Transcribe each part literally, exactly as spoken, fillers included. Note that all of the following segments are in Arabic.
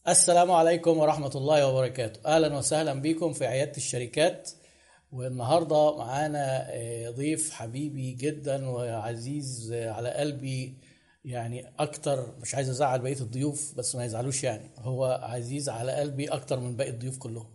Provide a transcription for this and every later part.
السلام عليكم ورحمة الله وبركاته. أهلا وسهلا بكم في عيادة الشركات. والنهاردة معانا آه، ضيف حبيبي جدا وعزيز آه، على قلبي، يعني أكتر. مش عايز أزعل بقية الضيوف بس ما يزعلوش، يعني هو عزيز على قلبي أكتر من باقي الضيوف كلهم.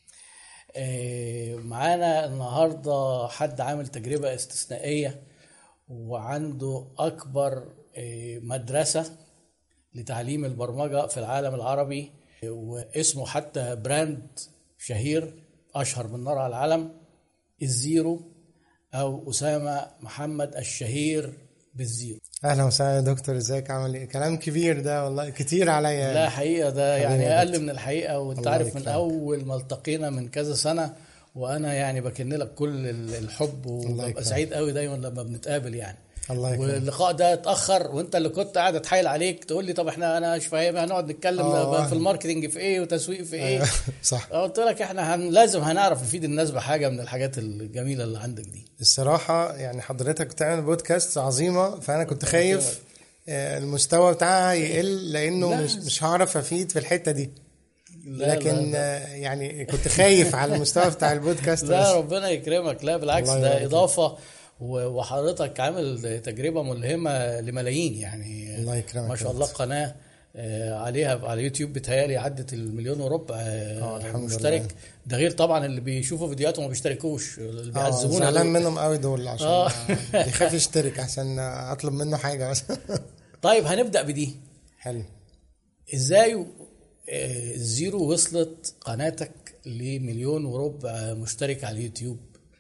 آه، معانا النهاردة حد عامل تجربة استثنائية وعنده أكبر آه، مدرسة لتعليم البرمجة في العالم العربي، واسمه حتى براند شهير أشهر من نار على العالم، الزيرو، أو أسامة محمد الشهير بالزيرو. اهلا وسهلا يا دكتور، ازيك؟ عامل ايه؟ كلام كبير ده والله، كتير عليا. لا حقيقة ده يعني أقل من الحقيقة، وانت الله عارف من يكرمك. أول ما التقينا من كذا سنة وأنا يعني بكن لك كل الحب، وببقى يكرمك. سعيد قوي دايما لما بنتقابل يعني. الله يكرمك. واللقاء ده اتاخر وانت اللي كنت قاعد اتحايل عليك تقول لي طب احنا انا مش فاهم هنقعد نتكلم آه. في الماركتنج في ايه وتسويق في ايه. أيوة، صح. قلت لك احنا هن لازم هنعرف نفيد الناس بحاجه من الحاجات الجميله اللي عندك دي. الصراحة يعني حضرتك بتعمل بودكاست عظيمة، فأنا كنت خايف آه، المستوى بتاعها يقل، لأنه لا. مش مش هعرف أفيد في الحتة دي. لا لكن لا لا. آه، يعني كنت خايف على المستوى بتاع البودكاست. لا بس ربنا يكرمك، لا بالعكس الله ده يبارك اضافه، و- وحضرتك عامل تجربه ملهمه لملايين يعني. الله يكرمك ما شاء يا الله دكتور. قناه آه، عليها على يوتيوب بتهيالي عدت المليون وربع آه، آه، الحمد مشترك لله. ده غير طبعا اللي بيشوفوا فيديوهات وما بيشتركوش، اللي اه بيعذبونا زعلان دول. منهم قوي دول، عشان آه. آه، بيخاف يشترك عشان آه، اطلب منه حاجة بس. طيب هنبدأ بدي. حلو. ازاي آه، الزيرو وصلت قناتك لمليون وربع مشترك على اليوتيوب؟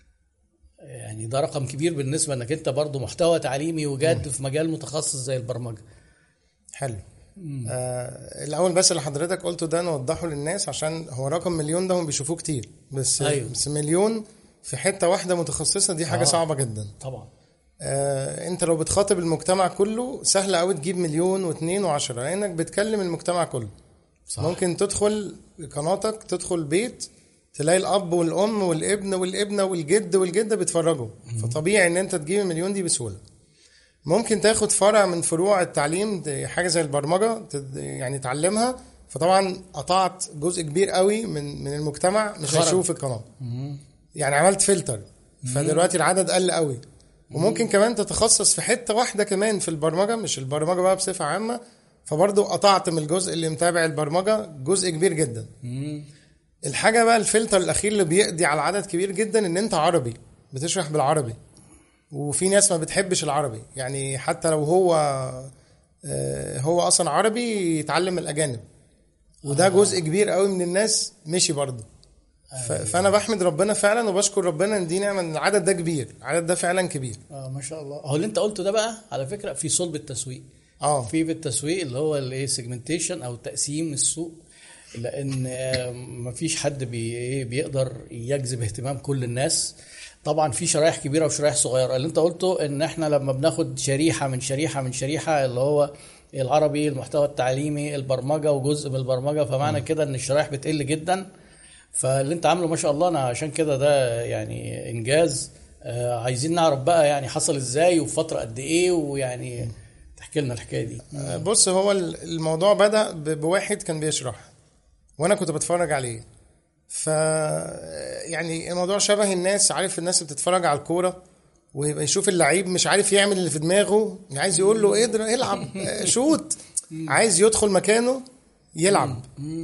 يعني ده رقم كبير بالنسبة انك انت برضو محتوى تعليمي وجاد في مجال متخصص زي البرمجة. حلو. آه الاول بس اللي حضرتك قلته ده نوضحه للناس، عشان هو رقم مليون ده هم بيشوفوه كتير، بس أيوه. بس مليون في حته واحده متخصصه دي حاجه آه. صعبه جدا. طبعا. آه انت لو بتخاطب المجتمع كله سهل قوي تجيب مليون واثنين وعشرة، لانك بتكلم المجتمع كله. صح. ممكن تدخل قناتك، تدخل بيت، تلاقي الاب والام والابن والابنه والجد والجده بيتفرجوا، فطبيعي ان انت تجيب المليون دي بسهوله. ممكن تاخد فرع من فروع التعليم، حاجه زي البرمجه تد- يعني تعلمها، فطبعا قطعت جزء كبير قوي من من المجتمع مش خرج. هيشوف القناه. يعني عملت فلتر، فدلوقتي العدد قل قوي. وممكن كمان تتخصص في حته واحده كمان في البرمجه، مش البرمجه بقى بصفه عامه، فبرضه قطعت من الجزء اللي متابع البرمجه جزء كبير جدا. الحاجه بقى الفلتر الاخير اللي بيقضي على عدد كبير جدا، ان انت عربي بتشرح بالعربي، وفي ناس ما بتحبش العربي، يعني حتى لو هو آه، هو اصلا عربي يتعلم الاجانب، وده جزء كبير قوي من الناس مشي برضه. ف- فانا بحمد ربنا فعلا وبشكر ربنا ان دي نعمه، ان العدد ده كبير، العدد ده فعلا كبير. اه ما شاء الله. هو اللي انت قلته ده بقى على فكرة في صلب التسويق. اه في بالتسويق اللي هو الايه سيجمنتيشن او تقسيم السوق، لان آه، مفيش حد بي إيه بيقدر يجذب اهتمام كل الناس. طبعا في شرائح كبيره وشرائح صغيره. اللي انت قلته ان احنا لما بناخد شريحه من شريحه من شريحه، اللي هو العربي، المحتوى التعليمي، البرمجه وجزء من البرمجه، فمعنى كده ان الشرائح بتقل جدا. فاللي انت عامله ما شاء الله، انا عشان كده ده يعني انجاز. آه، عايزين نعرف بقى يعني حصل ازاي وفي فتره قد ايه، ويعني تحكي لنا الحكايه دي. آه، بص، هو ال- الموضوع بدأ ب- بواحد كان بيشرح وانا كنت بتفرج عليه. ف يعني الموضوع شبه الناس، عارف الناس اللي بتتفرج على الكوره ويبقى يشوف اللعيب مش عارف يعمل اللي في دماغه، عايز يقول له اضرب العب آه، شوت، عايز يدخل مكانه يلعب.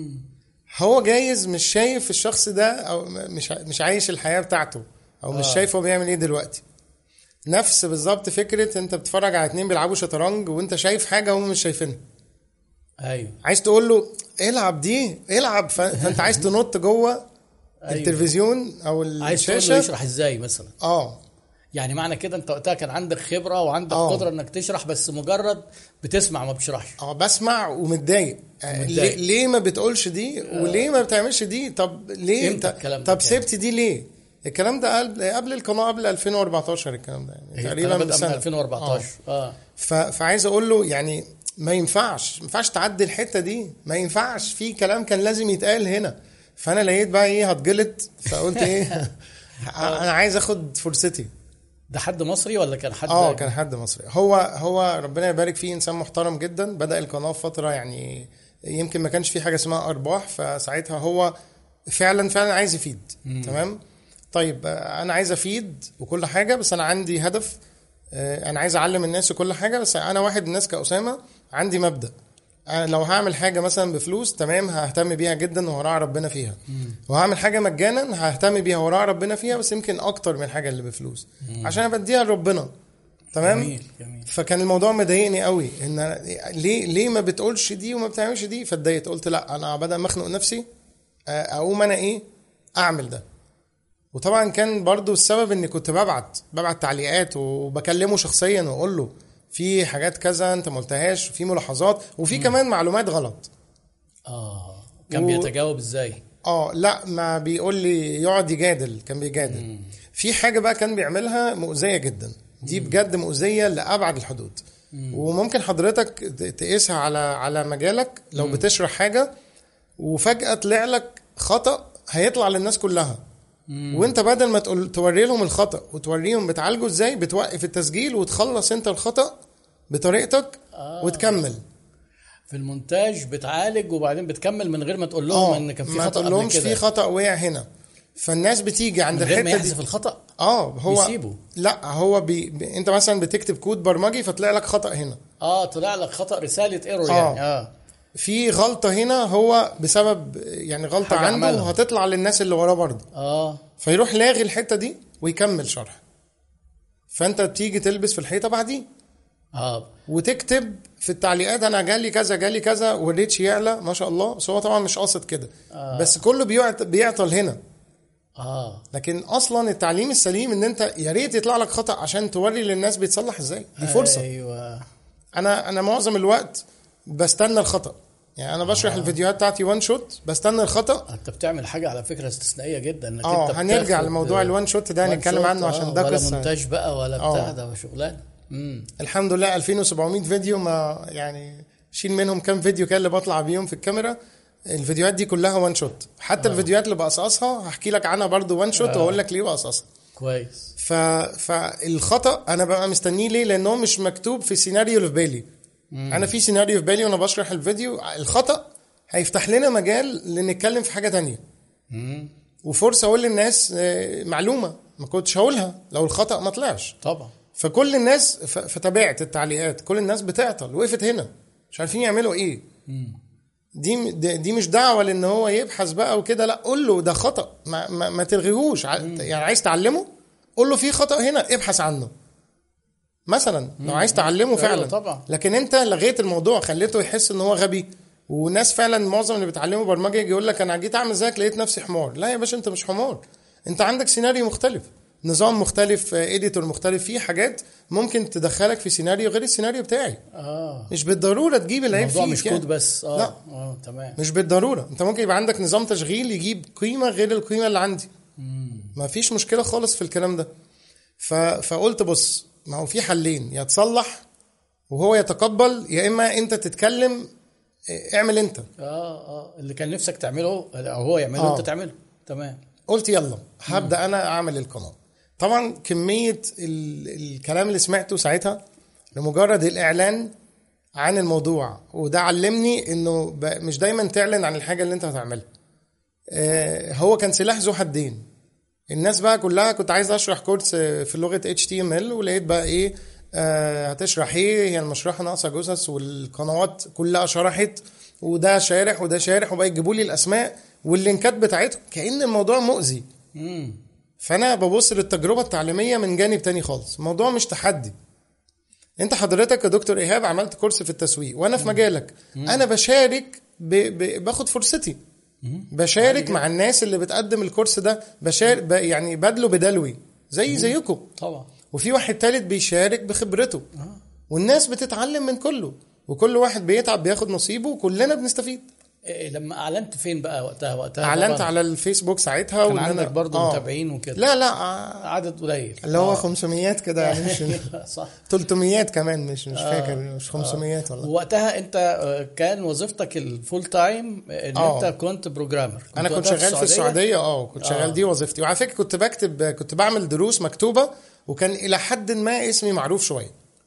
هو جايز مش شايف الشخص ده، او مش مش عايش الحياه بتاعته، او مش آه. شايف هو بيعمل ايه دلوقتي. نفس بالظبط فكره انت بتتفرج على اتنين بيلعبوا شطرنج وانت شايف حاجه هم مش شايفينها، ايوه عايز تقول له العب دي العب، ف- فانت عايز تنط جوه أيوة. التلفزيون او عايز تقول له الشاشه. يشرح ازاي مثلا. اه يعني معنى كده انت وقتها كان عندك خبره وعندك آه. قدره انك تشرح، بس مجرد بتسمع ما بتشرحش. اه بسمع ومتضايق. آه، ومتضايق. ليه, ليه ما بتقولش دي وليه ما بتعملش دي؟ طب ليه امتى انت- الكلام ده طب كان؟ سبت دي ليه؟ الكلام ده قبل قبل القناه، قبل ألفين وأربعتاشر الكلام ده، يعني تقريبا تقريبا بدأ من سنه. ألفين وأربعتاشر. اه, آه. ف- فعايز اقول له يعني ما ينفعش ما ينفعش تعدي الحته دي، ما ينفعش، في كلام كان لازم يتقال هنا. فانا لقيت بقى ايه، هتجلط، فقلت ايه انا عايز اخد فرصتي. ده حد مصري ولا كان حد؟ اه كان حد مصري. هو هو ربنا يبارك فيه، انسان محترم جدا. بدأ القناه في فتره يعني يمكن ما كانش في حاجه اسمها ارباح، فساعتها هو فعلا فعلا عايز يفيد. مم. تمام. طيب انا عايز افيد وكل حاجه، بس انا عندي هدف، انا عايز اعلم الناس وكل حاجه، بس انا واحد من الناس كأسامة عندي مبدأ. أنا لو هعمل حاجه مثلا بفلوس تمام ههتم بيها جدا وهراعي ربنا فيها، مم. وهعمل حاجه مجانا ههتم بيها وراعي ربنا فيها، بس يمكن اكتر من الحاجه اللي بفلوس، مم. عشان بديها لربنا. تمام. جميل. جميل. فكان الموضوع مضايقني قوي، ان ليه ليه ما بتقولش دي وما بتعملش دي. فاتضايقت، قلت لا، انا بدل ما اخنق نفسي اقوم انا ايه اعمل ده. وطبعا كان برضو السبب اني كنت ببعت ببعت تعليقات وبكلمه شخصيا واقول له في حاجات كذا انت ما قلتهاش، وفي ملاحظات، وفي مم. كمان معلومات غلط. اه كان و... بيتجاوب ازاي؟ اه لا، ما بيقول لي يقعد يجادل، كان بيجادل. مم. في حاجه بقى كان بيعملها مؤذيه جدا، دي بجد مؤذيه لابعد الحدود. مم. وممكن حضرتك تقيسها على على مجالك. لو مم. بتشرح حاجه وفجاه طلع لك خطا هيطلع للناس كلها، مم. وانت بدل ما تقول توري لهم الخطا وتوريهم بتعالجه ازاي، بتوقف التسجيل وتخلص انت الخطا بطريقتك. آه. وتكمل في المونتاج، بتعالج وبعدين بتكمل من غير ما تقول لهم ان كان في خطا قبل كده، في خطا وقع هنا. فالناس بتيجي عند الحته دي يحذف الخطا. اه هو بيسيبه. لا هو بي... بي... انت مثلا بتكتب كود برمجي فطلع لك خطا هنا، اه طلع لك خطا، رساله ايرور. آه. يعني اه في غلطه هنا، هو بسبب يعني غلطه عنده عملها. وهتطلع للناس اللي وراه برضه. اه فيروح لاغي الحته دي ويكمل شرح، فانت بتيجي تلبس في الحيطه بعديه. اه وتكتب في التعليقات انا جالي كذا جالي كذا والريتش يعلى ما شاء الله، بس هو طبعا مش قاصد كده. آه. بس كله بيعط... بيعطل هنا. اه لكن اصلا التعليم السليم ان انت يا ريت يطلع لك خطا عشان توري للناس بيتصلح ازاي. دي فرصه. ايوه. انا انا معظم الوقت بستنى الخطا، يعني انا بشرح آه. الفيديوهات بتاعتي وان شوت، بستنى الخطا. انت بتعمل حاجه على فكره استثنائيه جدا، انك آه انت هنرجع لموضوع الوان شوت ده نتكلم عنه. آه. عشان ده ولا قصه، ولا مونتاج بقى ولا بتاع، ده شغلانه. امم الحمد لله ألفين وسبعمية فيديو، ما يعني شيل منهم كام فيديو كان اللي بطلع بيهم في الكاميرا. الفيديوهات دي كلها وان شوت، حتى آه. الفيديوهات اللي بقصصها هحكي لك عنها برضو وان شوت. آه. واقول لك ليه بقصصها كويس. ف... فالخطا انا بقى مستنيه ليه؟ لانه مش مكتوب في سيناريو اللي في بالي. مم. انا في سيناريو في بالي وانا بشرح الفيديو، الخطا هيفتح لنا مجال لنتكلم في حاجه تانية. مم. وفرصه اقول للناس معلومه ما كنتش هقولها لو الخطا ما طلعش طبعا. فكل الناس ف... فتابعت التعليقات، كل الناس بتعطل، وقفت هنا مش عارفين يعملوا ايه. مم. دي دي مش دعوه لان هو يبحث بقى وكده، لا قول له ده خطا، ما, ما, ما تلغيهوش. يعني عايز تعلمه قول له في خطا هنا ابحث عنه مثلا لو عايز تعلمه فعلا. طبعا. لكن انت لغيت الموضوع، خليته يحس ان هو غبي. وناس فعلا معظم اللي بيتعلموا برمجه يجي يقول لك انا جيت اعمل زيك لقيت نفسي حمار. لا يا باشا، انت مش حمار، انت عندك سيناريو مختلف، نظام مختلف، اديتور مختلف، في حاجات ممكن تدخلك في سيناريو غير السيناريو بتاعي. اه مش بالضروره تجيب العيب فيه، الموضوع مش كود يعني. بس. اه لا. اه تمام. مش بالضروره، انت ممكن يبقى عندك نظام تشغيل يجيب قيمه غير القيمه اللي عندي. مم. ما فيش مشكله خالص في الكلام ده. ف... فقلت بص، ما هو في حلين، يا تصلح وهو يتقبل، يا اما انت تتكلم اعمل انت. اه اه اللي كان نفسك تعمله او هو يعمله آه. انت تعمله. تمام. قلت يلا هبدا مم. انا اعمل القناه. طبعا كميه ال... الكلام اللي سمعته ساعتها لمجرد الاعلان عن الموضوع، وده علمني انه ب... مش دايما تعلن عن الحاجه اللي انت هتعملها. آه هو كان سلاح ذو حدين. الناس بقى كلها كنت عايز اشرح كورس في لغه إتش تي إم إل، ولقيت بقى ايه آه هتشرح ايه، هي المشرحه ناقصه جثث، والقنوات كلها شرحت، وده شارح وده شارح، وبقى يجيبوا لي الاسماء واللينكات بتاعتهم كأن الموضوع مؤذي. مم. فانا ببص للتجربه التعليميه من جانب تاني خالص. الموضوع مش تحدي. انت حضرتك يا دكتور ايهاب عملت كورس في التسويق وانا في مجالك. مم. انا بشارك ب... ب... باخد فرصتي، بشارك مع الناس اللي بتقدم الكورس ده، بشارك ب... يعني بدله بدلوي زي زيكم طبعا. وفي واحد تالت بيشارك بخبرته. آه. والناس بتتعلم من كله، وكل واحد بيتعب بياخد نصيبه، وكلنا بنستفيد. إيه لما اعلنت فين بقى وقتها؟ وقتها اعلنت على الفيسبوك ساعتها، كان عندك برضو آه. متابعين وكده؟ لا لا آه. عدد قليل اللي هو آه. خمسمية كده يعني مش صح ثلاثمية كمان، مش مش آه. فاكر مش خمسمية آه. والله. وقتها انت كان وظيفتك الفول تايم ان آه. انت كنت بروجرامر. كنت انا كنت شغال في السعوديه. اه كنت شغال آه. دي وظيفتي. وعلى فكره كنت بكتب، كنت بعمل دروس مكتوبه، وكان الى حد ما اسمي معروف شويه.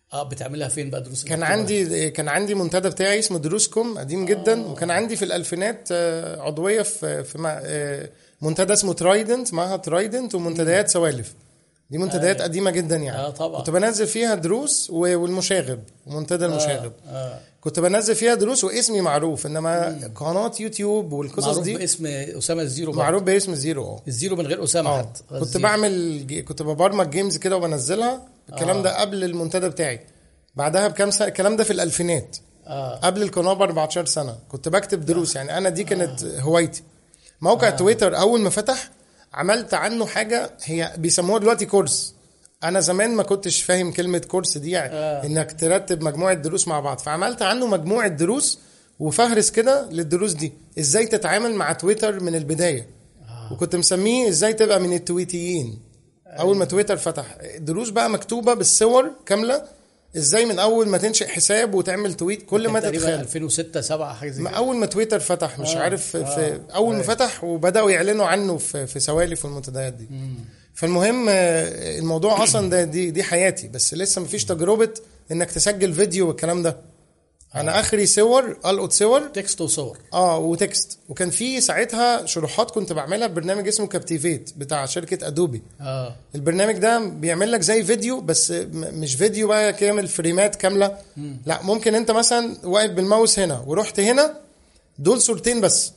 اه بتعملها فين بقى دروس كان المكتوبة؟ عندي كان عندي منتدى بتاعي اسمه دروسكم قديم جدا، آه. وكان عندي في الالفينات آه، عضويه في في مع- آه، منتدى اسمه ترايدنت، معها ترايدنت ومنتديات سوالف. دي منتديات آه. قديمه جدا يعني. آه طبعا. كنت بنزل فيها دروس و- والمشاغب ومنتدى المشاغب. آه. كنت بنزل فيها دروس واسمي معروف، انما مم. قناه يوتيوب والقصص معروف دي باسم اسامه الزيرو برضه. معروف باسم زيرو. اه الزيرو من غير اسامه اه حتى. كنت الزيرو. بعمل جي- كنت ببرمج جيمز كده وبنزلها. الكلام آه. ده قبل المنتدى بتاعي. بعدها بكام سنه، الكلام ده في الالفينات. اه قبل القناه ب أربعتاشر سنه كنت بكتب دروس. يعني انا دي كانت هوايتي. موقع تويتر اول ما فتح عملت عنه حاجه هي بيسموها دلوقتي كورس. انا زمان ما كنتش فاهم كلمه كورس دي، يعني آه. انك ترتب مجموعه دروس مع بعض. فعملت عنه مجموعه دروس وفهرس كده للدروس دي، ازاي تتعامل مع تويتر من البدايه. آه. وكنت مسميه ازاي تبقى من التويتيين. اول ما تويتر فتح دروس بقى مكتوبه بالصور كامله، ازاي من اول ما تنشئ حساب وتعمل تويت كل ما تقريبا تتخيل. ألفين وستة سبعة حاجه زي ما كده. اول ما تويتر فتح مش آه. عارف آه. في اول ما آه. فتح وبداوا يعلنوا عنه في في سوالف والمنتديات دي. فالمهم آه، الموضوع اصلا ده دي دي حياتي، بس لسه مفيش تجربه انك تسجل فيديو والكلام ده. انا اخري صور، القط صور تكست وصور. اه وتكست. وكان في ساعتها شروحات كنت بعملها ببرنامج اسمه كابتيفيت بتاع شركه ادوبي. اه البرنامج ده بيعمل لك زي فيديو، بس م- مش فيديو بقى كامل فريمات كامله. لا، ممكن انت مثلا واقف بالماوس هنا ورحت هنا، دول صورتين بس.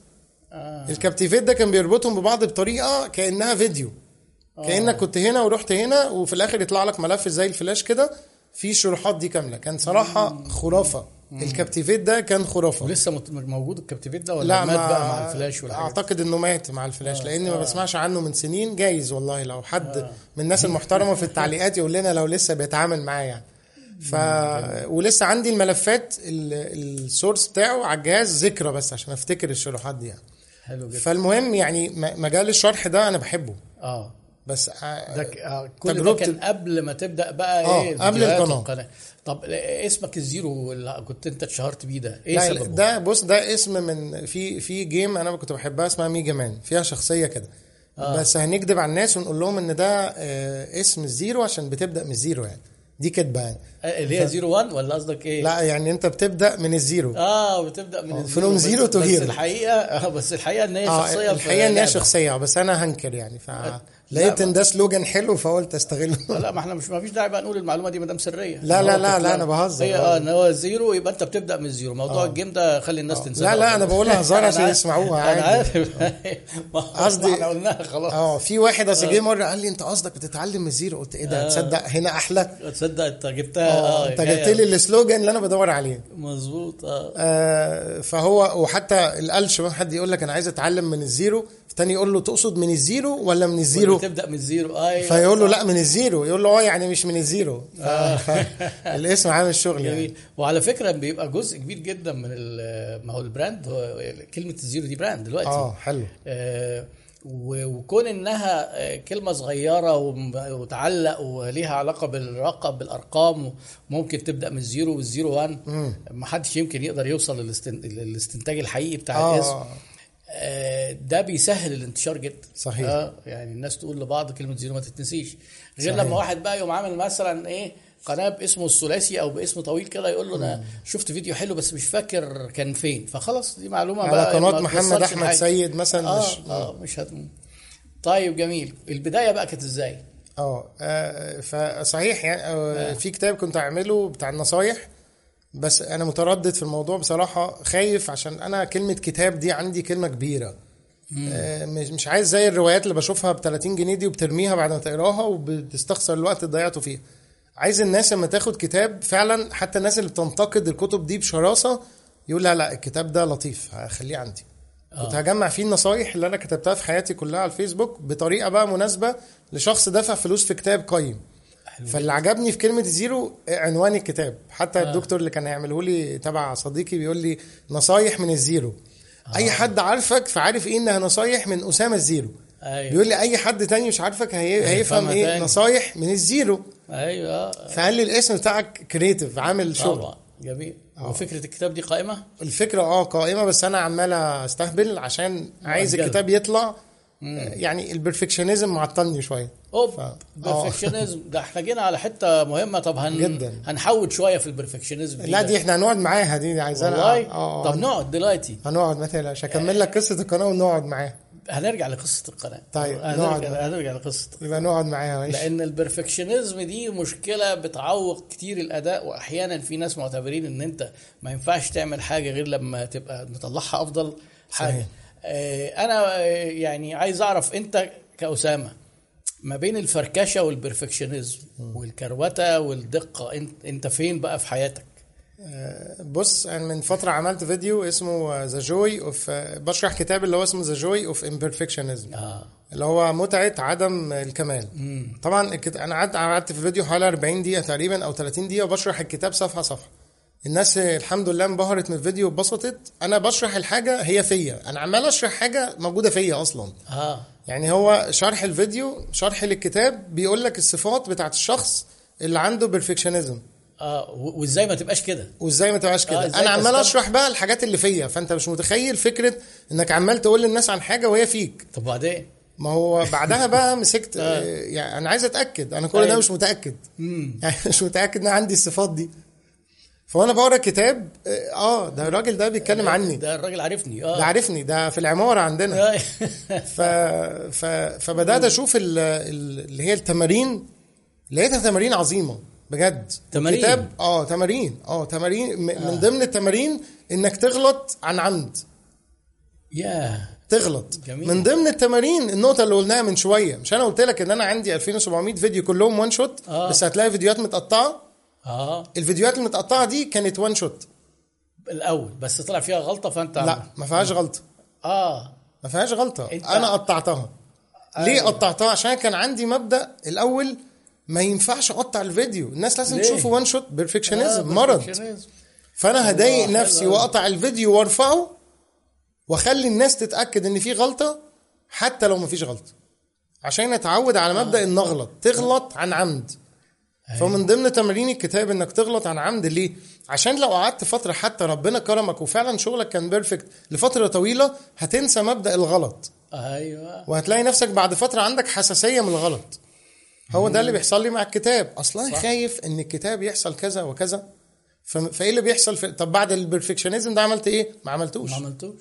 اه الكابتيفيت ده كان بيربطهم ببعض بطريقه كانها فيديو. كانك كنت هنا ورحت هنا، وفي الاخر يطلع لك ملف زي الفلاش كده في الشروحات دي كامله. كان صراحه خرافه. الكابتيفيت ده كان خرافه. ولسه مت- موجود الكابتيفيت ده ولا لا، مات ما بقى مع الفلاش والحاجات دي؟ اعتقد انه مات مع الفلاش، آه، لاني ما آه. بسمعش عنه من سنين. جايز والله لو حد من الناس المحترمه في التعليقات يقول لنا لو لسه بيتعامل معاه يعني. ف ولسه عندي الملفات ال- السورس بتاعه على الجهاز ذكرى، بس عشان افتكر الشروحات دي يعني. حلو جدا. فالمهم يعني م- مجال الشرح ده انا بحبه. اه بس آه، ده ك- آه، كل ده تجربة كان ال- قبل ما تبدا بقى آه، ايه قبل فيديوهات القناة. والقناة. طب اسمك الزيرو اللي كنت انت اتشهرت بيه ده ايه لا سببه؟ ده بص، ده اسم من في في جيم انا كنت بحبها اسمها ميجا مان، فيها شخصيه كده. آه. بس هنكدب على الناس ونقول لهم ان ده آه، اسم الزيرو عشان بتبدا من الزيرو يعني. دي كدبه يعني. آه، اللي هي زيرو وان ولا قصدك ايه؟ لا يعني انت بتبدا من الزيرو. اه بتبدا من from بس- zero to بس hero. الحقيقه آه بس الحقيقه ان هي اه شخصيه الحقيقه ان هي لعبة. شخصيه، بس انا هنكر يعني. لا، فلقيت ما- ان ده سلوجان حلو فقلت استغله. لا ما احنا مش ما فيش داعي بقى نقول المعلومه دي ما دام سريه. لا، إن لا، هو لا، كنت لا، لعبة. أنا بهزر. هي اه ان هو زيرو يبقى انت بتبدا من الزيرو. موضوع آه. الجيم ده خلي الناس تنساه. لا، لا، انا بقولها هزار عشان يسمعوها انا عادي. عارف. ما- قصدي- احنا قلناها خلاص. اه في واحد اصل جه مره قال لي انت قصدك بتتعلم من الزيرو، قلت ايه ده؟ تصدق هنا احلى. تصدق انت جبتها. اه اه انت جاية. جبت لي السلوجان اللي انا بدور عليه. مظبوط اه. آه فهو وحتى القلش ما حد يقول لك انا عايز اتعلم من الزيرو، الثاني يقول له تقصد من الزيرو ولا من الزيرو؟ تبدا من الزيرو. ايوه فيقول له صح. لا من الزيرو، يقول له اه يعني مش من الزيرو. ف... الاسم عامل شغل يعني. جميل. وعلى فكره بيبقى جزء كبير جدا من ال- ما هو البراند. هو كلمه الزيرو دي براند دلوقتي. اه حلو. آه، و- وكون انها آه، كلمه صغيره وم- وتعلق وليها علاقه بالرقم بالارقام، وممكن تبدا من الزيرو والزيرو وان. ما حدش يمكن يقدر يوصل للاستن- للاستنتاج الحقيقي بتاع الاسم. اه آه، ده بيسهل الانتشار جدا. صحيح. آه يعني الناس تقول لبعض كلمه زيرو ما تتنسيش، غير صحيح. لما واحد بقى يقوم عامل مثلا ايه قناه باسمه الثلاثي او باسم طويل كده، يقول له انا شفت فيديو حلو بس مش فاكر كان فين، فخلاص دي معلومه على بقى قناه ما محمد توصلش احمد لحاجة. سيد مثلا. اه مش اه مش هت... طيب جميل. البدايه بقى كانت ازاي؟ اه آه، فصحيح يعني آه، في كتاب كنت اعمله بتاع النصايح، بس انا متردد في الموضوع بصراحه، خايف عشان انا كلمه كتاب دي عندي كلمه كبيره. آه، مش مش عايز زي الروايات اللي بشوفها ب ثلاثين جنيه دي وبترميها بعد ما تقراها وبتستخسر الوقت اللي ضيعته فيها. عايز الناس لما تاخد كتاب فعلا، حتى الناس اللي بتنتقد الكتب دي بشراسه، يقول لا لا الكتاب ده لطيف هخليه عندي. آه. كنت هجمع فيه النصايح اللي انا كتبتها في حياتي كلها على الفيسبوك بطريقه بقى مناسبه لشخص دفع فلوس في كتاب قيم. فاللي عجبني في كلمه زيرو عنوان الكتاب. حتى آه. الدكتور اللي كان هيعمله لي تبع صديقي بيقول لي نصايح من الزيرو. آه. اي حد عارفك فعارف ايه انها نصايح من اسامه الزيرو. ايوه بيقول لي اي حد تاني مش عارفك هي... هيفهم هيفهمها ايه تاني. نصايح من الزيرو. ايوه فقال لي الاسم بتاعك كرييتيف، عامل شغل. طبعا جميل. وفكره الكتاب دي قائمه. الفكره اه قائمه، بس انا عمال استهبل عشان عايز مؤجلة. الكتاب يطلع. يعني البرفكشنزم معطلني شويه. اوب ف- بيرفكشنزم ده احنا جينا على حته مهمه. طب هن جداً. هنحود شويه في البرفكشنزم لا دي احنا هنقعد معاها، دي عايزانا. والله اه طب نقعد دلوقتي، هنقعد مثلا عشان اكمل لك قصه القناه ونقعد معاها. هنرجع لقصه القناه. طيب، هنرجع, نقعد. هنرجع لقصه يبقى نقعد معاها ماشي. لان البرفكشنزم دي مشكله بتعوق كتير الاداء، واحيانا في ناس معتبرين ان انت ما ينفعش تعمل حاجه غير لما تبقى مطلعها افضل حاجه. صحيح. آه، انا آه، يعني عايز اعرف انت كأسامة ما بين الفركشه والبرفكشنزم والكروته والدقه، انت انت فين بقى في حياتك؟ بص انا من فتره عملت فيديو اسمه ذا جوي اوف، بشرح كتاب اللي هو اسمه ذا جوي اوف امبرفكشنزم، اه اللي هو متعه عدم الكمال. مم. طبعا الكت... انا قعدت قعدت في فيديو حوالي أربعين دقيقه تقريبا او ثلاثين دقيقه بشرح الكتاب صفحه صفحه. الناس الحمد لله انبهرت من الفيديو واتبسطت. انا بشرح الحاجه هي فيا، انا عمال اشرح حاجه موجوده فيا اصلا. اه يعني هو شرح الفيديو شرح للكتاب بيقول لك الصفات بتاعت الشخص اللي عنده بيرفكشنزم اه و- وازاي ما تبقاش كده. وازاي ما تبقاش كده. آه، إزاي انا عمال تستبدل؟ اشرح بقى الحاجات اللي فيا، فانت مش متخيل فكره انك عمال تقول للناس عن حاجه وهي فيك. طب بعدين ما هو بعدها بقى مسكت آه. يعني انا عايز اتاكد، انا كل ده أيوة. مش متاكد. مم. يعني مش متاكد ان أنا عندي الصفات دي. فانا بقرا كتاب، اه ده الراجل ده بيتكلم عني، ده الراجل عارفني. اه ده عارفني، ده في العماره عندنا. آه. ف... ف... فبدات اشوف ال... ال- اللي هي التمارين، لقيتها تمارين عظيمه بجد. تمارين؟ كتاب اه تمارين اه تمارين م... من ضمن التمارين انك تغلط عن عمد. يا تغلط جميل. من ضمن التمارين النقطه اللي قلناها من شويه. مش انا قلت لك ان انا عندي ألفين وسبعمية فيديو كلهم وان شوت؟ آه. بس هتلاقي فيديوهات متقطعه. اه الفيديوهات المتقطعه دي كانت وان شوت. الاول بس طلع فيها غلطه فانت لا ما فيهاش غلطه، اه ما فيهاش غلطه. أنت- انا قطعتها. ليه أيوة. قطعتها؟ عشان كان عندي مبدأ الاول ما ينفعش اقطع الفيديو، الناس لازم ليه؟ تشوفه وان شوت. بيرفكشنزم آه، مرض. perfectionism. فانا هضايق الله، نفسي حلو أوي. واقطع الفيديو وارفعه واخلي الناس تتاكد ان في غلطه حتى لو ما فيش غلطه، عشان اتعود على مبدأ ان نغلط، تغلط عن عمد. فمن ضمن تمارين الكتاب انك تغلط عن عمد. ليه؟ عشان لو قعدت فتره حتى ربنا كرمك وفعلا شغلك كان بيرفكت لفتره طويله هتنسى مبدأ الغلط، ايوه وهتلاقي نفسك بعد فتره عندك حساسيه من الغلط. هو ده اللي بيحصل لي مع الكتاب. اصلا صح. خايف ان الكتاب يحصل كذا وكذا. ف- فايه اللي بيحصل في... طب بعد البرفكشنزم ده عملت ايه؟ ما عملتوش. ما عملتوش.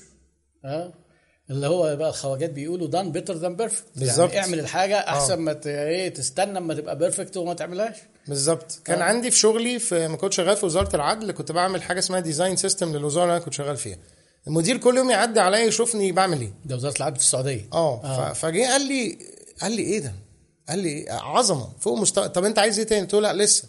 اه اللي هو بقى الخواجات بيقولوا done better than perfect. بالظبط. يعني اعمل الحاجه احسن ما ت- ايه تستنى اما تبقى بيرفكت وما تعملهاش. بالظبط. كان آه. عندي في شغلي في ما كنت شغال في وزاره العدل، كنت بعمل حاجه اسمها ديزاين سيستم للوزاره اللي انا كنت شغال فيها. المدير كل يوم يعدي عليا يشوفني بعمل ايه. ده وزاره العدل في السعوديه. اه, آه. فجه قال لي قال لي ايه ده؟ قال لي إيه؟ عظمه فوق مستوى. طب انت عايز ايه تاني؟ قلت له لا لسه.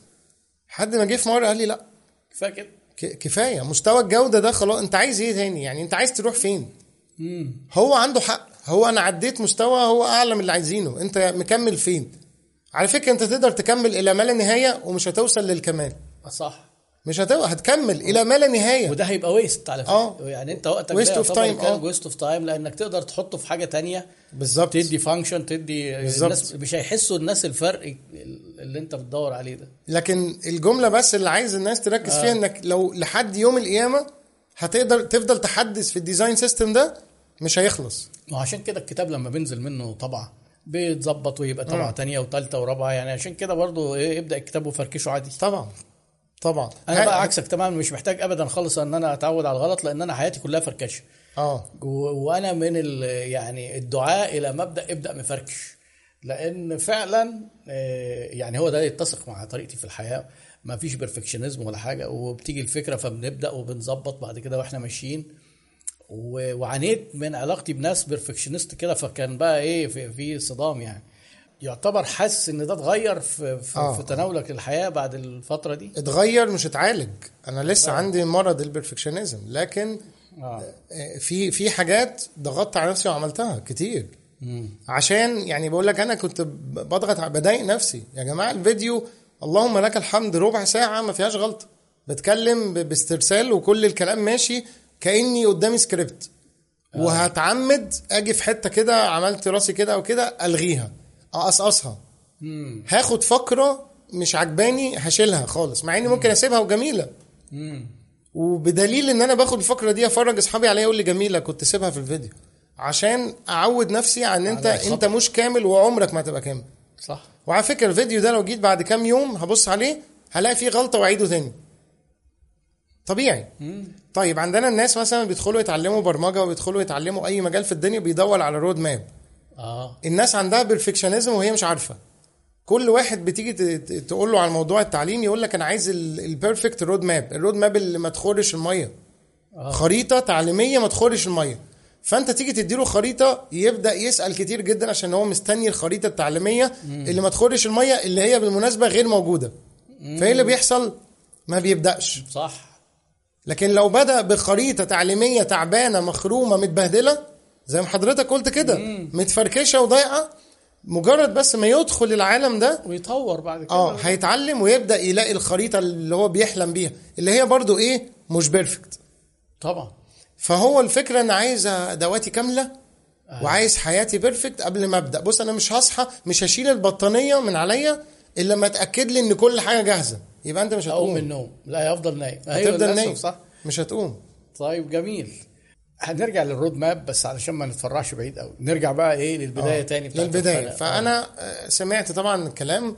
حد ما جه في مره قال لي لا فاكر. ك- كفايه مستوى الجوده ده خلاص. انت عايز ايه تاني؟ يعني انت عايز تروح فين؟ امم هو عنده حق. هو انا عديت مستوى هو اعلى من اللي عايزينه. انت مكمل فين؟ على فكره انت تقدر تكمل الى ما لا نهايه ومش هتوصل للكمال. صح. مش هتو... هتكمل الى ما لا نهايه. وده هيبقى ويست على فكره. آه. يعني انت وقتك Waste of time، آه. ويست اوف تايم، لانك تقدر تحطه في حاجه تانية بالظبط. تدي فانكشن، تدي بالظبط. الناس مش هيحسوا الناس الفرق اللي انت بتدور عليه ده. لكن الجمله بس اللي عايز الناس تركز آه. فيها انك لو لحد يوم القيامه هتقدر تفضل تحدث في الديزاين سيستم ده مش هيخلص. وعشان كده الكتاب لما بينزل منه طبعا بيتظبط ويبقى طبعه مم. تانية وثالثه ورابعه. يعني عشان كده برضو ايه يبدا الكتاب وفركشه عادي. طبعا طبعا. انا ه- بقى عكسك تماما، مش محتاج ابدا خالص ان انا اتعود على الغلط، لان انا حياتي كلها فركشه. اه و- وانا من ال- يعني الدعاء الى مبدا ابدا مفركش، لان فعلا آه، يعني هو ده يتسق مع طريقتي في الحياه. ما فيش بيرفكشنزم ولا حاجه، وبتيجي الفكره فبنبدا وبنظبط بعد كده واحنا ماشيين. و- وعانيت من علاقتي بناس بيرفكشنست كده، فكان بقى ايه في, في صدام يعني. يعتبر حاسس ان ده اتغير في في, آه. في تناولك للحياه بعد الفتره دي. اتغير مش اتعالج. انا لسه آه. عندي مرض البرفكشنزم، لكن اه في في حاجات ضغطت على نفسي وعملتها كتير. مم. عشان يعني بقول لك انا كنت بضغط بضايق نفسي. يا جماعه الفيديو اللهم لك الحمد ربع ساعه ما فيهاش غلطه، بتكلم ب- باسترسال وكل الكلام ماشي كاني قدامي سكريبت. آه. وهتعمد اجي في حته كده عملت راسي كده او كده الغيها اقصقصها. مم. هاخد فقره مش عجباني هشيلها خالص، مع اني ممكن اسيبها وجميله. مم. وبدليل ان انا باخد الفقره دي افرج اصحابي عليها يقول لي جميله كنت سيبها في الفيديو، عشان اعود نفسي عن انت على الخطأ. انت مش كامل وعمرك ما هتبقى كامل. صح. وعلى فكره الفيديو ده لو جيت بعد كام يوم هبص عليه هلاقي فيه غلطه واعيده تاني، طبيعي. مم. طيب عندنا الناس مثلا بيدخلوا يتعلموا برمجه وبيدخلوا يتعلموا اي مجال في الدنيا بيدور على رود ماب. اه الناس عندها بيرفكشنزم وهي مش عارفه. كل واحد بتيجي تقول له على موضوع التعليم يقول لك انا عايز البيرفكت رود ماب، الرود ماب اللي ما تخرش الميه. آه. خريطه تعليميه ما تخرش الميه. فانت تيجي تديله خريطه يبدا يسال كتير جدا عشان هو مستني الخريطه التعليميه مم. اللي ما تخرش الميه، اللي هي بالمناسبه غير موجوده. فايه اللي بيحصل؟ ما بيبداش. صح. لكن لو بدا بخريطه تعليميه تعبانه مخرومه متبهدله زي ما حضرتك قلت كده، متفركشه وضايعه، مجرد بس ما يدخل العالم ده ويطور بعد كده اه هيتعلم ويبدا يلاقي الخريطه اللي هو بيحلم بيها، اللي هي برضو ايه مش بيرفكت طبعا. فهو الفكره ان عايز ادواتي كامله آه. وعايز حياتي بيرفكت قبل ما ابدا. بص انا مش هصحى مش هشيل البطانيه من عليا الا لما اتاكد لي ان كل حاجه جاهزه، يبقى انت مش هتقوم. اقوم من النوم لا هفضل نايم. هتفضل نايم صح، مش هتقوم. طيب جميل. هنرجع للرود ماب بس علشان ما نتفرعش بعيد قوي، نرجع بقى ايه للبدايه آه. تاني بتاعت للبدايه. فانا آه. سمعت طبعا الكلام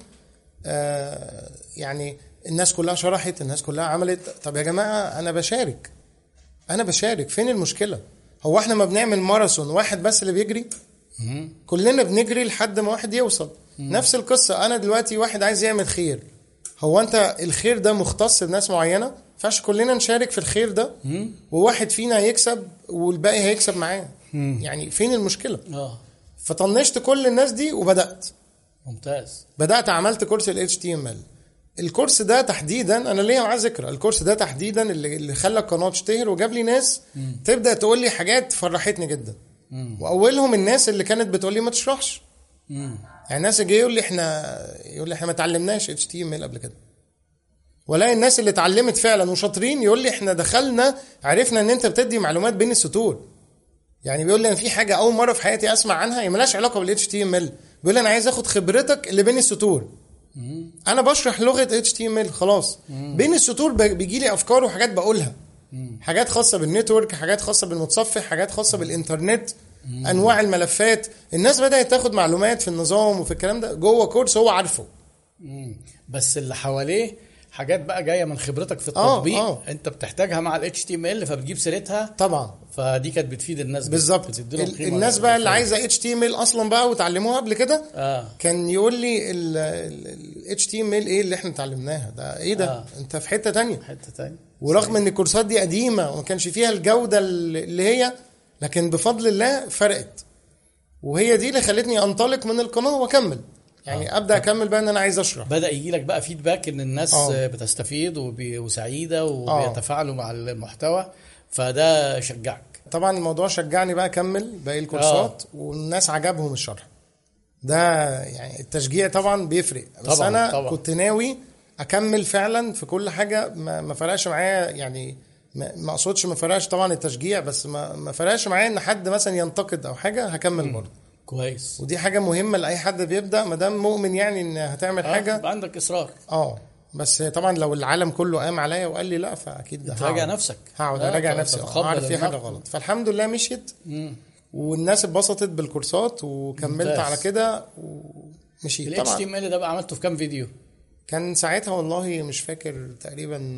آه يعني الناس كلها شرحت، الناس كلها عملت. طب يا جماعه انا بشارك انا بشارك فين المشكله؟ هو احنا ما بنعمل ماراثون واحد بس اللي بيجري؟ مم. كلنا بنجري لحد ما واحد يوصل. مم. نفس القصه. انا دلوقتي واحد عايز يعمل خير، هو انت الخير ده مختص بناس معينه؟ فاش كلنا نشارك في الخير ده مم. وواحد فينا هيكسب والباقي هيكسب معاه. يعني فين المشكله؟ اه فطنشت كل الناس دي وبدات. ممتاز. بدات عملت كورس ال إتش تي إم إل. الكورس ده تحديدا انا ليا معاه ذكرى. الكورس ده تحديدا اللي اللي خلى القناه تشتهر وجاب لي ناس مم. تبدا تقول لي حاجات فرحتني جدا. مم. واولهم الناس اللي كانت بتقول لي ما تشرحش. مم. يعني الناس جاي يقول لي احنا يقول لي احنا ما اتعلمناش إتش تي إم إل قبل كده. ولا الناس اللي اتعلمت فعلا وشاطرين يقول لي احنا دخلنا عرفنا ان انت بتدي معلومات بين السطور. يعني بيقول لي انا في حاجه اول مره في حياتي اسمع عنها هي مالهاش علاقه بال إتش تي إم إل. بيقول لي انا عايز اخد خبرتك اللي بين السطور. مم. انا بشرح لغه إتش تي إم إل خلاص. مم. بين السطور بيجي لي افكار وحاجات بقولها. مم. حاجات خاصه بالنتورك، حاجات خاصه بالمتصفح، حاجات خاصه مم. بالانترنت. مم. انواع الملفات. الناس بدات تاخد معلومات في النظام وفي الكلام ده جوه كورس هو عارفه. مم. بس اللي حواليه حاجات بقى جايه من خبرتك في التطبيق آه آه. انت بتحتاجها مع ال إتش تي إم إل فبتجيب سيرتها طبعا. فدي كانت بتفيد الناس بالظبط. الناس بقى اللي عايزه إتش تي إم إل اصلا بقى وتعلموها قبل كده آه. كان يقول لي ال إتش تي إم إل ايه اللي احنا اتعلمناها ده ايه ده آه. انت في حته تانية حته تانية. ورغم صحيح. ان الكورسات دي قديمه وما كانش فيها الجوده اللي هي، لكن بفضل الله فرقت، وهي دي اللي خلتني انطلق من القناه واكمل. يعني آه. ابدا اكمل بقى ان انا عايز اشرح. بدا يجي لك بقى فيدباك ان الناس آه. بتستفيد وسعيده وبيتفاعلوا آه. مع المحتوى، فده شجعك طبعا. الموضوع شجعني بقى اكمل باقي الكورسات آه. والناس عجبهم الشرح ده. يعني التشجيع طبعا بيفرق. بس طبعًا انا طبعًا. كنت ناوي اكمل فعلا في كل حاجه. ما فرقش معايا يعني ما اقصدش ما فرقش طبعا التشجيع، بس ما ما فرقش معايا ان حد مثلا ينتقد او حاجه هكمل برضه. كويس. ودي حاجه مهمه لاي حد بيبدا ما دام مؤمن يعني ان هتعمل آه حاجه عندك اصرار. اه بس طبعا لو العالم كله قام عليا وقال لي لا فاكيد تراجع نفسك. هقعد اراجع نفسي اعرف في حاجه غلط. فالحمد لله مشيت مم. والناس اتبسطت بالكورسات وكملت ممتاز. على كده ومشيت. ال إتش تي إم إل ده بقى عملته في كام فيديو؟ كان ساعتها والله مش فاكر تقريبا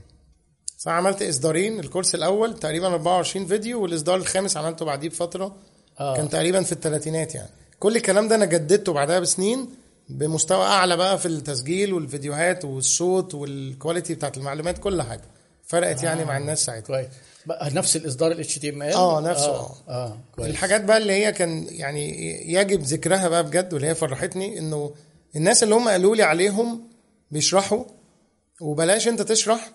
صح. عملت اصدارين. الكورس الاول تقريبا أربعة وعشرين فيديو والاصدار الخامس عملته بعديه بفتره آه. كان تقريبا في الثلاثينات. يعني كل الكلام ده انا جددته بعدها بسنين بمستوى اعلى بقى في التسجيل والفيديوهات والصوت والكواليتي بتاعت المعلومات. كل حاجه فرقت آه. يعني مع الناس ساعتها. كويس. نفس الاصدار ال إتش تي إم إل اه نفسه اه, آه. كويس. الحاجات بقى اللي هي كان يعني يجب ذكرها بقى بجد واللي هي فرحتني انه الناس اللي هم قالوا لي عليهم بيشرحوا وبلاش انت تشرح.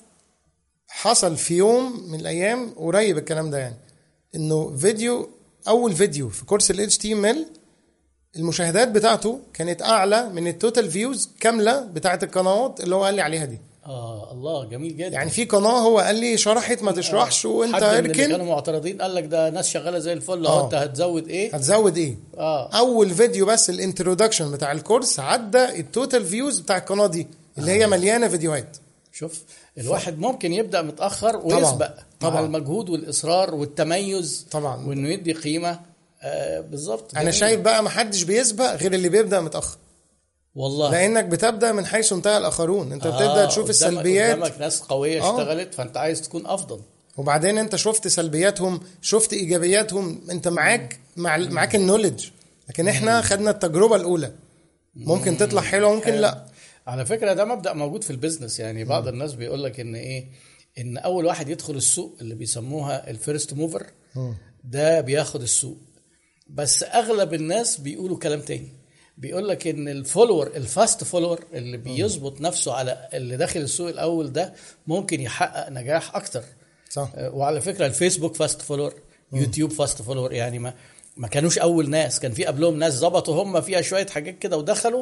حصل في يوم من الايام قريب الكلام ده يعني انه فيديو اول فيديو في كورس ال إتش تي إم إل المشاهدات بتاعته كانت اعلى من التوتال فيوز كامله بتاعه القنوات اللي هو قال لي عليها دي. اه الله جميل جدا. يعني في قناه هو قال لي شرحت ما تشرحش آه. وانت اركن. كانوا معترضين قال لك ده ناس شغاله زي الفل اه انت هتزود ايه هتزود ايه اه اول فيديو بس الانترودكشن بتاع الكورس عدى التوتال فيوز بتاع القناه دي اللي آه. هي مليانه فيديوهات. شوف الواحد ف... ممكن يبدا متاخر ويسبق طبعا مع المجهود والاصرار والتميز طبعا وانه يدي قيمه. آه بالظبط. انا شايف بقى ما حدش بيسبق غير اللي بيبدا متاخر. والله لانك بتبدا من حيث انتهى الاخرون. انت بتبدا آه تشوف قدامك السلبيات، قدامك ناس قويه آه. اشتغلت فانت عايز تكون افضل، وبعدين انت شفت سلبياتهم، شفت ايجابياتهم، انت معاك مع معاك النوليدج. لكن احنا خدنا التجربه الاولى، ممكن تطلع حلوه ممكن حلو. لا. على فكره ده مبدا موجود في البيزنس، يعني بعض م. الناس بيقول لك ان ايه، ان اول واحد يدخل السوق اللي بيسموها الفيرست موفر ده بياخد السوق. بس اغلب الناس بيقولوا كلام تاني، بيقول لك ان الفولور الفاست فولور اللي بيظبط نفسه على اللي داخل السوق الاول ده ممكن يحقق نجاح اكتر. صح. وعلى فكره الفيسبوك فاست فولور، يوتيوب فاست فولور، يعني ما ما كانوش اول ناس، كان في قبلهم ناس ظبطوا هم فيها شويه حاجات كده ودخلوا،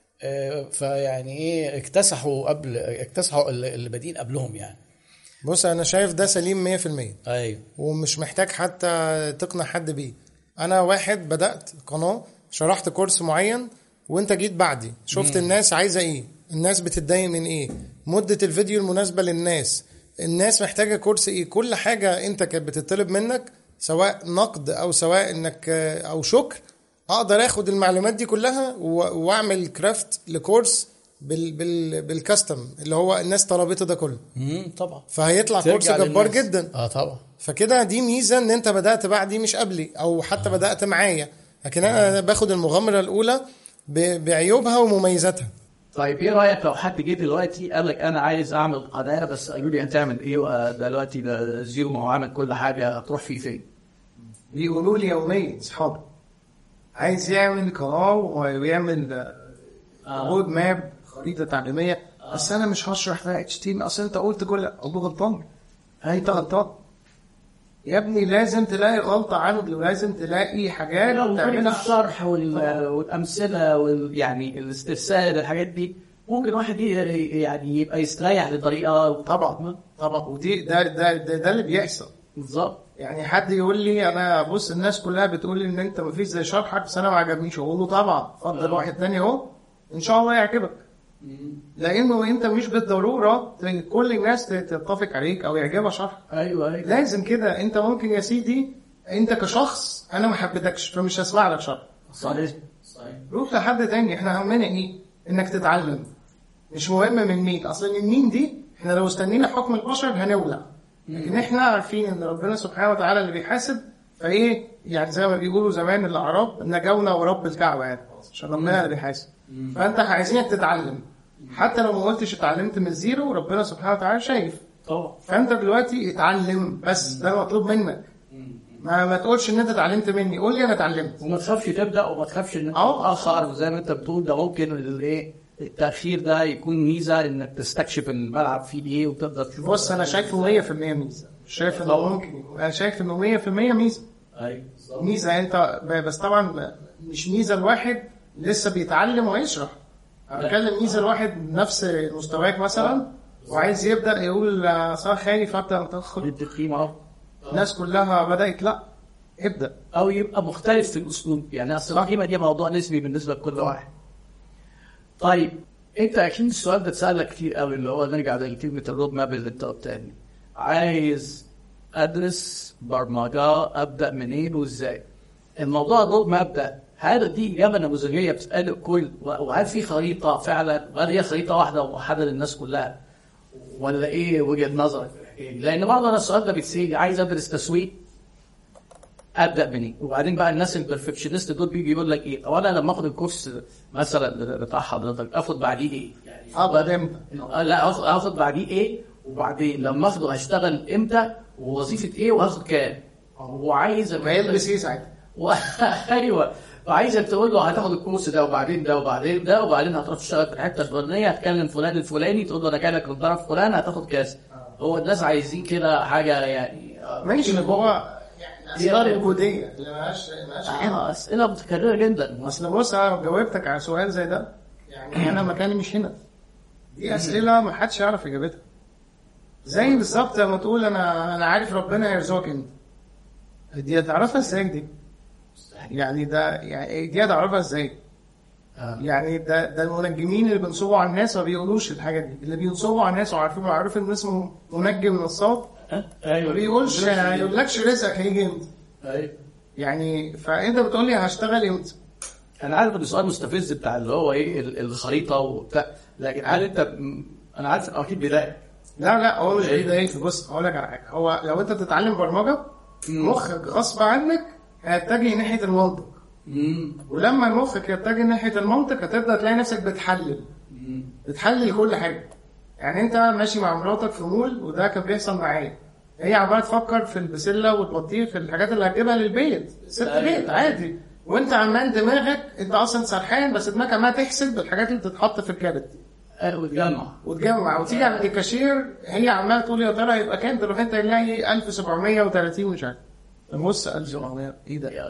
فيعني ايه اكتسحوا قبل اكتسحوا اللي بادين قبلهم يعني. بص انا شايف ده سليم مية في المية. ايوه، ومش محتاج حتى تقنع حد بيه. انا واحد بدأت قناة، شرحت كورس معين، وانت جيت بعدي شفت مم. الناس عايزة ايه، الناس بتتضايق من ايه، مدة الفيديو المناسبة للناس، الناس محتاجة كورس ايه. كل حاجة انت كانت بتطلب منك، سواء نقد او سواء انك او شكر، اقدر اخد المعلومات دي كلها واعمل كرافت لكورس بال بال بالكاستم اللي هو الناس طلبته ده كله. امم طبعا. فهيطلع كورس جبار جدا. اه طبعا. فكده دي ميزه ان انت بدات بعدي مش قبلي، او حتى آه. بدات معايا، لكن انا آه. باخد المغامره الاولى بعيوبها ومميزاتها. طيب ايه رايك لو حد جه دلوقتي قال لك انا عايز اعمل قناه، بس قالوا لي انت تعمل ايه دلوقتي، ده زيرو ما هو عامل كل حاجه، هتروح فيه فين؟ بيقولوا لي يوميا اصحابي عايز يعمل قناه ويعمل رود ماب، خريطه تعليميه، آه. بس انا مش هشرح فيها اتش تي ام، اصل انت قلت كل الله غلطان. هاي غلطان يا ابني، لازم تلاقي غلطه عندي، ولازم تلاقي حاجات تعملها الشرح والامثله وال يعني الاستفسار، الحاجات دي ممكن واحد يعني يبقى يستريح لطريقه. طبعا طبعا، ودي ده ده ده, ده اللي بيحصل بالظبط. يعني حد يقول لي انا بص الناس كلها بتقول لي ان انت مفيش زي شرحك، بس انا ما عجبنيش. اقول له طبعا اتفضل واحد تاني اهو ان شاء الله يعجبك، لانه انت مش بالضروره كل الناس تتفق عليك او يعجبها شرح. ايوه ايوه لازم كده. انت ممكن يا سيدي انت كشخص انا ما حبيتكش فمش هسمع لك شرح. صحيح صحيح. روح لحد تاني. احنا همنا ايه؟ انك تتعلم، مش مهم من مين. اصلا المين دي احنا لو استنينا حكم البشر هنولع، لكن احنا عارفين ان ربنا سبحانه وتعالى اللي بيحاسب. فايه يعني زي ما بيقولوا زمان الاعراب، نجونا ورب الكعبه، يعني عشان ربنا اللي بيحاسب. فانت عايزينك تتعلم، حتى لو ما قلتش اتعلمت من الزيرو ربنا سبحانه وتعالى شايف. طبعا. فانت دلوقتي اتعلم، بس ده مطلوب منك. ما ما تقولش ان انت اتعلمت مني، قول لي انا اتعلمت. وما تخافش تبدا، وما تخافش ان انت تاخر زي ما انت بتقول. ده ممكن الايه التاخير ده يكون ميزه انك تستكشف الملعب فيه ايه وتقدر تشوف. بص انا شايفه مية في المية ميزه، مش شايف انه ممكن. انا شايف انه مية في المية ميزه. ايوه ميزه انت، بس طبعا مش ميزه الواحد لسه بيتعلم ويشرح. انا بتكلم ميزه الواحد نفس مستواك مثلا وعايز يبدا يقول صار خايف ابدا متاخر، التقييم الناس كلها بدات، لا ابدا. او يبقى مختلف في الاسلوب، يعني اصل القيمه دي موضوع نسبي بالنسبه لكل واحد. طيب انت اكيد السؤال ده اتسالك كتير قوي، اللي هو نرجع لكلمه الرود ماب اللي انت قلتها لي، عايز ادرس برمجه ابدا منين وازاي؟ الموضوع الرود ماب ده هل دي اجابه نموذجيه بتسال الكل، وهل في خريطه فعلا، وهل هي خريطه واحده وموحده للناس كلها، ولا ايه وجهه نظرك؟ لان بعض انا السؤال ده بيتسال، عايز ادرس تسويق ابدا منين؟ وبعدين بقى الناس البرفكشنست دول بيجي يقول لك ايه، او انا لما اخد الكورس مثلا بتاع حضرتك اخد بعديه ايه؟ يعني ابدا لا اخد بعديه ايه، وبعدين لما اخده هشتغل امتى، ووظيفه ايه، وهاخد كام؟ وعايز هيلبس ايه ساعتها؟ ايوه، وعايزك تقول له هتاخد الكورس ده وبعدين ده وبعدين ده وبعدين هتروح تشتغل في الحته الفلانيه، هتكلم فلان الفلاني، تقول له انا جاي لك من طرف فلان هتاخد كذا. هو الناس عايزين كده حاجه يعني ماشي، هو زيارة العبودية اللي مالهاش مالهاش اه اسئله متكرره جدا. اصل بص انا جاوبتك على سؤال زي ده، يعني انا مكاني مش هنا. دي اسئله ما حدش يعرف اجابتها. زي بالظبط لما تقول انا انا عارف ربنا يرزقك انت، دي هتعرفها ازاي دي؟ يعني ده يعني دي هتعرفها ازاي؟ آه. يعني ده ده المنجمين اللي بينصبوا على الناس ما بيقولوش الحاجه دي، اللي بينصبوا على الناس وعارفين عارف ان اسمه منجم من الصوت. ايوه ما بيقولش ما يقولكش رزقك هيجي امتى. ايوه يعني فانت بتقول لي هشتغل امتى؟ انا عارف ان السؤال مستفز بتاع اللي هو ايه ال- الخريطه وبتاع، لكن هل انت م- انا عارف إن اكيد بيضايقك. لا لا هو مش بيضايقك. بص هقول لك على حاجه، هو لو انت بتتعلم برمجه مخك غصب عنك هيتجه ناحيه المنطق، ولما مخك يتجه ناحيه المنطق هتبدا تلاقي نفسك بتحلل بتحلل كل حاجه. يعني انت ماشي مع مراتك في مول، وده كان بيحصل معايا، هي عماله تفكر في البسله والبطيخ في الحاجات اللي هتجيبها للبيت، ست بيت عادي، وانت عمال دماغك انت اصلا سرحان، بس دماغك عمال تحسب بالحاجات اللي بتتحط في الكابت وتجمع وتجمع، وتيجي عند الكاشير هي عماله تقول يا ترى يبقى كام، تروح انت تلاقي ألف وسبعمية وتلاتين مش عارف. بص ألف وسبعمية ايه ده؟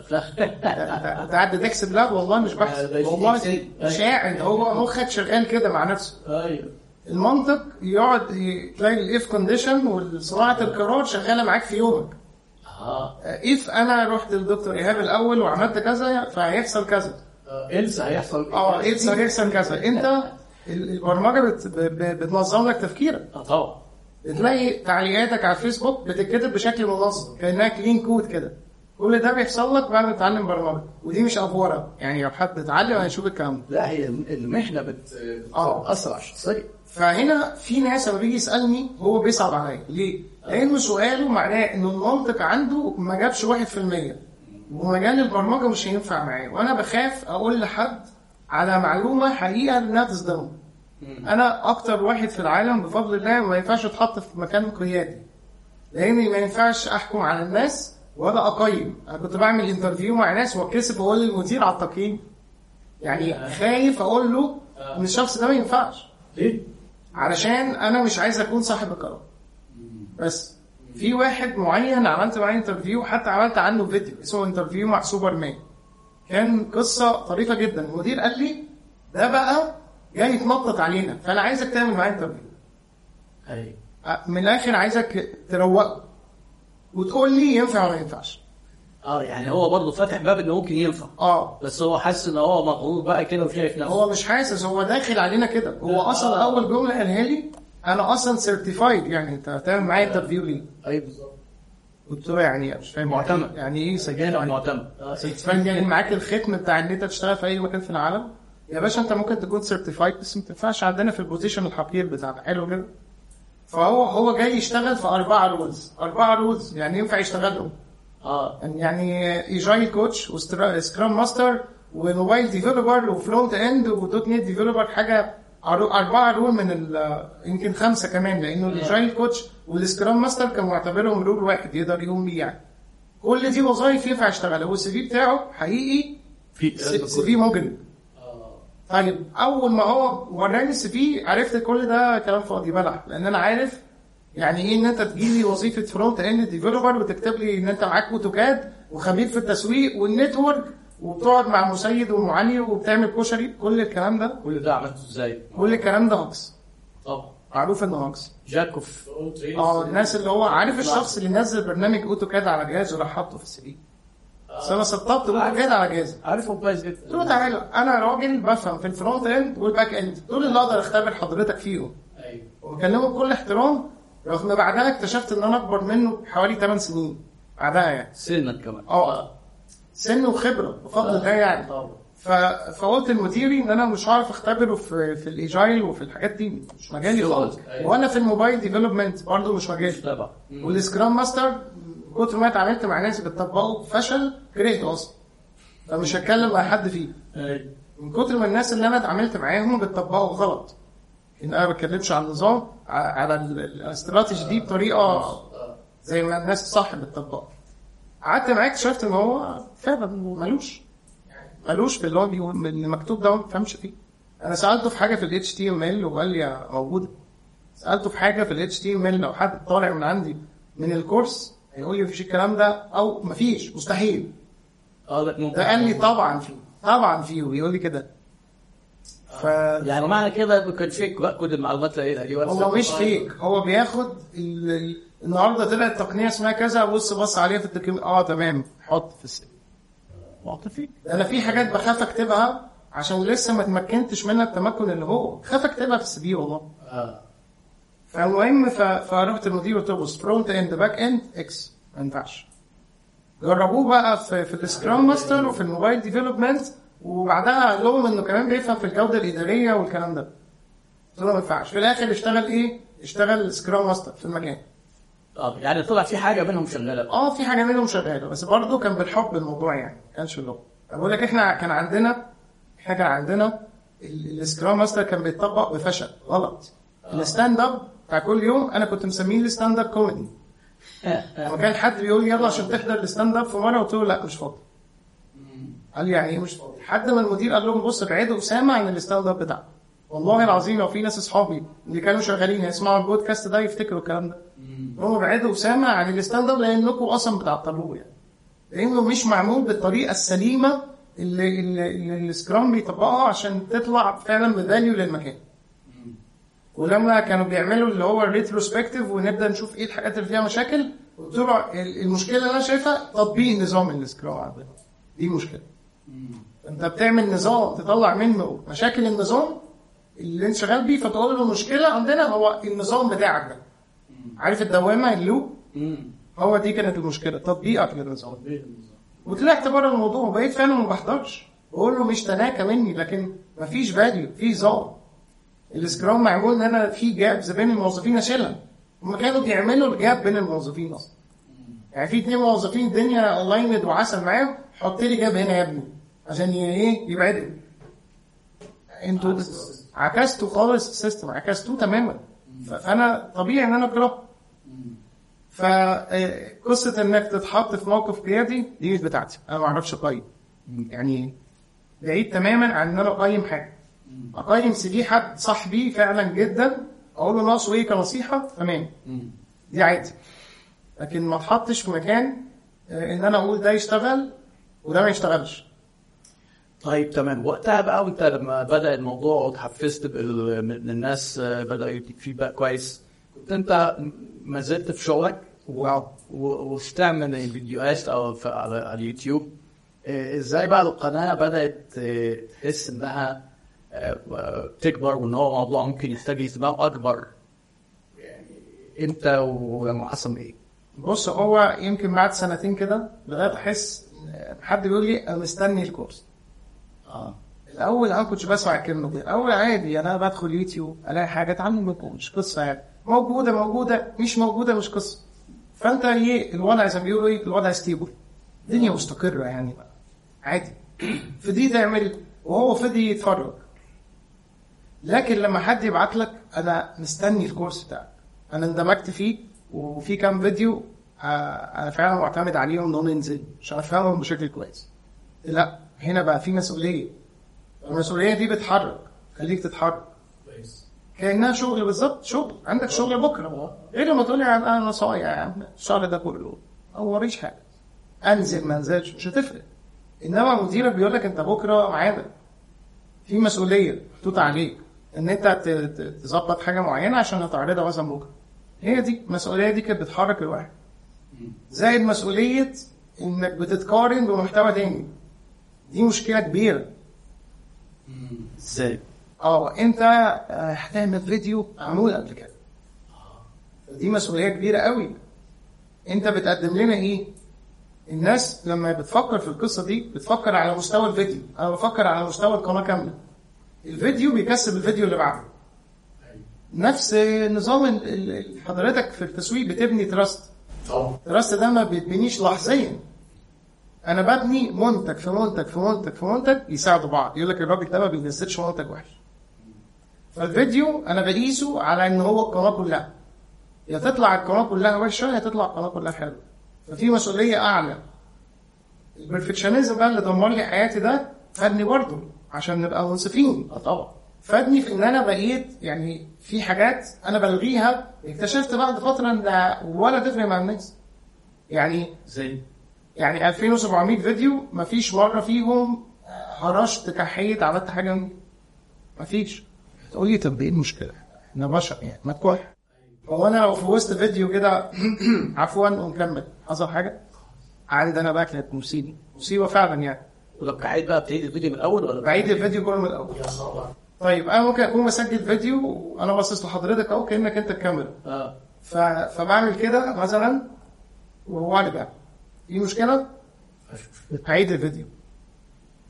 انت قاعد تحسب؟ لا والله مش بحسب، والله شاعر، هو مخك شغال كده مع نفسه. ايوه المنطق يقعد تلاقي الاف كونديشن وصناعه القرار شغاله معاك في يومك. اه اف انا رحت للدكتور ايهاب الاول وعملت كذا فهيحصل كذا، انسى هيحصل اه انسى هيحصل كذا. انت البرمجه بت... بتنظم لك تفكيرك. اه طبعا بتلاقي تعليقاتك على الفيسبوك بتتكتب بشكل منظم كانها كلين كود كده. كل ده بيحصل لك بعد ما تتعلم برمجه، ودي مش افوره يعني، لو حد اتعلم هيشوف الكلام ده. لا هي المحنه بت اه اسرع شخصيا. فهنا في ناس لما بيجي يسالني هو بيصعب عليا ليه؟ لانه سؤاله معناه انه المنطق عنده ما جابش واحد في المية، ومجال البرمجه مش هينفع معاه، وانا بخاف اقول لحد على معلومه حقيقه انها تصدمه. انا اكتر واحد في العالم بفضل الله ما ينفعش اتحط في مكان قيادي، لاني ما ينفعش احكم على الناس ولا اقيم. انا كنت بعمل انترفيو مع ناس واتكسف اقول للمدير على التقييم، يعني خايف اقول له ان الشخص ده ما ينفعش. ليه؟ علشان انا مش عايز اكون صاحب القرار. بس في واحد معين عملت معاه انترفيو، حتى عملت عنه فيديو اسمه انترفيو مع سوبرمان، كان قصه طريفه جدا. المدير قال لي ده بقى جاي يتنطط علينا، فانا عايزك تعمل معاه انترفيو. ايوه من الاخر عايزك تروقه وتقول لي ينفع ولا ما ينفعش. اه يعني هو برضه فاتح باب انه ممكن ينفع، اه بس هو حاسس ان هو مغرور بقى كده وشايف نفسه. هو مش حاسس، هو داخل علينا كده. هو اصلا اول جمله قالها لي انا اصلا سيرتيفايد، يعني انت هتعمل معايا انترفيو ليه؟ ايوه بالظبط. قلت له يعني مش فاهم معتمد. يعني ايه سجل معتمد. سيرتيفايد؟ يعني معاك الختم بتاع ان انت تشتغل في اي مكان في العالم يا باشا. انت ممكن تكون سيرتيفايد بس ما تنفعش عندنا في البوزيشن الحقير بتاعنا. حلو كده. فهو هو جاي يشتغل في اربعه رولز. اربعه رولز يعني ينفع يشتغلهم. اه يعني ايجايل كوتش وسكرام ماستر وموبايل ديفلوبر وفرونت اند ودوت نت ديفلوبر، حاجه اربعه رول من ال يمكن خمسه كمان، لانه الايجايل كوتش والسكرام ماستر كانوا معتبرهم رول واحد يقدر يقوم بيه. يعني كل دي وظائف ينفع يشتغلها، والسي في بتاعه حقيقي في سي في مجرم. طيب اول ما هو وراني السي في عرفت كل ده كلام فاضي بلح، لان انا عارف يعني ايه ان انت تجيلي وظيفه فرونت اند ديفلوبر وتكتب لي ان انت معاك اوتوكاد وخبير في التسويق والنتورك وبتقعد مع مسيد ومعلي وبتعمل كشري. كل الكلام ده كل ده عملته ازاي؟ كل الكلام ده هاكس. طبعا معروف انه هاكس. جاكوف اه الناس اللي هو عارف الشخص اللي نزل برنامج اوتوكاد على جهازه وراح حاطه في السي في. بس انا سطبت اوتوكاد على جهازي. عارفه كويس جدا. قلت له تعالى انا راجل بفهم في الفرونت اند والباك اند، دول اللي اقدر اختبر حضرتك فيهم. ايوه وبكلمه بكل احترام، رغم ان بعدها اكتشفت ان انا اكبر منه بحوالي ثمان سنين بعدها يعني. سنا كمان. اه سن وخبره بفضل الله يعني. طبعا. ف... فقلت لمديري ان انا مش عارف اختبره في في الايجايل وفي الحاجات دي، مش مجالي خالص. وانا في الموبايل ديفلوبمنت برضه مش مجالي طبعا. والسكرام ماستر كنت ما اتعاملت مع ناس بتطبقه فشل كرهته اصلا، فمش هتكلم مع حد فيه. من كتر ما الناس اللي انا اتعاملت معاهم بتطبقوا غلط، ان انا ما بتكلمش عن النظام على الاستراتيجي دي بطريقه زي ما الناس الصح بتطبقها. قعدت معاك اكتشفت ان هو فعلا ملوش ملوش في اللي هو اللي مكتوب ده، ما بفهمش فيه. انا سالته في حاجه في ال إتش تي إم إل وقال لي موجوده. سالته في حاجه في ال إتش تي إم إل لو حد طالع من عندي من الكورس هيقول لي مفيش الكلام ده او مفيش مستحيل. اه ده قال لي طبعا فيه طبعا فيه ويقول لي كده. ف يعني معنى كده كان فيك بقى كل المعلومات اللي دي. هو مش فيك، هو بياخد ال... النهارده طلعت تقنيه اسمها كذا، بص بص عليها في الدوكيومنت، اه تمام حط في السي حط فيك. انا في حاجات بخاف اكتبها عشان لسه ما تمكنتش منها التمكن اللي هو خاف اكتبها في السي في والله. اه فالمهم ف... فرحت المدير قلت له بص فرونت اند باك اند اكس ما ينفعش. جربوه بقى في في السكرام ماستر وفي الموبايل ديفلوبمنت وبعدها قال لهم انه كمان بيفهم في الجوده الاداريه والكلام ده. قلت له ما ينفعش. في الاخر اشتغل ايه؟ اشتغل سكرام ماستر في المكان. اه يعني طلع في حاجه منهم شغاله. اه في حاجه منهم شغاله، بس برضه كان بالحب الموضوع يعني، ما كانش اللغه. بقول لك احنا كان عندنا احنا كان عندنا السكرام ماستر كان بيتطبق بفشل غلط. الستاند اب بتاع كل يوم انا كنت مسميه الستاند اب كوميدي. لما كان حد بيقول لي يلا عشان تحضر الستاند اب في مره، قلت له لا مش فاضي. قال لي يعني ايه مش فاضي؟ لحد ما المدير قال لهم بص ابعدوا اسامه عن الستاند اب بتاعه. والله العظيم لو في ناس اصحابي اللي كانوا شغالين يسمعوا البودكاست ده يفتكروا الكلام ده. هم ابعدوا اسامه عن الستاند اب لانكم اصلا بتعطلوه يعني، لانه مش معمول بالطريقه السليمه اللي, اللي, اللي السكرام بيطبقها عشان تطلع فعلا بفاليو للمكان. ولما كانوا بيعملوا اللي هو الريتروسبكتيف ونبدا نشوف ايه الحاجات اللي فيها مشاكل، قلت له المشكله اللي انا شايفها تطبيق نظام السكرام عندنا دي مشكله. انت بتعمل نظام تطلع منه مشاكل النظام اللي انت شغال بيه، فتقول له المشكله عندنا هو النظام بتاعك ده. عارف الدوامه اللوب؟ هو دي كانت المشكله، تطبيقك للنظام. وطلعت بره الموضوع وبقيت فعلا ما بحضرش، بقول له مش تناكه مني، لكن مفيش فاليو، في نظام. السكرام معمول ان انا في جابز بين الموظفين اشيلها. هم كانوا بيعملوا الجاب بين الموظفين اصلا. يعني في اثنين موظفين الدنيا اونلاين وعسل معاهم، حط لي جاب هنا يا ابني عشان ايه يبعدوا. انتوا عكستوا خالص السيستم، عكستوه تماما. فانا طبيعي ان انا اكره. فقصه انك تتحط في موقف قيادي دي مش بتاعتي، انا ما اعرفش اقيم. يعني بعيد تماما عن ان انا اقيم حاجه. اقيم سي في حد صاحبي فعلا جدا، اقول له ناقصه ايه كنصيحه، تمام دي عادي. لكن ما اتحطش في مكان ان انا اقول ده يشتغل وده ما يشتغلش. طيب تمام. وقتها بقى وانت لما بدا الموضوع وتحفزت الناس بدا يديك فيدباك كويس، كنت انت ما زلت في شغلك وبتعمل الفيديوهات او على اليوتيوب. ازاي بقى القناه بدات تحس انها تكبر وان هو موضوع ممكن يستجي سباق اكبر؟ يعني انت ولما حصل ايه؟ بص هو يمكن بعد سنتين كده بدات احس حد بيقول لي انا مستني الكورس. اه الاول انا كنت بسمع الكلمه دي، الاول عادي انا بدخل يوتيوب الاقي حاجه اتعلم منها، مش قصه يعني، موجوده موجوده مش موجوده مش قصه. فانت ايه الوضع زي ما بيقولوا ايه الوضع ستيبل، الدنيا مستقره يعني عادي. فدي تعمل وهو فدي يتفرج. لكن لما حد يبعت لك انا مستني الكورس بتاعك، انا اندمجت فيه وفي كام فيديو انا فعلا معتمد عليهم انهم ينزلوا عشان افهمهم بشكل كويس، لا هنا بقى في مسؤوليه. المسؤوليه دي بتحرك، خليك تتحرك كانها شغل بالظبط. شغل عندك شغل بكره، غير لما تقول لي انا صايع يا عم الشهر ده كله او وريش حاجه انزل ما انزلش مش هتفرق. انما مديرك بيقول لك انت بكره معانا، في مسؤوليه محطوطه عليك ان انت تظبط حاجه معينه عشان هتعرضها مثلا بكره. هي دي المسؤوليه دي كانت بتحرك الواحد. زائد مسؤوليه انك بتتقارن بمحتوى تاني، دي مشكله كبيره. ازاي؟ اه انت هتعمل فيديو معمول قبل كده، دي مسؤوليه كبيره قوي. انت بتقدم لنا ايه؟ الناس لما بتفكر في القصه دي بتفكر على مستوى الفيديو، انا بفكر على مستوى القناه كامله. الفيديو بيكسب الفيديو اللي بعده. نفس نظام حضرتك في التسويق بتبني تراست. التراست ده ما بيتبنيش لحظيا، انا ببني منتج في منتج في منتج في منتج يساعدوا بعض. يقول لك الراجل ده ما بينزلش منتج وحش. فالفيديو انا بقيسه على ان هو القناه كلها، يا تطلع القناه كلها وحشه يا تطلع القناه كلها حلوه. ففي مسؤوليه اعلى. البرفكشنزم بقى اللي دمر لي حياتي ده فادني برضه عشان نبقى منصفين. اه طبعا فادني في ان انا بقيت يعني في حاجات انا بلغيها، اكتشفت بعد فتره ان ولا تفرق مع الناس. يعني زي يعني ألفين وسبعمية فيديو مفيش مره فيهم هرشت كحيت عملت حاجه، مفيش. تقول لي طب ايه المشكله؟ انا بشر يعني ما تكح. هو انا لو في وسط فيديو كده عفوا ونكمل حصل حاجه عندي انا بقى كانت مصيبه مصيبه فعلا يعني. ولو كحيت بقى بتعيد الفيديو من الاول ولا بعيد الفيديو كله من الاول؟ يا خبر. طيب انا ممكن اكون مسجل فيديو وانا باصص لحضرتك اهو كانك انت الكاميرا. اه ف... فبعمل كده مثلا وهو اللي بقى في مشكله هعيد الفيديو.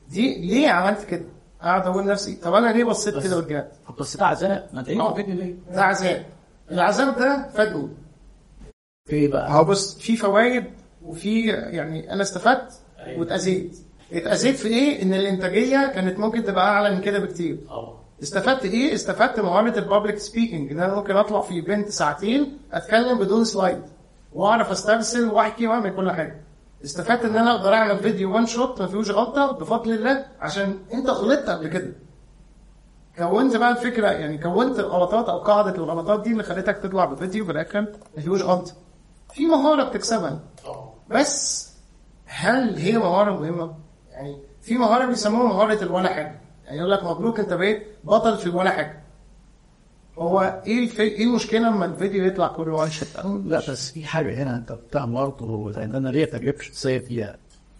دي ليه عملت كده؟ قاعد اقول نفسي طب انا ليه بصيت كده ورجعت؟ بس ده عذاب، ما تعيش الفيديو ليه؟ ده عذاب. العذاب ده فادني في ايه بقى؟ هو بص في فوائد وفي يعني انا استفدت واتأذيت. اتأذيت في ايه؟ ان الانتاجيه كانت ممكن تبقى اعلى من كده بكتير. اه استفدت ايه؟ استفدت مهاره البابليك سبيكينج، ان انا ممكن اطلع في ايفنت ساعتين اتكلم بدون سلايد واعرف استرسل واحكي واعمل كل حاجه. استفدت ان انا اقدر اعمل فيديو وان شوت ما فيهوش غلطه بفضل الله، عشان انت غلطت قبل كده. كونت بقى الفكره، يعني كونت الغلطات او قاعده الغلطات دي اللي خلتك تطلع بفيديو بالاخر ما فيهوش غلطه. في مهاره بتكسبها، بس هل هي مهاره مهمه؟ يعني في مهاره بيسموها مهاره الولا حاجه، يعني يقول لك مبروك انت بقيت بطل في الولا حاجه. هو ايه الف... ايه المشكله لما الفيديو يطلع كله وان شوت؟ لا بس في حاجه هنا انت بتاع برضه، لان انا ليا تجربه شخصيه فيها.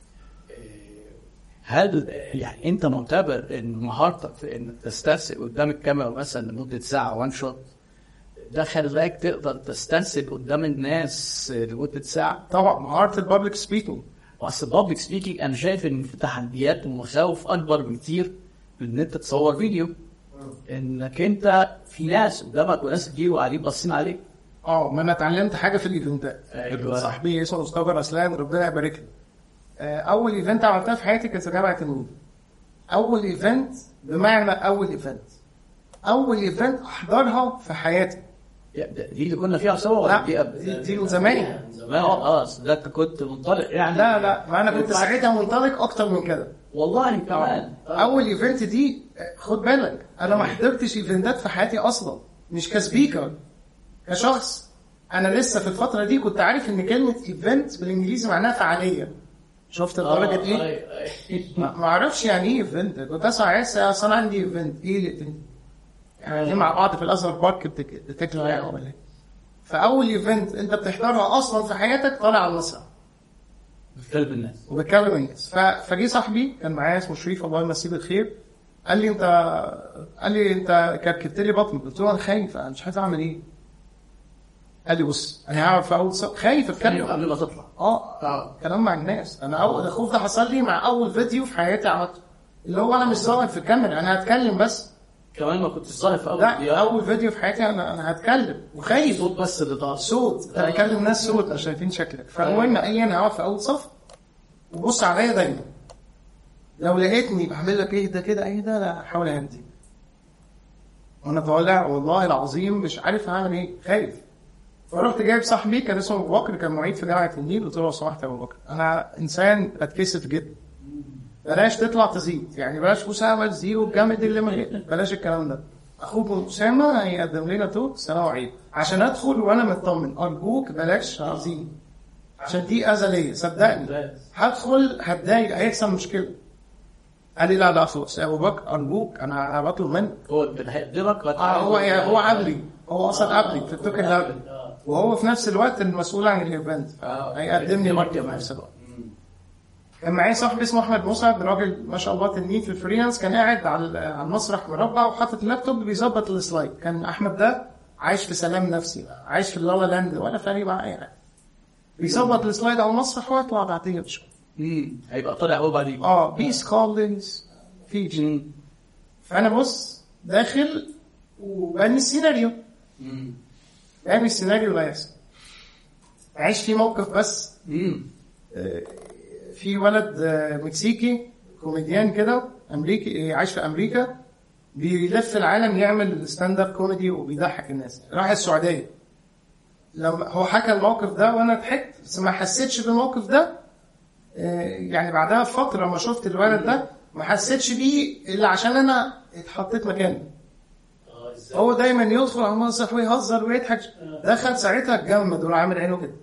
هل يعني انت معتبر ان مهارتك في انك تسترسل قدام الكاميرا مثلا لمده ساعه وان شوت ده خلاك تقدر تسترسل قدام الناس لمده ساعه؟ طبعا مهاره البابليك سبيكينج. بس البابليك سبيكينج انا شايف ان في تحديات ومخاوف اكبر بكتير من ان انت تصور فيديو. انك انت في ناس قدامك وناس كتير وقاعدين باصين عليك. اه ما انا اتعلمت حاجه في الايفنتات. أيوة. صاحبي اسمه مصطفى رسلان ربنا يبارك له. اول ايفنت عملتها في حياتي كانت في جامعه النور. اول ايفنت بمعنى اول ايفنت اول ايفنت احضرها في حياتي. دي اللي كنا فيها سوا لا ولا دي قبل؟ دي, دي من زمان. زمان اه ده انت كنت منطلق يعني. لا لا ما انا كنت ساعتها منطلق اكتر من كده والله كمان. اول ايفنت دي خد بالك انا ما حضرتش ايفنتات في حياتي اصلا، مش كسبيكر كشخص. انا لسه في الفتره دي كنت عارف ان كلمه ايفنت بالانجليزي معناها فعاليه. شفت درجه ايه؟ ما اعرفش يعني ايه ايفنت. كنت اسمع اصل انا عندي ايفنت ايه الايفنت يعني مع بعض في الازهر بارك بتكتب يعني ولا ايه. فاول ايفنت انت بتحضرها اصلا في حياتك طالع على المسرح بتكلم الناس وبتكلم الناس. فجي صاحبي كان معايا اسمه شريف الله يمسيه بالخير، قال لي انت قال لي انت كركبت لي بطني. قلت له انا خايف انا مش عارف اعمل ايه. قال لي بص انا هعرف اول صوت خايف اتكلم قبل ما تطلع. اه كلام مع الناس. انا اول الخوف ده حصل لي مع اول فيديو في حياتي عملته، اللي هو انا مش ظاهر في الكاميرا انا هتكلم بس. كمان ما كنتش ظاهر في اول لا فيديو. اول فيديو في حياتي انا انا هتكلم وخايف. صوت بس اللي طالع صوت انا اكلم ناس صوت مش شايفين شكلك. فالمهم ايه انا هقعد في اول صف وبص عليا دايما. لو لقيتني بعمل لك ايه ده كده ايه ده لا احاول اهدي. وانا طالع والله العظيم مش عارف اعمل ايه خايف. فرحت جايب صاحبي كان اسمه ابو بكر كان معيد في جامعه النيل. قلت له لو سمحت يا ابو بكر انا انسان بتكسف جدا، بلاش تطلع تزيد يعني بلاش اسامه الزيرو الجامد اللي من بلاش الكلام ده. اخوك اسامه هيقدم لنا توك سنه وعيد عشان ادخل وانا مطمن. ارجوك بلاش عظيم عشان دي اذى ليا صدقني. هدخل هتضايق هيحصل مشكله. قال لي لا لا خلاص يا ابو بكر ارجوك انا بطلب منك. هو بيقدمك اه هو هو قبلي هو اصلا قبلي في التوك اللي قبلي وهو في نفس الوقت المسؤول عن الايفنت هيقدمني مرتب في نفس الوقت. كان معايا صاحبي اسمه احمد مسعد راجل ما شاء الله تنين في الفريلانس. كان قاعد على المسرح مربع وحاطط اللابتوب بيظبط السلايد. كان احمد ده عايش في سلام نفسي عايش في اللالا لاند ولا فارق معاه اي حاجه. بيظبط السلايد على المسرح واطلع بعديه بشويه. امم هيبقى طالع هو بعدين اه بيس كولينز في. فانا بص داخل وبني السيناريو. امم يعني السيناريو لا يحصل. عايش في موقف بس. امم في ولد مكسيكي كوميديان كده امريكي عايش في امريكا بيلف العالم يعمل ستاند اب كوميدي وبيضحك الناس. راح السعوديه. لما هو حكى الموقف ده وانا ضحكت بس ما حسيتش بالموقف ده. يعني بعدها بفتره ما شفت الولد ده ما حسيتش بيه الا عشان انا اتحطيت مكانه. هو دايما يدخل على المسرح ويهزر ويضحك. دخل ساعتها اتجمد وعامل عينه كده.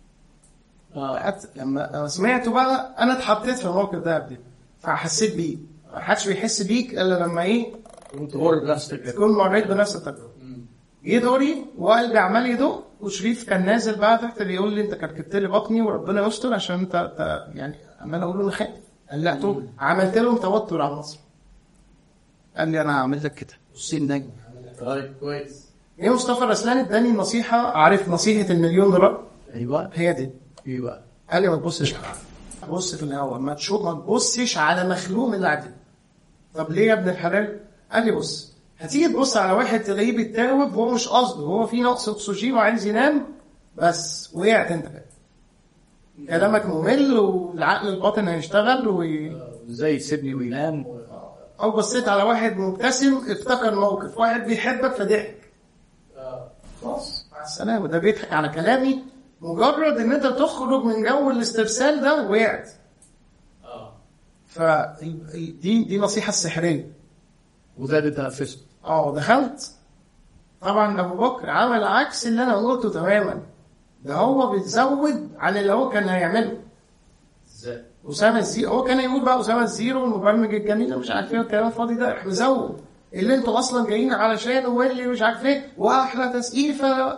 اه لما سمعته بقى انا اتحطيت في الموقف ده قبل فحسيت بيه. ما حدش بيحس بيك الا لما ايه تمر بنفسك تكون مريت بنفس التجربه. جه دوري وقلبي عمال يدق وشريف كان نازل بقى تحت بيقول لي انت كركبت لي بطني وربنا يستر عشان انت يعني عمال اقول له انا خايف. قلقته عملت لهم توتر على المسرح. قال لي انا هعمل لك كده بصي النجم. طيب كويس. ايه مصطفى رسلان اداني نصيحه. عارف نصيحه المليون دولار؟ ايوه هي دي. ايوه قال لي ما تبصش بص في الهواء، ما تشوف، ما تبصش على مخلوق من العدل. طب ليه يا ابن الحلال؟ قال لي بص، هتيجي تبص على واحد تلاقيه بيتاوب وهو مش قصده، هو في نقص اكسجين وعايز ينام بس وقعت انت كده. كلامك ممل والعقل الباطن هيشتغل وي... زي يسيبني وينام. او بصيت على واحد مبتسم افتكر موقف، واحد بيحبك فضحك، خلاص مع السلامه، ده بيضحك على كلامي. مجرد ان انت تخرج من جو الاسترسال ده وقعت. فدي دي نصيحه السحريه. وده اللي تنفسه. اه دخلت طبعا ابو بكر عمل عكس اللي انا قلته تماما، ده هو بيتزود عن اللي هو كان هيعمله. ازاي؟ اسامه الزيرو، هو كان يقول بقى اسامه الزيرو المبرمج الجميل مش عارف ايه الكلام الفاضي ده، راح مزود اللي انتوا اصلا جايين علشانه واللي مش عارف ايه واحلى تسقيفه.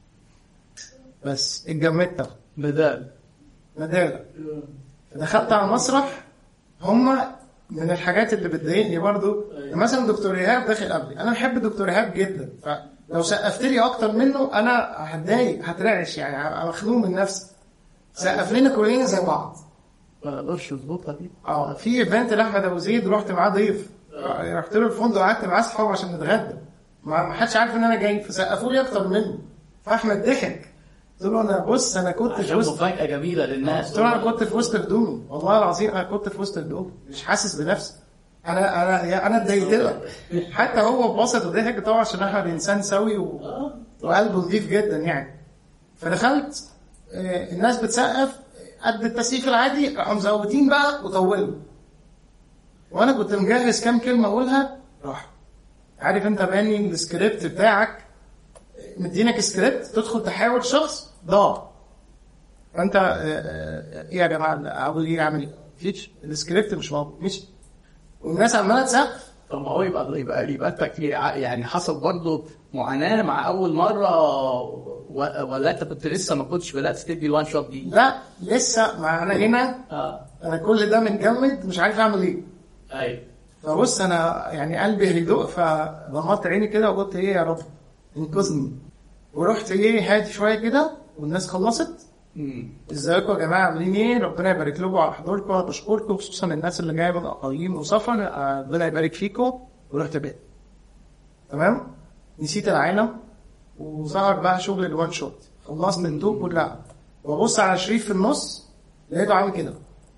بس اتجمدت بدال بدال دخلت على المسرح. هما من الحاجات اللي بتضايقني برضو مثلا دكتور ايهاب داخل قبلي، انا بحب دكتور ايهاب جدا، فلو سقفت لي اكتر منه انا هتضايق هترعش يعني هبقى مخنوق من نفسي. سقف لنا كلنا زي بعض. ما اقدرش اظبطها دي. اه في ايفنت لاحمد ابو زيد رحت معاه ضيف، رحت له الفندق قعدت معاه اصحابه عشان نتغدى، ما حدش عارف ان انا جاي، فسقفوا لي اكتر منه، فاحمد ضحك. قلت له انا بص انا كنت في وسط مفاجاه جميله للناس. قلت له انا كنت في وسط هدومي، والله العظيم انا كنت في وسط هدومي مش حاسس بنفسي. انا انا انا اتضايقت له، حتى هو اتبسط وضحك طبعا عشان احمد انسان سوي و... وقلبه نظيف جدا يعني. فدخلت الناس بتسقف قد التسقيف العادي، راحوا مزودين بقى وطولوا، وانا كنت مجهز كام كلمه اقولها، راح عارف انت باني السكريبت بتاعك مدينك سكريبت تدخل تحاول شخص ضاع، فانت ايه يا جماعه اقول ايه اعمل ايه؟ مفيش السكريبت مش موجود مش، والناس عماله تسقف. طب ما هو يبقى يبقى يبقى انت يعني حصل برضه معاناه مع اول مره، ولا انت كنت لسه ما كنتش بدات تدي الوان شوت دي؟ لا لسه، ما انا هنا اه انا كل ده متجمد مش عارف اعمل ايه. ايوه. فبص انا يعني قلبي هدوء، فضغطت عيني كده وقلت ايه يا رب انقذني، ورحت ايه هادي شويه كده، والناس خلصت. امم ازيكم يا جماعه عاملين ايه؟ ربنا يبارك لكم على حضوركم، بشكركم خصوصا الناس اللي جايه من اقاليم وسفر، ربنا يبارك فيكم. ورحت بيت تمام، نسيت العالم وظهر بقى شغل الوان شوت. خلصت من دول كلها وابص على شريف في النص لقيته عامل كده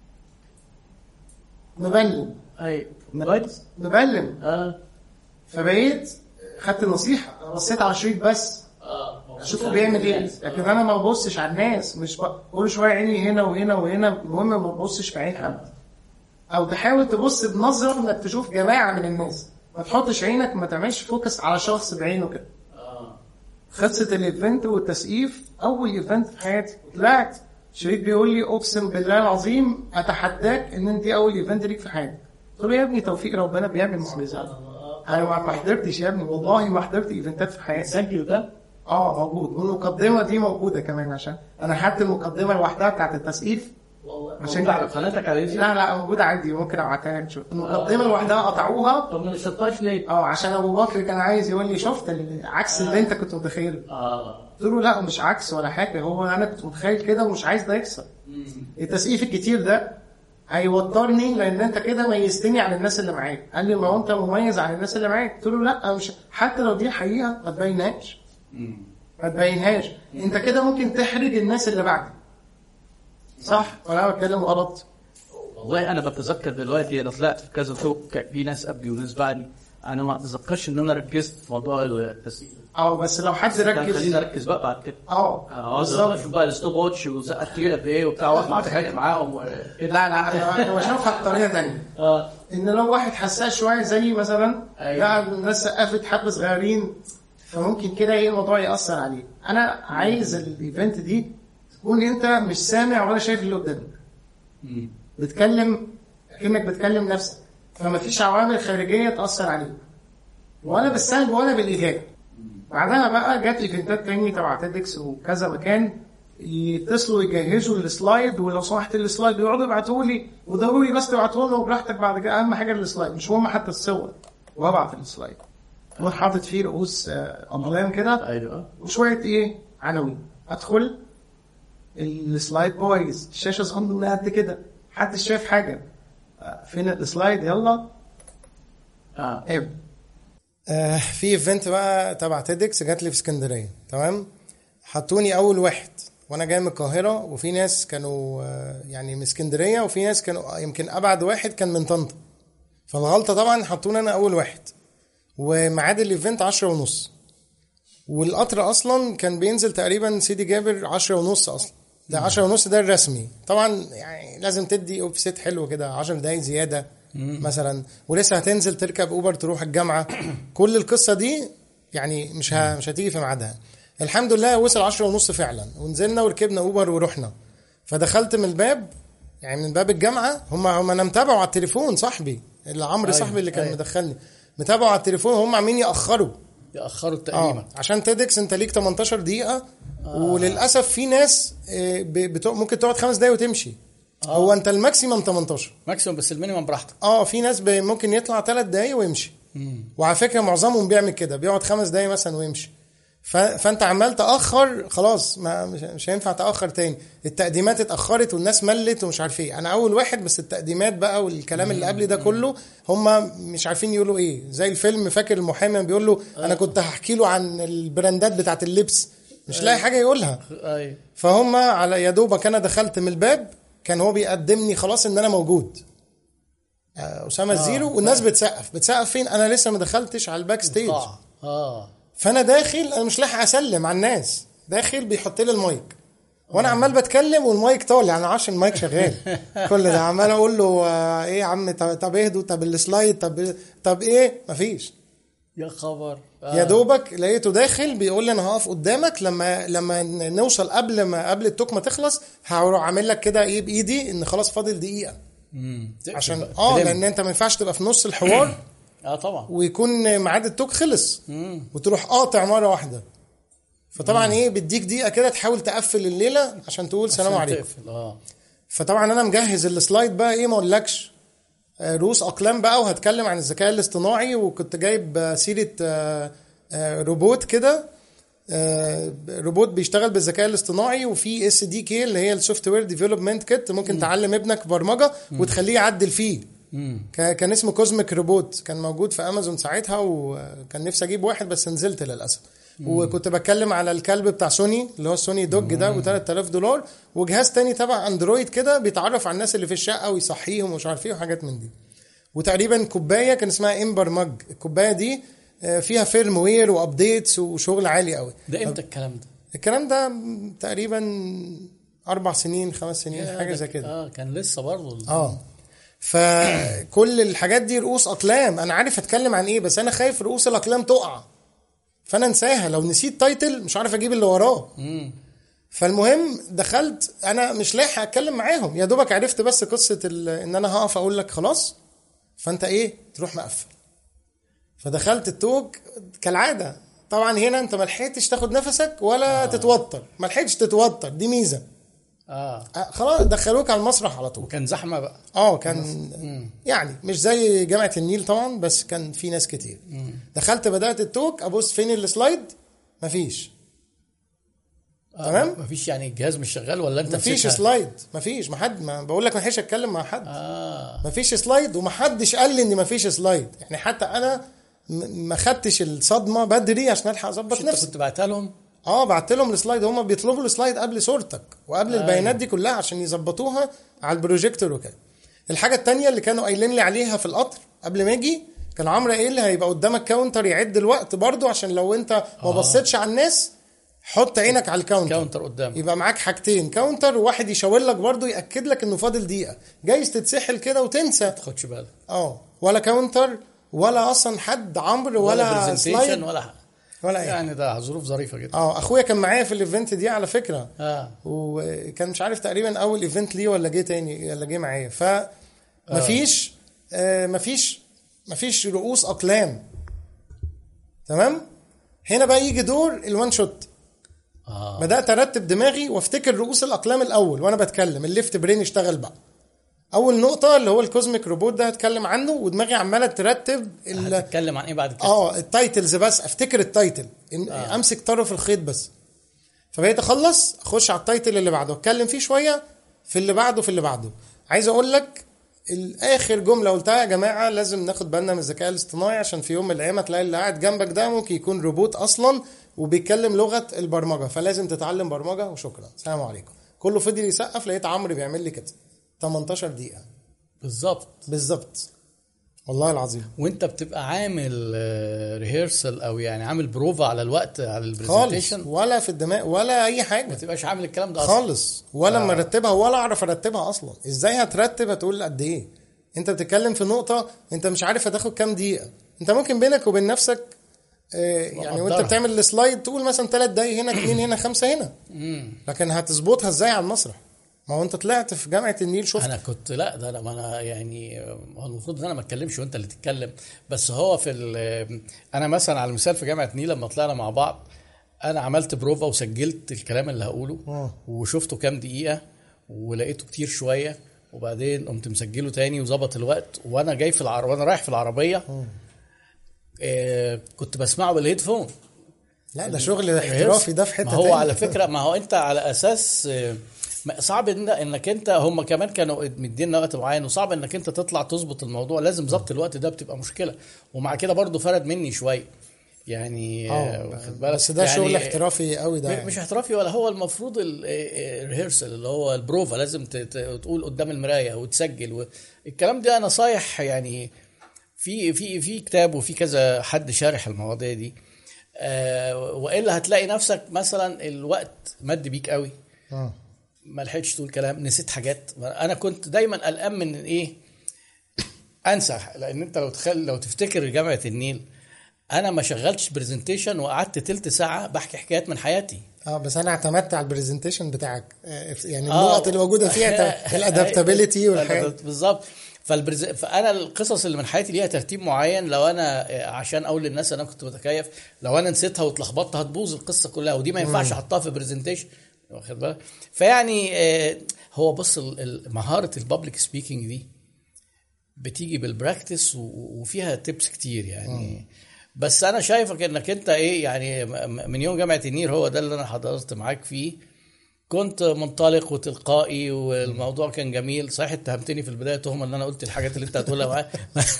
مبلم. ايوه كويس مبلم. اه فبقيت خدت النصيحه، انا بصيت على شريف بس اه اشوفه بيعمل ايه، لكن انا ما ببصش على الناس، مش بق... كل شويه عيني هنا وهنا وهنا، المهم ما ببصش في عين حد، او تحاول تبص بنظره انك تشوف جماعه من الناس، ما تحطش عينك، ما تعملش فوكس على شخص بعينه كده. اه خلصت الايفنت والتسقيف، اول ايفنت في حياتي، طلعت شريف بيقول لي اقسم بالله العظيم اتحداك ان انت اول ايفنت ليك في حياتك. قلت له يا ابني توفيق ربنا بيعمل معجزات، انا ما حضرتش يا ابني، والله ما حضرت ايفنتات في حياتي. سجل ده اه موجود، والمقدمه دي موجوده كمان، عشان انا حتى المقدمه لوحدها بتاعت التسقيف عشان على قناتك على اليوتيوب. لا لا موجوده عندي، ممكن ابعتها لك. شوف المقدمه لوحدها قطعوها. طب ما نشطاش ليه؟ اه عشان ابو بكر كان عايز يقول لي شفت عكس اللي انت كنت متخيله. اه قلت له لا مش عكس ولا حاجه، هو انا كنت متخيل كده ومش عايز ده يحصل. التسقيف الكتير ده هيوترني لان انت كده ميزتني عن الناس اللي معاك. قال لي ما هو انت مميز عن الناس اللي معاك. قلت له لا مش، حتى لو دي حقيقه ما تبينهاش، ما تبينهاش، انت كده ممكن تحرج الناس اللي بعدك. صح ولا انا بتكلم غلط؟ والله انا بتذكر دلوقتي انا طلعت في كذا توك، في ناس قبلي وناس بعدي، انا ما اتذكرش ان انا ركزت في موضوع التسقيف. اه بس لو حد ركز خليني اركز بقى بعد كده. اه بالظبط. اشوف بقى الستوب واتش وزقت كده قد ايه وبتاع، واقف مع حاجه معاهم و... لا لا انا بشوفها بطريقه ثانيه. اه ان لو واحد حساس شويه زي مثلا أيوة. لا الناس سقفت حبه صغيرين، فممكن كده ايه الموضوع ياثر عليه. انا عايز الايفنت دي تكون انت مش سامع ولا شايف اللي قدامك، بتكلم كأنك بتكلم نفسك، فما فيش عوامل خارجيه تاثر عليك، ولا بالسلب ولا بالايجاب. بعدها بقى جات ايفنتات تاني تبع تيدكس وكذا مكان يتصلوا يجهزوا السلايد، ولو سمحت السلايد يقعدوا يبعتوا لي، وضروري بس تبعتوا له براحتك بعد كده، اهم حاجه السلايد مش مهم حتى الصور، وابعت السلايد وانا حاطط فيه رؤوس املام كده ايوه وشويه ايه عناوين. ادخل السلايد بويز، الشاشه صغننه قد كده، محدش شايف حاجه. آه، فين السلايد؟ يلا. اه ايه آه في ايفنت بقى تبع تيدكس جات لي في اسكندريه، تمام. حطوني اول واحد وانا جاي من القاهره، وفي ناس كانوا آه يعني من اسكندريه، وفي ناس كانوا يمكن ابعد واحد كان من طنطا. فالغلطه طبعا حطوني انا اول واحد، وميعاد الايفنت عشرة ونص، والقطر اصلا كان بينزل تقريبا سيدي جابر عشرة ونص اصلا. ده عشرة ونص ده الرسمي طبعا، يعني لازم تدي اوفست حلو كده عشر دقايق زياده مثلا، ولسه هتنزل تركب اوبر تروح الجامعه. كل القصه دي يعني مش ه... مش هتيجي في ميعادها. الحمد لله وصل عشرة ونص فعلا، ونزلنا وركبنا اوبر ورحنا. فدخلت من الباب، يعني من باب الجامعه. هم هم انا متابعه على التليفون، صاحبي اللي عمرو صاحبي اللي كان أيوة. مدخلني متابعه على التليفون. هم عاملين ياخروا ياخروا التقديمه آه. عشان تيدكس انت ليك تمنتاشر دقيقه. آه. وللاسف في ناس بتو... ممكن تقعد خمس دقايق وتمشي. آه. هو انت الماكسيمم تمنتاشر ماكسيمم، بس المينيمم براحتك. اه في ناس ب... ممكن يطلع ثلاث دقايق ويمشي. مم. وعلى فكره معظمهم بيعمل كده، بيقعد خمس دقايق مثلا ويمشي. ف... فانت عمال تاخر، خلاص ما مش, مش هينفع تاخر تاني. التقديمات اتاخرت والناس ملت ومش عارف ايه. انا اول واحد، بس التقديمات بقى والكلام اللي قبل ده كله هم مش عارفين يقولوا ايه. زي الفيلم، فاكر المحامي بيقول له انا كنت هحكي له عن البراندات بتاعت اللبس، مش لاقي حاجه يقولها. فهم على يا دوبك انا دخلت من الباب، كان هو بيقدمني خلاص ان انا موجود، اسامه الزيرو. آه. والناس بتسقف بتسقف فين؟ انا لسه ما دخلتش على الباك ستيج. اه فانا داخل، انا مش لاحق اسلم على الناس، داخل بيحط لي المايك وانا آه. عمال بتكلم والمايك طالع، انا عشان المايك شغال. كل ده عمال اقول له آه ايه يا عم، طب اهدوا، طب السلايد، طب طب ايه، مفيش. يا خبر. آه. يا دوبك لقيته داخل بيقول لي انا هقف قدامك لما لما نوصل قبل ما قبل التوك ما تخلص، هروح اعمل لك كده ايه بايدي ان خلاص فاضل دقيقه. امم عشان اه لان انت ما ينفعش تبقى في نص الحوار اه طبعا، ويكون ميعاد التوك خلص مم. وتروح قاطع مره واحده. فطبعا مم. ايه بديك دقيقه كده تحاول تقفل الليله عشان تقول سلام عليكم. اه فطبعا انا مجهز السلايد بقى ايه ما اقولكش، رؤوس اقلام بقى، وهتكلم عن الذكاء الاصطناعي. وكنت جايب سيره روبوت كده، روبوت بيشتغل بالذكاء الاصطناعي، وفي اس دي كي اللي هي السوفت وير ديفلوبمنت كيت، ممكن مم. تعلم ابنك برمجه مم. وتخليه يعدل فيه. مم. كان اسمه كوزميك روبوت، كان موجود في امازون ساعتها، وكان نفسي اجيب واحد بس نزلت للاسف. مم. وكنت بتكلم على الكلب بتاع سوني اللي هو السوني دوج ده ب ثلاثة آلاف دولار، وجهاز تاني تبع اندرويد كده بيتعرف على الناس اللي في الشقه ويصحيهم ومش عارف ايه وحاجات من دي. وتقريبا كوبايه كان اسمها امبر مج، الكوبايه دي فيها فيرم وير وابديتس وشغل عالي قوي. ده امتى الكلام ده؟ الكلام ده تقريبا اربع سنين خمس سنين حاجه زي كده. اه كان لسه برضه اه فكل الحاجات دي رؤوس اقلام، انا عارف اتكلم عن ايه، بس انا خايف رؤوس الاقلام تقع فانا انساها. لو نسيت تايتل مش عارف اجيب اللي وراه. مم. فالمهم دخلت، انا مش لاحق اتكلم معاهم، يا دوبك عرفت بس قصه ان انا هقف اقول لك خلاص فانت ايه تروح مقفل. فدخلت التوك كالعاده، طبعا هنا انت ما لحقتش تاخد نفسك ولا آه. تتوتر، ما لحقتش تتوتر، دي ميزه. آه. اه خلاص دخلوك على المسرح على طول. كان زحمه بقى. اه كان مم. يعني مش زي جامعه النيل طبعا، بس كان في ناس كتير. مم. دخلت بدات التوك، ابص فين السلايد، مفيش. آه تمام، مفيش. يعني الجهاز مش شغال ولا انت مفيش سلايد؟ مفيش، ما حد، ما بقول لك ما حدش اتكلم مع حد. آه. مفيش سلايد، وما حدش قال لي ان مفيش سلايد. يعني حتى انا ما خدتش الصدمه بدري عشان الحق اظبط نفسي. كنت بعتها لهم؟ اه بعت لهم السلايد، هم بيطلبوا السلايد قبل صورتك وقبل آه. البيانات دي كلها عشان يظبطوها على البروجيكتور وكده. الحاجه التانية اللي كانوا قايلين لي عليها في القطر قبل ما اجي، كان عمرو قايل لي هيبقى قدامك كاونتر يعد الوقت برضو، عشان لو انت ما آه. بصيتش على الناس حط عينك على الكاونتر، كاونتر قدامك، يبقى معاك حاجتين، كاونتر وواحد يشاور لك برضو ياكد لك انه فاضل دقيقه، جايز تتسحل كده وتنسى ما تاخدش بالك. اه ولا كاونتر ولا اصلا حد عمرو ولا, ولا سلايد ولا حاجه ولا يعني. ده ظروف ظريفه جدا. اه اخويا كان معايا في الايفنت دي على فكره. اه وكان مش عارف تقريبا اول ايفنت ليه ولا جه تاني ولا جه معايا. ف مفيش آه مفيش مفيش رؤوس اقلام. تمام. هنا بقى يجي دور الوان شوت. آه. بدات ارتب دماغي وافتكر رؤوس الاقلام الاول وانا بتكلم، الليفت برين اشتغل بقى. اول نقطه اللي هو الكوزميك روبوت ده هتكلم عنه، ودماغي عماله ترتب. هتتكلم عن ايه بعد كده؟ اه التايتلز، بس افتكر التايتل. آه. امسك طرف الخيط بس. فبقيت اخلص اخش على التايتل اللي بعده اتكلم فيه شويه، في اللي بعده في اللي بعده، عايز اقول لك الاخر جمله قلتها، يا جماعه لازم ناخد بالنا من الذكاء الاصطناعي، عشان في يوم من الايام تلاقي اللي قاعد جنبك ده ممكن يكون روبوت اصلا وبيتكلم لغه البرمجه، فلازم تتعلم برمجه وشكرا سلام عليكم. كله فضل يسقف، لقيت عمرو بيعمل لي كده تمنتاشر دقيقه بالظبط بالظبط والله العظيم. وانت بتبقى عامل ريهرسل او يعني عامل بروفا على الوقت على خالص، البرزنتيشن، ولا في الدماغ ولا اي حاجه، ما تبقاش عامل الكلام ده اصلا خالص، ولا آه. مرتبها ولا اعرف ارتبها اصلا. ازاي هترتب؟ هتقول قد ايه؟ انت بتتكلم في نقطه انت مش عارف هتاخد كام دقيقه. انت ممكن بينك وبين نفسك آه يعني وانت بتعمل السلايد تقول مثلا ثلاث دقايق هنا، اثنين هنا، خمسه هنا، لكن هتظبطها ازاي على المسرح؟ ما هو انت طلعت في جامعه النيل شفت. انا كنت لا ده انا ما انا يعني هو المفروض ان انا ما اتكلمش وانت اللي تتكلم، بس هو في انا مثلا على المثال في جامعه النيل لما طلعنا مع بعض انا عملت بروفا وسجلت الكلام اللي هقوله آه. وشفته كام دقيقه ولقيته كتير شويه، وبعدين قمت مسجله تاني وظبط الوقت، وانا جاي في العربيه وانا رايح في العربيه آه كنت بسمعه بالهيدفون. لا ده شغل احترافي ده في حته ما هو تانية. على فكره ما هو انت على اساس آه صعب إن انك انت هم كمان كانوا مدينا وقت معين، وصعب انك انت تطلع تظبط الموضوع، لازم ضبط الوقت ده بتبقى مشكله. ومع كده برضو فرد مني شويه يعني واخد بالك، بس ده يعني شغل احترافي قوي ده، مش احترافي ولا هو المفروض الريهرسل اللي هو البروفا لازم تقول قدام المرايه وتسجل الكلام ده. نصايح يعني في في في كتاب وفي كذا حد شارح المواضيع دي آه والا هتلاقي نفسك مثلا الوقت مد بيك قوي اه ما لحقتش تقول كلام، نسيت حاجات. انا كنت دايما قلقان من ايه انسى، لان انت لو تخيل لو تفتكر جامعه النيل انا ما شغلتش برزنتيشن وقعدت تلت ساعه بحكي حكايات من حياتي. اه بس انا اعتمدت على البرزنتيشن بتاعك يعني النقط اللي موجوده فيها الادابتابيلتي والحاجات بالظبط. فالبرز... فانا القصص اللي من حياتي ليها ترتيب معين، لو انا عشان اقول للناس انا كنت متكيف، لو انا نسيتها واتلخبطت هتبوظ القصه كلها، ودي ما ينفعش احطها في برزنتيشن واخد بالك. فيعني هو بص مهاره البابليك سبيكينج دي بتيجي بالبراكتس وفيها تيبس كتير يعني م. بس انا شايفك انك انت ايه يعني من يوم جامعه النيل هو ده اللي انا حضرت معاك فيه، كنت منطلق وتلقائي والموضوع كان جميل. صحيح اتهمتني في البدايه تهمه ان انا قلت الحاجات اللي انت هتقولها معايا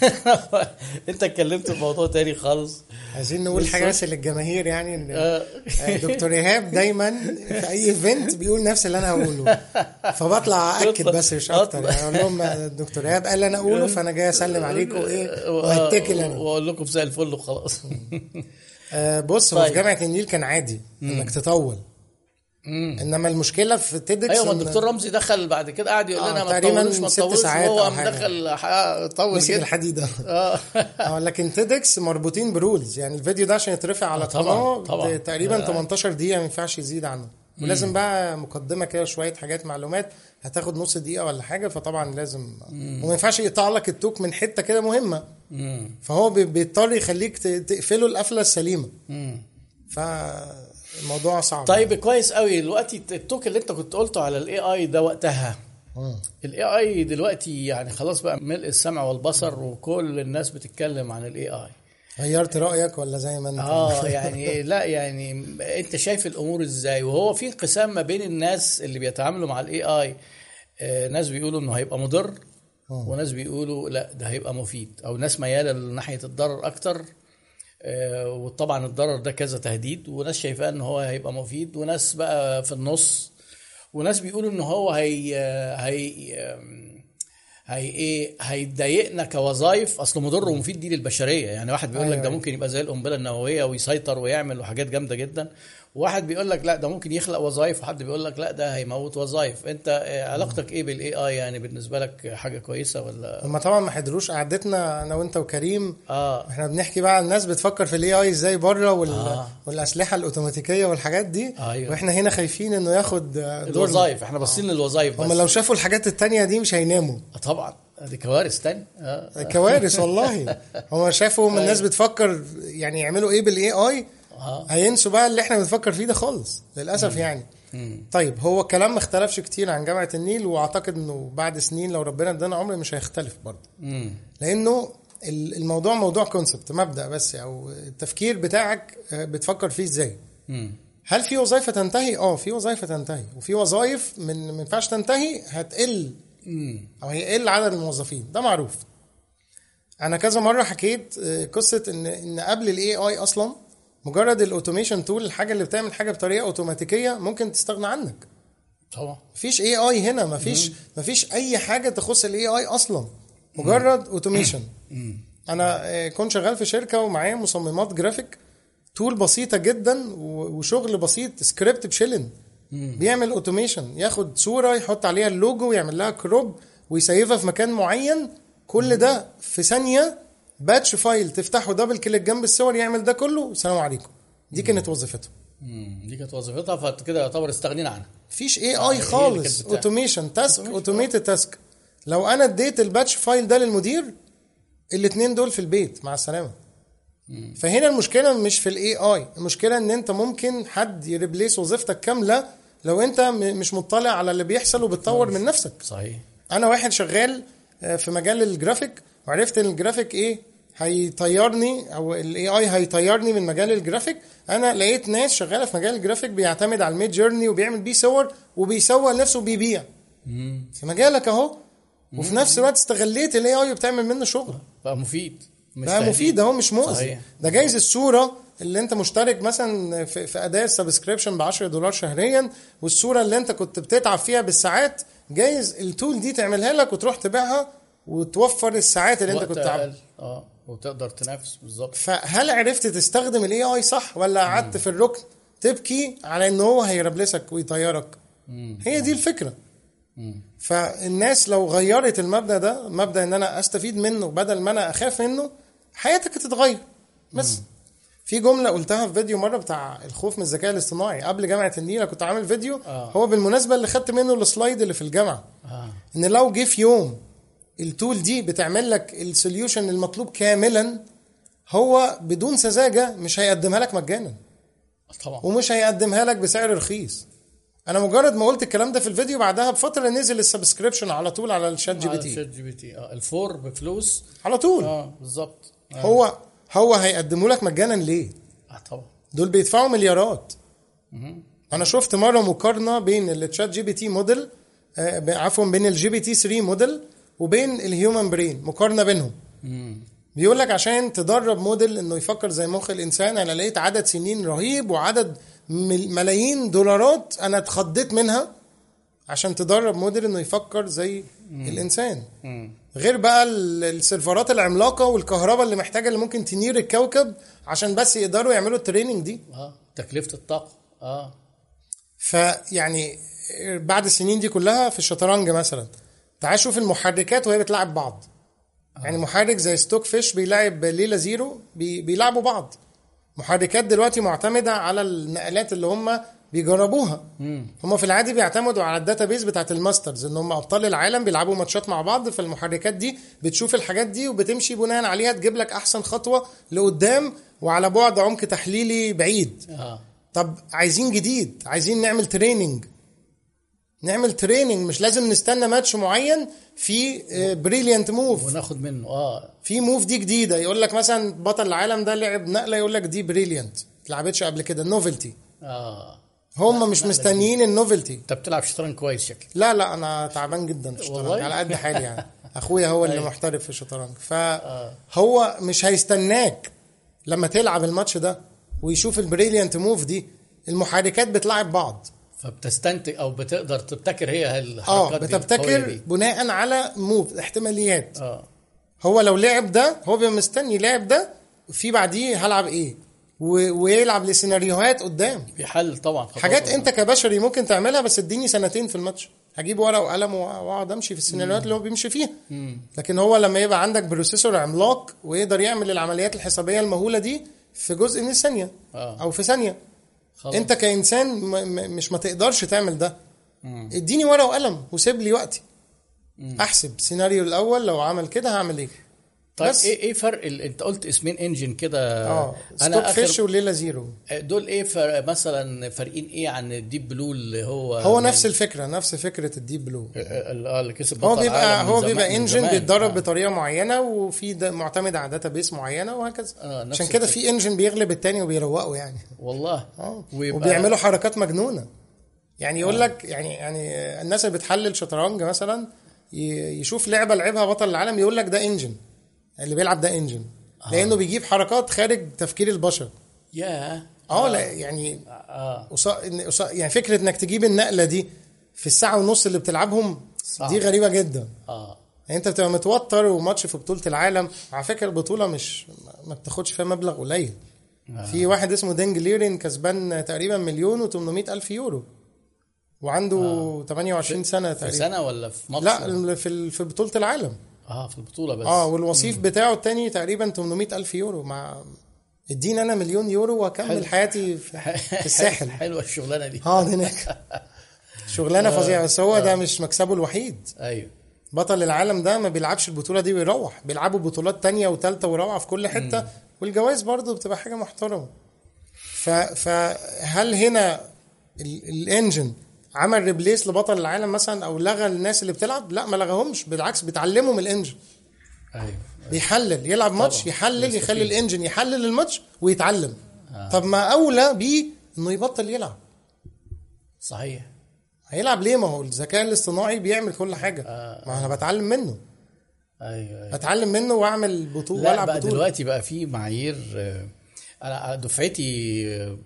انت اتكلمت في موضوع تاني خالص. عايزين نقول حاجه بس للجماهير يعني ان دكتور ايهاب دايما في اي ايفنت بيقول نفس اللي انا هقوله، فبطلع اكد بس مش اكتر يعني اقول لهم الدكتور ايهاب قال اللي انا اقوله فانا جاي اسلم عليكم ايه واتكل انا واقول لكم زي الفل وخلاص. بص هو في جامعه النيل كان عادي انك تطول، مم. انما المشكله في تيدكس. ايوه الدكتور رمزي دخل بعد كده قاعد يقول لنا آه ما تطولوش ما تطولوش، هو مدخل طول كده الحديده اه لكن تيدكس مربوطين برولز يعني الفيديو ده عشان يترفع على القناه تقريبا تمنتاشر دقيقه ما ينفعش يزيد عنه، ولازم بقى مقدمه كده شويه حاجات معلومات هتاخد نص دقيقه ولا حاجه، فطبعا لازم مم. وما ينفعش يقطع لك التوك من حته كده مهمه مم. فهو بيضطر يخليك تقفله القفله السليمه ف الموضوع صعب. طيب كويس قوي. دلوقتي التوك اللي انت كنت قلته على الاي اي ده وقتها الاي اي دلوقتي يعني خلاص بقى ملء السمع والبصر وكل الناس بتتكلم عن الاي اي. غيرت رايك ولا زي ما انت؟ اه يعني لا يعني انت شايف الامور ازاي؟ وهو في انقسام ما بين الناس اللي بيتعاملوا مع الاي اي، آه ناس بيقولوا انه هيبقى مضر أوه. وناس بيقولوا لا ده هيبقى مفيد، او ناس مياله لناحيه الضرر اكتر. آه وطبعا الضرر ده كذا تهديد، وناس شايفاه ان هو هيبقى مفيد، وناس بقى في النص، وناس بيقولوا ان هو هي هي هي ايه هيضايقنا كوظائف، اصله مضر ومفيد دي للبشريه. يعني واحد بيقول لك ده ممكن يبقى زي القنبله النوويه ويسيطر ويعمل وحاجات جامده جدا، وواحد بيقول لك لا ده ممكن يخلق وظائف، وحد بيقول لك لا ده هيموت وظائف. انت علاقتك ايه بالاي اي؟ يعني بالنسبه لك حاجه كويسه ولا؟ هم طبعا ما حضروش قعدتنا انا وانت وكريم اه احنا بنحكي بقى الناس بتفكر في الاي اي ازاي بره وال... آه. والاسلحه الاوتوماتيكيه والحاجات دي أيوة. واحنا هنا خايفين انه ياخد الوظائف. احنا باصين للوظائف هم لو شافوا الحاجات التانية دي مش هيناموا طبعا، دي كوارث تاني آه. كوارث والله. هم شافوا من الناس بتفكر يعني يعملوا ايه بالاي اي آه. هينسوا بقى اللي احنا بنفكر فيه ده خالص للاسف. مم. يعني مم. طيب هو الكلام ما اختلفش كتير عن جامعه النيل، واعتقد انه بعد سنين لو ربنا ادانا عمر مش هيختلف برضه، لانه الموضوع موضوع كونسبت مبدأ بس، او التفكير بتاعك بتفكر فيه ازاي. مم. هل في وظائف تنتهي؟ اه في وظائف تنتهي، وفي وظائف من ما ينفعش تنتهي هتقل او هيقل عدد الموظفين، ده معروف. انا كذا مره حكيت قصه ان ان قبل الاي اي اصلا مجرد الاوتوميشن تول، الحاجه اللي بتعمل حاجه بطريقه اوتوماتيكيه ممكن تستغنى عنك. طبعا مفيش اي اي هنا، مفيش مفيش اي حاجه تخص الاي اي اصلا، مجرد اوتوميشن. انا كنت شغال في شركه ومعايا مصممات جرافيك، تول بسيطه جدا وشغل بسيط، سكريبت بشيلن بيعمل اوتوميشن، ياخد صوره يحط عليها اللوجو ويعمل لها كروب ويسيفها في مكان معين، كل ده في ثانيه، باتش فايل تفتحه دبل كليك جنب الصور يعمل ده كله، السلام عليكم. دي كانت وظيفته. امم دي كانت وظيفتها، فكده يعتبر استغنينا عنها. مفيش اي اي خالص، اوتوميشن تاسك، اوتوميتد تاسك. لو انا اديت الباتش فايل ده للمدير، الاثنين دول في البيت مع السلامه. مم. فهنا المشكله مش في الاي اي، المشكله ان انت ممكن حد يريبليس وظيفتك كامله لو انت مش مطلع على اللي بيحصل وبتطور من نفسك. صحيح. انا واحد شغال في مجال الجرافيك، وعرفت ان الجرافيك ايه هيطيرني، او الاي اي هيطيرني من مجال الجرافيك. انا لقيت ناس شغاله في مجال الجرافيك بيعتمد على الميد جيرني وبيعمل بيه صور وبيسوق لنفسه وبيبيع في مجالك اهو، وفي نفس الوقت استغليت الاي اي وبتعمل منه شغل، بقى مفيد، بقى مفيد اهو، مش مؤذي. ده جايز الصوره اللي انت مشترك مثلا في, في اداه سبسكريبشن ب عشرة دولار شهريا، والصوره اللي انت كنت بتتعب فيها بالساعات، جايز التول دي تعملها لك وتروح تبيعها وتوفر الساعات اللي انت كنت تعبها، اه وتقدر تنافس بالظبط. فهل عرفت تستخدم الاي اي صح، ولا قعدت في الركن تبكي على ان هو هيربلسك ويطيرك؟ مم. هي دي الفكره. مم. فالناس لو غيرت المبدأ ده، مبدأ ان انا استفيد منه بدل ما انا اخاف منه، حياتك هتتغير. بس مم. في جملة قلتها في فيديو مرة بتاع الخوف من الذكاء الاصطناعي قبل جامعة النيل، كنت عامل فيديو آه. هو بالمناسبة اللي خدت منه السلايد اللي في الجامعة. آه. ان لو جه في يوم التول دي بتعمل لك السوليوشن المطلوب كاملا، هو بدون سذاجة مش هيقدمها لك مجانا طبعا، ومش هيقدمها لك بسعر رخيص. انا مجرد ما قلت الكلام ده في الفيديو، بعدها بفتره نزل السبسكريبشن على طول على الشات جي بي تي. الشات جي بي تي اه الفور بفلوس على طول. اه بالظبط. آه. هو هو هيقدموا لك مجانا ليه؟ اه طبعا، دول بيدفعوا مليارات. مم. انا شفت مره مقارنه بين الشات جي بي تي موديل، آه عفوا بين الجي بي تي ثري موديل وبين الهيومن برين، مقارنه بينهم. مم. بيقول لك عشان تدرب موديل انه يفكر زي مخ الانسان، انا لقيت عدد سنين رهيب وعدد ملايين دولارات انا اتخضيت منها عشان تدرب موديل انه يفكر زي مم. الانسان. مم. غير بقى السيرفرات العملاقه والكهرباء اللي محتاجه اللي ممكن تنير الكوكب عشان بس يقدروا يعملوا التريننج دي. اه تكلفه الطاقه. اه فيعني بعد السنين دي كلها في الشطرنج مثلا، تعال شوف المحركات وهي بتلعب بعض. آه. يعني محرك زي ستوك فيش بيلعب ليلة زيرو، بي بيلعبوا بعض. محركات دلوقتي معتمدة على النقلات اللي هم بيجربوها. مم. هم في العادي بيعتمدوا على الداتابيز بتاعت الماسترز، ان هم ابطال العالم بيلعبوا ماتشات مع بعض، فالمحركات دي بتشوف الحاجات دي وبتمشي بناء عليها تجيب لك احسن خطوة لقدام وعلى بعد عمق تحليلي بعيد. آه. طب عايزين جديد، عايزين نعمل تريننج نعمل تريننج مش لازم نستنى ماتش معين في بريليانت موف وناخد منه اه في موف دي جديده، يقول لك مثلا بطل العالم ده لعب نقله، يقول لك دي بريليانت لعبتش قبل كده، نوفلتي. اه هم مش مستنيين النوفلتي. انت بتلعب شطرنج كويس شكل. لا لا انا تعبان جدا في الشطرنج على قد حالي يعني. اخويا هو اللي محترف في الشطرنج، فهو مش هيستناك لما تلعب الماتش ده ويشوف البريليانت موف دي. المحركات بتلعب بعض، فبتستنتج او بتقدر تبتكر هي الحركات اه بتبتكر بناء على موف احتماليات. اه هو لو لعب ده هو بيبقى مستني لعب ده في بعديه هلعب ايه، ويلعب لسيناريوهات قدام بيحل طبعا حاجات انت كبشري ممكن تعملها، بس اديني سنتين في الماتش هجيب ورقه وقلم واقعد امشي في السيناريوهات اللي هو بيمشي فيها. مم. لكن هو لما يبقى عندك بروسيسور عملاق ويقدر يعمل العمليات الحسابيه المهوله دي في جزء من الثانيه آه. او في ثانيه، خلاص. انت كإنسان م- م- مش ما تقدرش تعمل ده. مم. اديني ورقه وقلم وسيب لي وقتي. مم. احسب سيناريو الاول لو عمل كده هعمل ايه. طيب ايه ايه فرق ال... انت قلت اسمين انجن كده اه ستوك فيش وليلة زيرو، دول ايه فرق مثلا فارقين ايه عن الديب بلو اللي هو هو نفس الفكره نفس فكره الديب بلو اللي كسب هو بيبقى هو بيبقى انجن بيتدرب آه. بطريقه معينه وفي معتمد على داتابيس معينه وهكذا. آه عشان كده في انجن بيغلب التاني وبيروقه يعني والله اه وبيعملوا حركات مجنونه يعني. يقول لك آه. يعني يعني الناس اللي بتحلل شطرنج مثلا ي- يشوف لعبه لعبها بطل العالم يقول لك ده انجن، اللي بيلعب ده انجن، لانه بيجيب حركات خارج تفكير البشر. يا اه لا يعني اه قصا- إن- قصا- يعني فكره انك تجيب النقله دي في الساعه ونص اللي بتلعبهم صعب. دي غريبه جدا. اه يعني انت بتبقى متوتر وماتش في بطوله العالم، على فكره البطوله مش ما بتاخدش فيها مبلغ قليل. آه. في واحد اسمه دينج ليرين كسبان تقريبا مليون وتمنمية الف يورو وعنده آه. تمنية وعشرين سنه في تقريبا. سنه ولا في ماتش؟ لا في ال- في بطوله العالم. اه في البطوله بس. اه والوصيف مم. بتاعه التاني تقريبا تمنمية الف يورو. مع اديني انا مليون يورو واكمل حلو. حياتي في, في الساحل. حلوه الشغلانه دي. اه هناك شغلانه فظيعه. بس هو ده مش مكسبه الوحيد. ايوه بطل العالم ده ما بيلعبش البطوله دي ويروح، بيلعبوا بطولات تانية وتالتة ورابعه في كل حته. مم. والجوائز برضو بتبقى حاجه محترمه. ف... فهل هنا ال... الانجن عمل ريبليس لبطل العالم مثلا او لغى الناس اللي بتلعب؟ لا ما لغاهمش، بالعكس بيتعلموا من الانجن. ايوه بيحلل، يلعب ماتش يحلل، يخلي الانجن يحلل الماتش ويتعلم. آه. طب ما اولى بيه انه يبطل يلعب. صحيح. هيلعب ليه؟ ما هو الذكاء الاصطناعي بيعمل كل حاجه. آه. ما انا بتعلم منه. ايوه, أيوة. اتعلم منه واعمل بطوله لا والعب بقى بطوله. دلوقتي بقى في معايير. انا دفعتي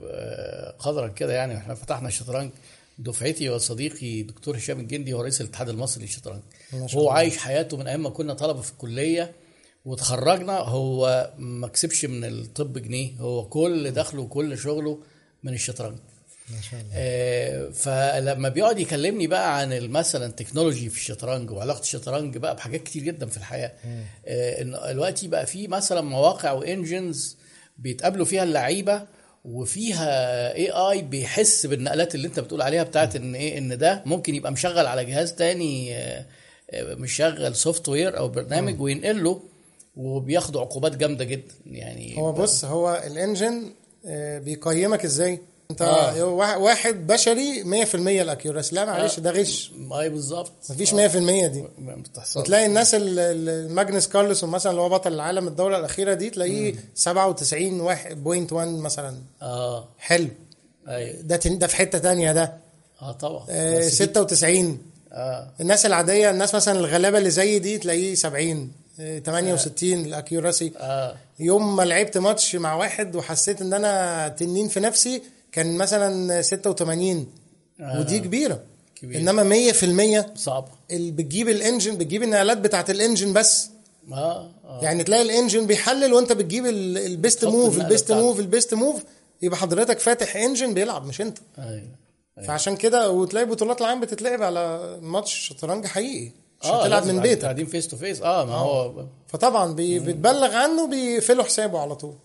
قدرا كده يعني، احنا فتحنا الشطرنج. دفعتي وصديقي دكتور هشام الجندي هو رئيس الاتحاد المصري للشطرنج. هو عايش حياته من ايام ما كنا طلبه في الكليه وتخرجنا. هو ما كسبش من الطب جنيه، هو كل دخله وكل شغله من الشطرنج. ما شاء الله. آه فلما بيقعد يكلمني بقى عن مثلا تكنولوجي في الشطرنج وعلاقه الشطرنج بقى بحاجات كتير جدا في الحياه. آه ان دلوقتي بقى في مثلا مواقع وانجنز بيتقابلوا فيها اللعيبه، وفيها اي اي بيحس بالنقلات اللي انت بتقول عليها بتاعت ان ايه، ان ده ممكن يبقى مشغل على جهاز تاني، آه مشغل سوفت وير او برنامج وينقل له، وبياخدوا عقوبات جامده جدا يعني. هو بص، هو الانجن بيقيمك ازاي؟ انت آه. واحد بشري مية في المية الاكيوراسي، لا معلش ده غش. اي بالظبط، مفيش مية في المية دي. بتحصل. تلاقي الناس الماجنس كارلسون مثلا اللي هو بطل العالم الدوره الاخيره دي تلاقيه سبعة وتسعين واحد بوينت واحد مثلا. اه حلو. ايوه ده ده في حته تانية ده. اه طبعا. آه ستة وتسعين. اه الناس العاديه، الناس مثلا الغلابه اللي زي دي تلاقيه سبعين تمانية وستين آه. الاكيوراسي. اه يوم ما لعبت ماتش مع واحد وحسيت ان انا تنين في نفسي كان مثلا ستة وتمانين. آه. ودي كبيره كبير. انما مية في المية صعب. اللي بتجيب الانجن، بتجيب النقلات بتاعت الانجن بس. اه, آه. يعني تلاقي الانجن بيحلل وانت بتجيب البيست موف البيست موف البيست موف، يبقى حضرتك فاتح انجن بيلعب مش انت. ايوه أيوة. فعشان كده وتلاقي بطولات العالم بتتلعب على ماتش شطرنج حقيقي، مش آه هتلعب من بيتك، قاعدين فيس تو فيس. اه ما آه. هو فطبعا بي بتبلغ عنه بيقفلوا حسابه على طول.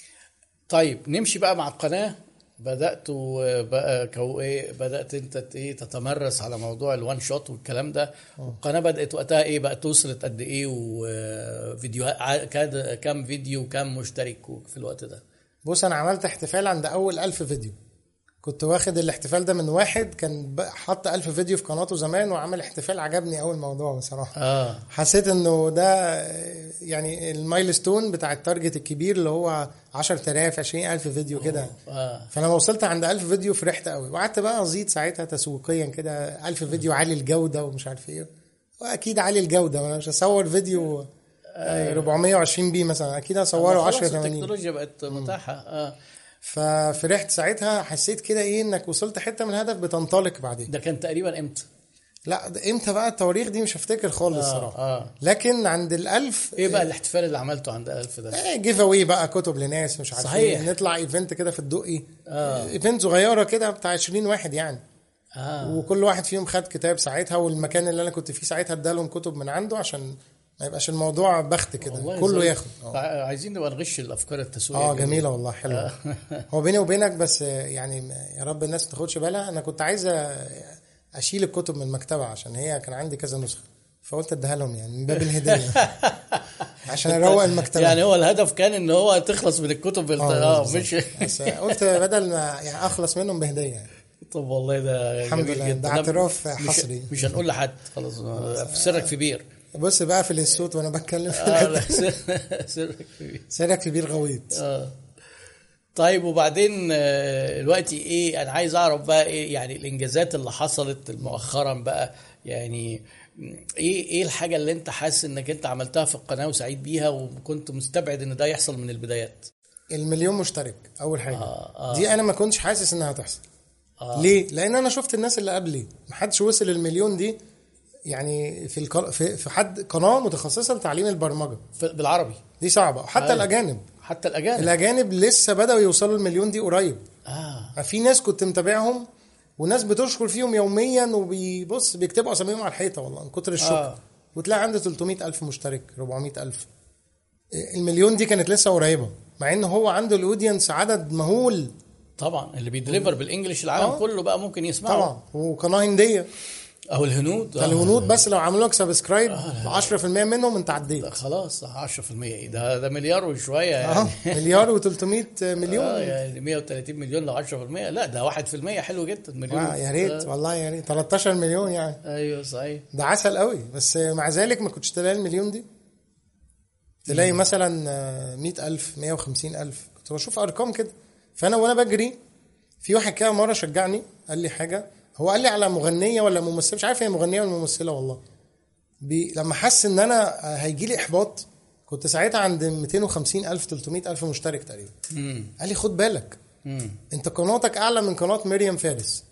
طيب نمشي بقى مع القناه. بدات بقى كو ايه، بدات انت ايه تتمرس على موضوع الوان شوت والكلام ده. القناه بدات وقتها ايه بقى، توصلت قد ايه وفيديوهات كام فيديو وكام مشترك في الوقت ده؟ بص انا عملت احتفال عند اول ألف فيديو. كنت واخد الاحتفال ده من واحد كان حط ألف فيديو في قناته زمان وعمل احتفال. عجبني اول موضوع بصراحه. آه. حسيت انه ده يعني المايلستون بتاع التارجت الكبير اللي هو عشرة آلاف عشرين ألف فيديو كده. آه. فلما وصلت عند ألف فيديو فرحت قوي، وقعدت بقى ازيد ساعتها تسويقيا كده ألف فيديو عالي الجوده ومش عارف ايه. واكيد عالي الجوده، انا مش هصور فيديو آه. أربعمية وعشرين بي مثلا، اكيد هصوره عشرة ثمانين. التكنولوجيا بقت متاحه. اه ففرحت ساعتها، حسيت كده ايه انك وصلت حته من الهدف بتنطلق بعدين. ده كان تقريبا امتى؟ لا ده امتى بقى التواريخ دي مش هفتكر خالص آه صراحه. آه. لكن عند الألف ايه بقى الاحتفال اللي عملته عند الألف ده؟ ايه جيف اوي بقى، كتب لناس مش عارف ايه، نطلع ايفنت كده في الدقي. آه. ايفنت صغيره كده بتاع عشرين واحد يعني. آه. وكل واحد فيهم خد كتاب ساعتها، والمكان اللي انا كنت فيه ساعتها ادالهم كتب من عنده عشان ما يبقاش الموضوع بخت كده كله ياخد. أوه. عايزين نبقى نغش الافكار التسويقيه. اه جميله والله حلوه. هو بيني وبينك بس يعني يا رب الناس ما تاخدش بالها، انا كنت عايز اشيل الكتب من المكتبه عشان هي كان عندي كذا نسخه، فقلت اديها لهم يعني من باب الهديه عشان اروق المكتبه. يعني هو الهدف كان ان هو تخلص من الكتب. اه مش بس قلت بدل ما يعني اخلص منهم بهديه يعني. طب والله ده الحمد لله، ده اعتراف حصري. مش, مش هنقول لحد خلاص، في سرك في بير. بص بقى في الصوت وانا بتكلم في آه سرك في بير. سرك في بير غويط. اه طيب وبعدين دلوقتي ايه، انا عايز اعرف بقى ايه يعني الانجازات اللي حصلت مؤخرا بقى يعني. ايه ايه الحاجه اللي انت حاسس انك انت عملتها في القناه وسعيد بيها وكنت مستبعد ان ده يحصل من البدايات؟ المليون مشترك اول حاجه. آه آه. دي انا ما كنتش حاسس انها هتحصل. آه. ليه؟ لان انا شفت الناس اللي قبلي محدش وصل المليون دي، يعني في الق... في في حد قناه متخصصه لتعليم البرمجه في- بالعربي. دي صعبه. حتى أيوة. الاجانب حتى الاجانب. الاجانب لسه بداوا يوصلوا المليون دي قريب. اه في ناس كنت متابعهم وناس بتشكر فيهم يوميا وبيبص بيكتبوا اساميهم على الحيطه والله من كتر الشكر. آه. وتلاقي عنده ثلاثمائة ألف مشترك، أربعمائة ألف. المليون دي كانت لسه قريبه، مع ان هو عنده الاودينس عدد مهول. طبعا اللي بيدليفر بالانجلش العالم آه. كله بقى ممكن يسمعه. طبعا وقناه هنديه. او الهنود. آه. الهنود بس لو عملوا لك سبسكرايب عشرة في المية منهم انت عديت. خلاص عشرة في المية ايه ده ده مليار وشويه اه يعني. مليار و300 مليون. اه يعني مية وتلاتين مليون لو عشرة في المية، لا ده واحد في المية حلو جدا. مليون آه يا ريت آه. والله يا ريت تلتاشر مليون يعني. ايوه صحيح. ده عسل قوي. بس مع ذلك ما كنتش تلاقي المليون دي، تلاقي مثلا مئة ألف مئة وخمسين ألف. كنت بشوف أرقام كده. فأنا وأنا بجري في واحد كده مرة شجعني قال لي حاجة، هو قال لي على مغنية ولا ممثلة مش عارف هي مغنية ولا ممثلة والله. بي لما حس إن أنا هيجي لي إحباط، كنت ساعتها عند مئتين وخمسين ألف ثلاثمائة ألف مشترك تقريبا. مم. قال لي خد بالك مم. أنت قناتك أعلى من قناة مريم فارس.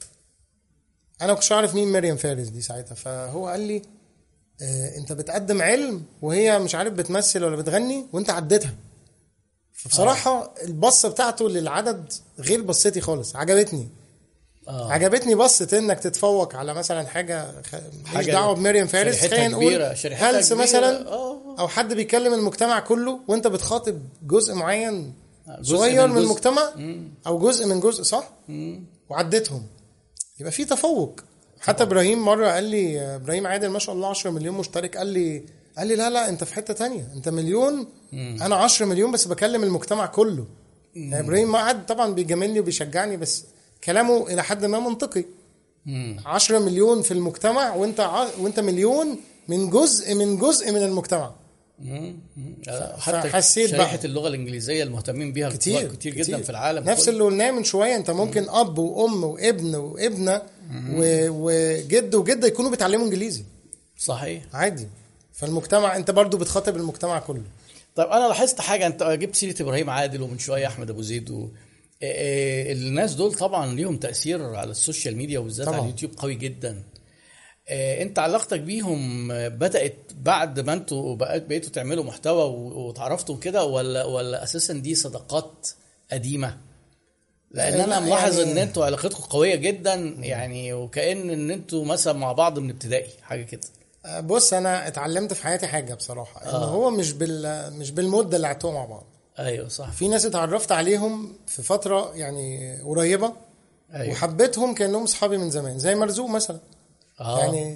أنا كنتش أعرف مين مريم فارس دي ساعتها. فهو قال لي آه انت بتقدم علم وهي مش عارف بتمثل ولا بتغني وانت عديتها. فبصراحة آه. البصة بتاعته للعدد غير بصتي خالص. عجبتني. آه. عجبتني بصة انك تتفوق على مثلا حاجة خ... مش دعوة بمريم فارس، خلينا نقول هلس مثلا آه. او حد بيكلم المجتمع كله وانت بتخاطب جزء معين صغير من, من المجتمع مم. او جزء من جزء صح مم. وعدتهم، يبقى في تفوق. حتى ابراهيم مره قال لي، ابراهيم عادل ما شاء الله عشرة مليون مشترك، قال لي قال لي لا لا انت في حته تانية، انت مليون مم. انا عشرة مليون بس بكلم المجتمع كله. يعني ابراهيم ما قعد طبعا بيجاملني وبيشجعني بس كلامه الى حد ما منطقي. مم. عشرة مليون في المجتمع وانت ع... وانت مليون من جزء من جزء من المجتمع. مم. حتى حسيت شريحة بقى. اللغة الإنجليزية المهتمين بيها كتير كتير جدا كتير. في العالم نفس اللي قلناه من شوية، انت ممكن مم. اب وام وابن وابنة وجد وجدة يكونوا بيتعلموا انجليزي. صحيح عادي. فالمجتمع انت برضو بتخاطب المجتمع كله. طب انا لاحظت حاجة، انت جبت سيرة ابراهيم عادل ومن شوية احمد ابو زيد و... الناس دول طبعا ليهم تأثير على السوشيال ميديا وبالذات على اليوتيوب قوي جدا. انت علاقتك بيهم بدأت بعد ما انتوا بقيتوا تعملوا محتوى وتعرفتوا كده، ولا ولا اساسا دي صداقات قديمة؟ لان انا ملاحظ يعني ان انتوا علاقتكم قوية جدا يعني، وكأن ان انتوا مثلا مع بعض من ابتدائي حاجة كده. بص انا اتعلمت في حياتي حاجة بصراحة آه. ان هو مش بال مش بالمدة اللي قعدتوها مع بعض. ايوه صح. في ناس اتعرفت عليهم في فترة يعني قريبة. أيوة. وحبيتهم كأنهم صحابي من زمان زي مرزوق مثلا. آه. يعني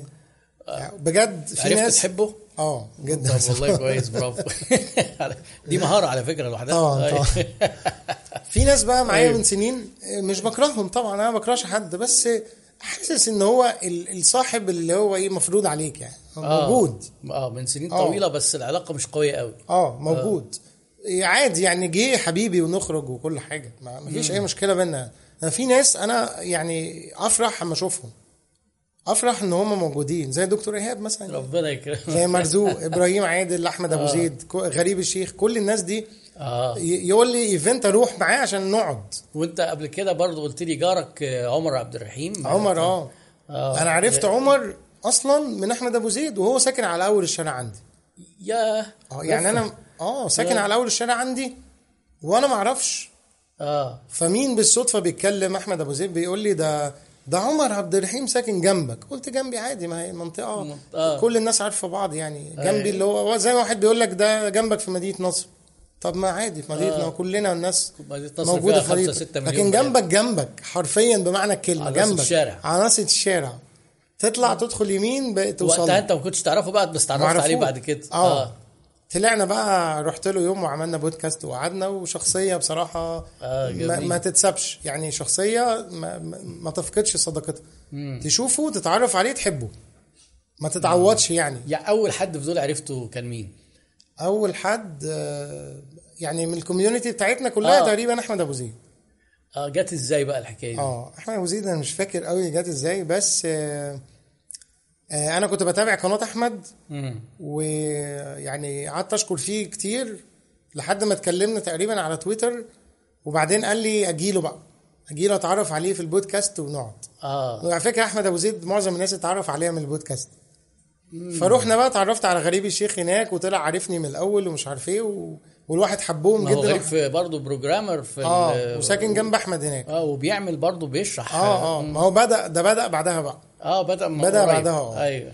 بجد في ناس تحبه اه جدا والله كويس برافو. دي مهارة على فكرة لوحدها. طبعا طبعا. في ناس بقى معايا من سنين مش بكرههم طبعا، انا ما بكرهش حد، بس حاسس ان هو الصاحب اللي هو ايه مفروض عليك يعني آه. موجود اه من سنين آه. طويلة بس العلاقة مش قوية قوي. اه موجود آه. عادي يعني جه حبيبي ونخرج وكل حاجة، ما فيش اي مشكلة بينا. في ناس انا يعني افرح اما اشوفهم، افرح ان هم موجودين زي دكتور ايهاب مثلا، ربنا يكرمه، زي مرزوق، ابراهيم عادل، احمد ابو زيد، غريب الشيخ، كل الناس دي آه. يقول لي ايفنت اروح معاه عشان نقعد. وانت قبل كده برضو قلت لي جارك عمر عبد الرحيم. عمر اه, آه. انا عرفت عمر اصلا من احمد ابو زيد وهو ساكن على اول الشارع عندي. يا اه يعني انا اه ساكن يا. على اول الشارع عندي وانا ما اعرفش. اه فمين بالصدفه بيتكلم احمد ابو زيد بيقول لي ده ده عمر عبد الرحيم ساكن جنبك. قلت جنبي عادي، ما هي منطقه آه. كل الناس عارفه بعض يعني. جنبي اللي هو زي ما واحد بيقول لك ده جنبك في مدينه نصر، طب ما عادي في مدينتنا آه. كلنا الناس موجوده في مدينه، لكن جنبك جنبك حرفيا بمعنى الكلمه، جنبك الشارع. على ناصية الشارع، تطلع تدخل يمين بقى توصل. وقتها انت ما كنتش تعرفه بقى بس تعرفت عليه بعد كده. اه, آه. طلعنا بقى، رحت له يوم وعملنا بودكاست وقعدنا، وشخصيه بصراحه آه ما, ما تتسبش يعني، شخصيه ما, ما تفقدش صداقتها، تشوفه تتعرف عليه تحبه، ما تتعودش يعني. يعني اول حد في دول عرفته كان مين؟ اول حد يعني من الكوميونتي بتاعتنا كلها آه. تقريبا احمد ابو زيد. اه جت ازاي بقى الحكايه دي؟ اه احمد ابو زيد انا مش فاكر قوي جت ازاي، بس آه آه، انا كنت بتابع قناه احمد، مم. ويعني قعدت اشكر فيه كتير لحد ما اتكلمنا تقريبا على تويتر، وبعدين قال لي اجيله بقى، اجيله اتعرف عليه في البودكاست ونقعد. اه وعلى فكره احمد ابو زيد معظم الناس اتعرف عليها من البودكاست. فروحنا بقى اتعرفت على غريب الشيخ هناك، وطلع عارفني من الاول ومش عارف ايه و... والواحد حبهم ما هو جدا. غريب في برضه بروجرامر في اه ال- وساكن جنب احمد هناك. اه وبيعمل برضه بيشرح. اه اه ما هو بدا ده بدا بعدها بقى. اه بدا من بدأ قريب. بعدها، اه. ايوه.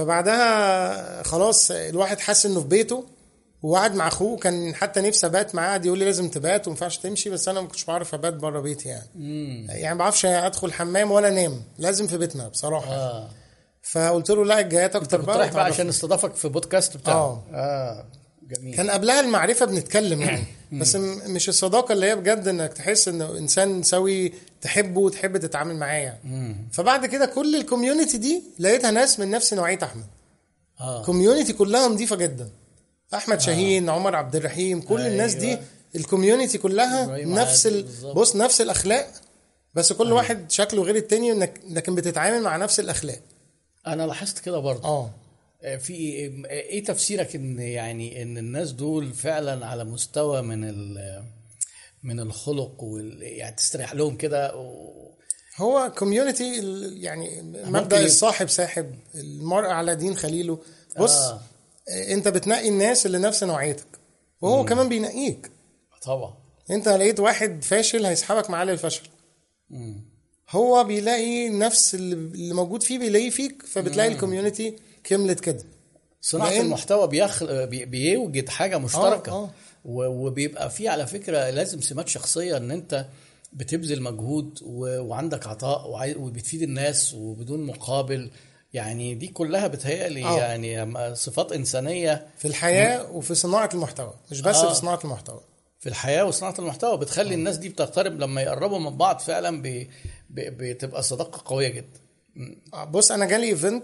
فبعدها خلاص الواحد حس انه في بيته، وقعد مع اخوه. كان حتى نفسي ابات معاه، قعد يقول لي لازم تبات وما ينفعش تمشي، بس انا ما كنتش بعرف ابات بره بيتي يعني. مم. يعني ما بعرفش ادخل حمام ولا انام، لازم في بيتنا بصراحه. اه فقلت له لا الجايات انت اكتر كنت بقى رايح بقى وتعرفني. عشان استضافك في بودكاست بتاعه. اه. اه جميل. كان قبلها المعرفه بنتكلم يعني، بس م- مش الصداقه اللي هي بجد انك تحس انه انسان سوي تحبه وتحب تتعامل معاه يعني. مم. فبعد كده كل الكوميونتي دي لقيتها ناس من نفس نوعيه احمد. اه كوميونتي كلها نظيفه جدا. احمد شاهين، عمر عبد الرحيم، كل الناس دي أيوة. الكوميونتي كلها إبراهيم نفس عادل ال... بالظبط. بص نفس الاخلاق، بس كل واحد شكله غير التاني، انك لكن بتتعامل مع نفس الاخلاق. انا لاحظت كده برضه. اه آه، في ايه تفسيرك ان يعني ان الناس دول فعلا على مستوى من ال من الخلق وال يعني تستريح لهم كده و... هو كوميونتي يعني مبدا يب- الصاحب ساحب، المرء على دين خليله. بص آه. آه. انت بتنقي الناس اللي نفس نوعيتك، وهو مم. كمان بينقيك. طبعا. انت لقيت واحد فاشل هيسحبك معاه للفشل. مم. هو بيلاقي نفس اللي اللي موجود فيه بيلاقيه فيك، فبتلاقي الكوميونتي كملت كده. صناعة لأن- المحتوى بيخل... بي- بيوجد حاجة مشتركة. آه، آه. و... وبيبقى فيه على فكرة لازم سمات شخصية ان انت بتبذل مجهود و... وعندك عطاء وعاي... وبتفيد الناس وبدون مقابل. يعني دي كلها بتهيألي آه. يعني صفات إنسانية في الحياة وفي صناعة المحتوى، مش بس آه. في صناعة المحتوى. في الحياة وصناعة المحتوى بتخلي الناس دي بتقترب لما يقربوا من بعض فعلا ب... ب... بتبقى صداقة قوية جدا. آه، بص انا جالي ايفنت،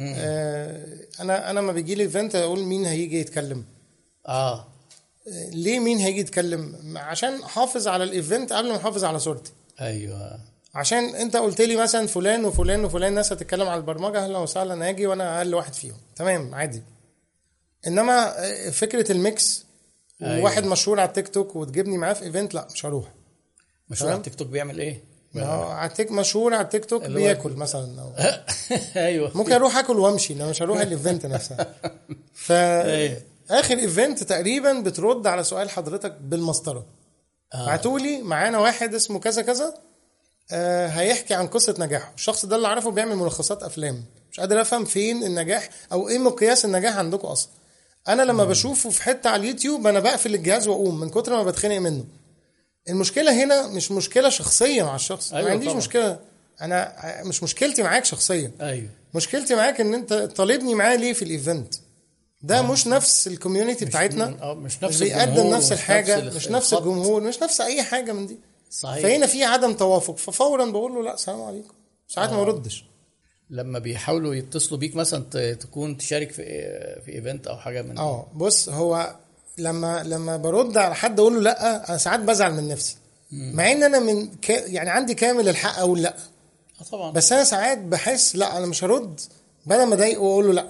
آه انا انا ما بيجي لي ايفنت اقول مين هيجي يتكلم. اه آه، ليه مين هيجي يتكلم؟ عشان احافظ على الايفنت قبل ما احافظ على صورتي. ايوه عشان انت قلت لي مثلا فلان وفلان وفلان ناس هتتكلم على البرمجه، اهلا وسهلا اجي وانا اقل واحد فيهم، تمام عادي. انما فكره الميكس أيوة. وواحد مشهور على التيك توك وتجيبني معاه في ايفنت، لا مش هروح. مشهور على التيك توك بيعمل ايه؟ ما هو على التيك مشهور على التيك توك اللي هو- بياكل مثلا أو ايوه ممكن اروح اكل وامشي، انا مش هروح الايفنت نفسها. ف أيوة. اخر ايفنت تقريبا بترد على سؤال حضرتك بالمسطره. بعتولي معانا واحد اسمه كذا كذا، آه هيحكي عن قصه نجاحه. الشخص ده اللي اعرفه بيعمل ملخصات افلام، مش قادر افهم فين النجاح او ايه مقياس النجاح عندكم اصلا. انا لما بشوفه في حته على اليوتيوب انا بقفل الجهاز واقوم من كتر ما بتخنق منه. المشكله هنا مش مشكله شخصيه مع الشخص، أيوة ما عنديش طبعا. مشكله، انا مش مشكلتي معاك شخصيا، ايوه مشكلتي معاك ان انت طالبني معاه ليه في الايفنت ده. مش نفس الكوميونتي بتاعتنا، آه، مش مش نفس بيقدم الجمهور نفس ومش الحاجه، نفس مش نفس الخط. الجمهور، مش نفس اي حاجه من دي. صحيح. فهنا في عدم توافق، ففورا بقول له لا سلام عليكم، ساعات ما بردش. لما بيحاولوا يتصلوا بيك مثلا ت- تكون تشارك في في ايفنت او حاجه من اه بص هو لما لما برد على حد اقول له لا، انا ساعات بزعل من نفسي، مع ان انا من ك... يعني عندي كامل الحق اقول لا، آه طبعا. بس انا ساعات بحس لا انا مش هرد بدل ما اضايقه واقول له لا.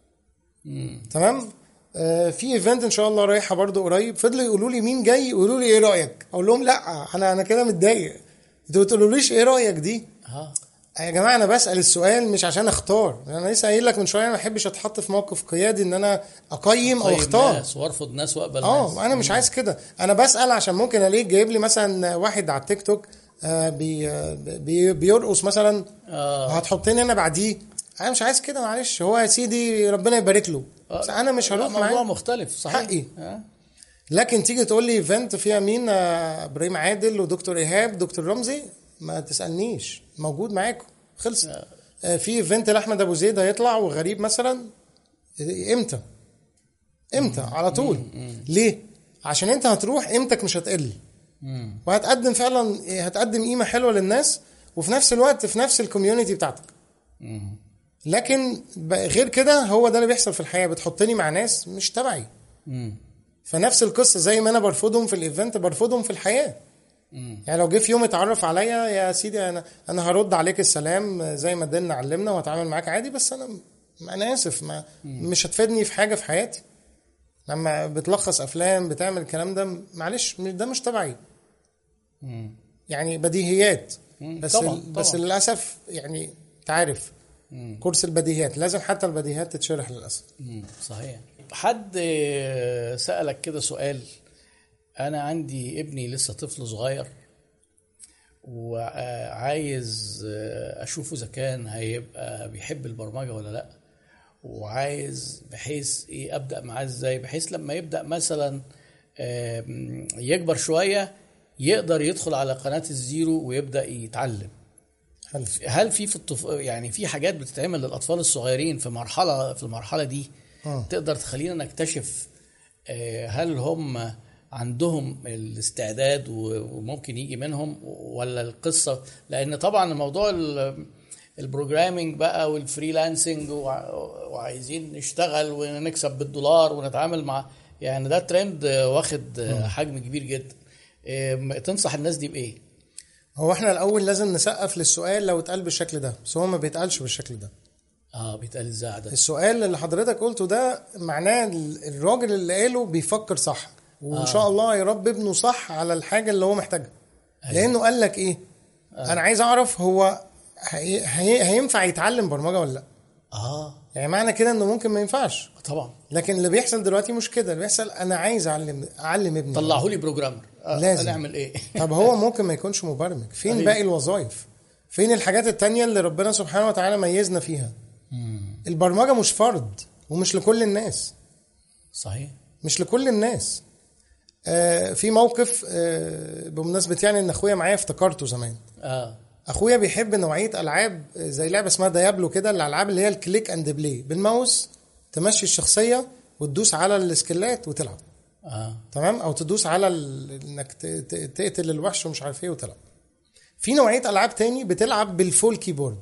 مم. تمام. آه في ايفنت ان شاء الله رايحه برضو قريب، فضلوا يقولوا لي مين جاي، يقولوا لي ايه رايك، اقول لهم لا انا انا كده متضايق، انتوا بتقولوليش ايه رايك دي. اه يا جماعه انا بسال السؤال مش عشان اختار، انا لسه قايل لك من شويه انا ما بحبش اتحط في موقف قيادي ان انا اقيم او طيب اختار. ناس وارفض ناس واقبل ناس. اه انا مش عايز كده، انا بسال عشان ممكن الاقيك جايب لي مثلا واحد على التيك توك آه بي بي بيرقص مثلا، اه وهتحطني انا بعديه، انا مش عايز كده، معلش هو يا سيدي ربنا يبارك له، بس انا مش هروح موضوع معاه. مختلف صحيح. حقي. آه. لكن تيجي تقول لي ايفنت فيها مين، آه، ابراهيم عادل ودكتور ايهاب دكتور رمزي، ما تسالنيش، موجود معاكم خلص. آه، في ايفنت لاحمد ابو زيد هيطلع وغريب مثلا، امتى امتى على طول. ليه؟ عشان انت هتروح قيمتك مش هتقل، مم. وهتقدم فعلا، هتقدم قيمه حلوه للناس، وفي نفس الوقت في نفس الكوميونتي بتاعتك. مم. لكن ب- غير كده هو ده اللي بيحصل في الحياه، بتحطني مع ناس مش تبعي. مم. فنفس القصه، زي ما انا برفضهم في الايفنت برفضهم في الحياه. مم. يعني لو جه في يوم اتعرف عليا يا سيدي، انا انا هرد عليك السلام زي ما ديننا علمنا وهتعامل معاك عادي، بس انا ما انا اسف، ما مش هتفيدني في حاجه في حياتي لما بتلخص افلام بتعمل الكلام ده. معلش ده مش تبعي. يعني بديهيات بس طبعًا ال... بس طبعًا. للاسف يعني تعرف كورس البديهيات لازم حتى البديهيات تتشرح للاسف. مم. صحيح. حد سألك كده سؤال، انا عندي ابني لسه طفل صغير وعايز اشوفه اذا كان هيبقى بيحب البرمجه ولا لا، وعايز بحيث ايه ابدا معاه ازاي، بحيث لما يبدا مثلا يكبر شويه يقدر يدخل على قناه الزيرو ويبدا يتعلم. حلو. هل في في الطف... يعني في حاجات بتتعمل للاطفال الصغيرين في مرحله في المرحله دي آه. تقدر تخلينا نكتشف هل هم عندهم الاستعداد وممكن يجي منهم ولا القصة؟ لأن طبعا الموضوع البروجرامينج بقى والفريلانسنج وعايزين نشتغل ونكسب بالدولار ونتعامل مع، يعني ده ترند واخد حجم كبير جدا. تنصح الناس دي بإيه؟ هو احنا الأول لازم نسقف للسؤال لو اتقال بالشكل ده، بس هو ما بيتقالش بالشكل ده. اه بيتقال ازاي عادة؟ السؤال اللي حضرتك قلته ده معناه الراجل اللي قاله بيفكر صح، وان آه. شاء الله يربي ابنه صح على الحاجه اللي هو محتاجها. أيوة. لانه قال لك ايه؟ آه. انا عايز اعرف هو هي... هي... هينفع يتعلم برمجه ولا لا. اه يعني معنى كده انه ممكن ما ينفعش طبعا. لكن اللي بيحصل دلوقتي مش كده، اللي بيحصل انا عايز اعلم اعلم ابني. طلعوا لي بروجرامر. آه. لازم نعمل ايه؟ طب هو ممكن ما يكونش مبرمج، فين أيوة. باقي الوظائف؟ فين الحاجات التانية اللي ربنا سبحانه وتعالى ميزنا فيها؟ مم. البرمجه مش فرض ومش لكل الناس. صحيح، مش لكل الناس. آه في موقف آه بمناسبة يعني ان اخويا معايا افتكرته زمان. اه اخويا بيحب نوعية العاب زي لعبة اسمها ديابلو كده، الالعاب اللي هي الكليك اند بلاي، بالماوس تمشي الشخصية وتدوس على السكيلات وتلعب. اه تمام، او تدوس على انك تقتل الوحش ومش عارف ايه وتلعب. في نوعية العاب تاني بتلعب بالفول كيبورد.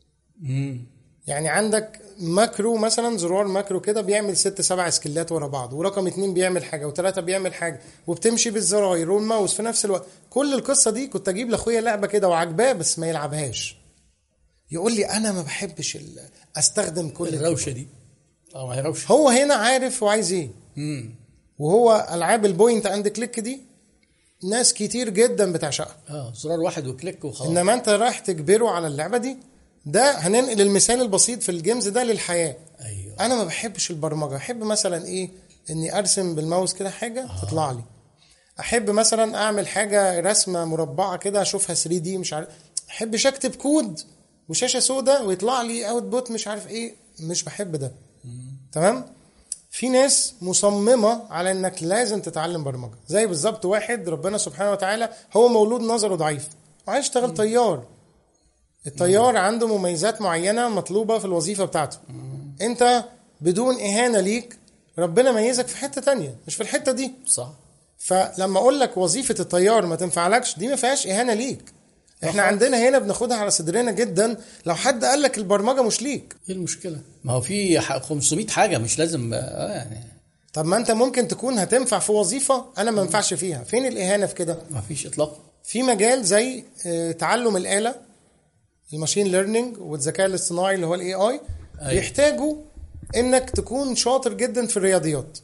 امم يعني عندك ماكرو مثلا، زرار ماكرو كده بيعمل ست سبع سكيلات ورا بعض، ورقم اتنين بيعمل حاجة وثلاثة بيعمل حاجة، وبتمشي بالزراير والماوس في نفس الوقت. كل القصة دي كنت اجيب لاخويا لعبة كده وعجباه بس ما يلعبهاش، يقول لي انا ما بحبش استخدم كل الروشة دي. اه ما هي روشة. هو هنا عارف هو عايز ايه. امم وهو العاب البوينت اند كليك دي ناس كتير جدا بتعشقها. اه زرار واحد وكليك وخلاص. انما انت رايح تجبره على اللعبة دي. ده هننقل المثال البسيط في الجيمز ده للحياة. أيوة. انا ما بحبش البرمجة، احب مثلا ايه اني ارسم بالماوس كده حاجة آه. تطلع لي. احب مثلا اعمل حاجة رسمة مربعة كده اشوفها ثري دي مش عارف. احبش اكتب كود وشاشة سودة ويطلع لي اوتبوت مش عارف ايه، مش بحب ده. مم. تمام. في ناس مصممة على انك لازم تتعلم برمجة، زي بالظبط واحد ربنا سبحانه وتعالى هو مولود نظره ضعيف وعايز يشتغل طيار. الطيار مم. عنده مميزات معينة مطلوبة في الوظيفة بتاعته. مم. انت بدون اهانة ليك ربنا ميزك في حتة تانية مش في الحتة دي. صح. فلما اقول لك وظيفة الطيار ما تنفعلكش دي ما فيهاش اهانة ليك. احنا أخذ. عندنا هنا بناخدها على صدرنا جدا لو حد قال لك البرمجة مش ليك. ايه المشكلة؟ ما هو في خمسمية حاجة مش لازم آه يعني. طب ما انت ممكن تكون هتنفع في وظيفة انا ما ينفعش فيها، فين الاهانة في كده؟ ما فيش اطلاق. في مجال زي تعلم الآلة، الماشين ليرنينج والذكاء الاصطناعي اللي هو الاي اي، بيحتاجوا انك تكون شاطر جدا في الرياضيات،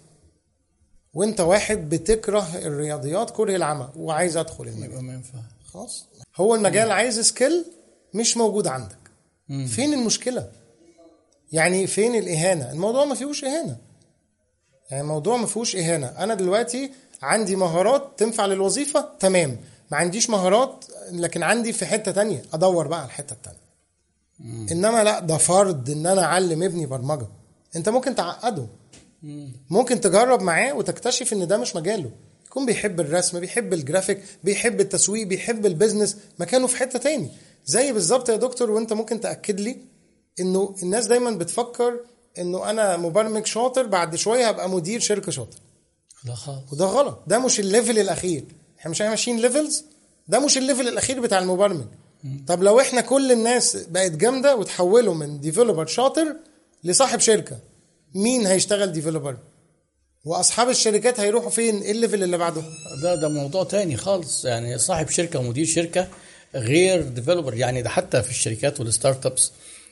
وانت واحد بتكره الرياضيات كره العمى وعايز ادخل المجال. ما ينفع خلاص، هو المجال مم. عايز سكيل مش موجود عندك. مم. فين المشكلة؟ يعني فين الإهانة؟ الموضوع ما فيهوش إهانة، يعني الموضوع ما فيهوش إهانة. أنا دلوقتي عندي مهارات تنفع للوظيفة تمام، ما عنديش مهارات لكن عندي في حتة تانية أدور بقى على الحتة التانية. مم. إنما لا، ده فرض إن أنا أعلم ابني برمجة. أنت ممكن تعقده، مم. ممكن تجرب معاه وتكتشف إن ده مش مجاله. يكون بيحب الرسم، بيحب الجرافيك، بيحب التسويق، بيحب البيزنس، مكانه في حتة تاني. زي بالظبط يا دكتور، وانت ممكن تأكد لي انه الناس دايما بتفكر انه انا مبرمج شاطر بعد شوية هبقى مدير شركة شاطر. لا خالص، وده غلط. ده مش الليفل الاخير. احنا مش ماشيين ليفلز، ده مش الليفل الاخير بتاع المبرمج. م. طب لو احنا كل الناس بقت جامدة وتحولوا من ديفلوبر شاطر لصاحب شركة، مين هيشتغل ديفلوبر؟ واصحاب الشركات هيروحوا فين؟ ايه الليفل اللي بعده؟ ده ده موضوع تاني خالص. يعني صاحب شركه ومدير شركه غير ديفلوبر. يعني ده حتى في الشركات والستارت ابس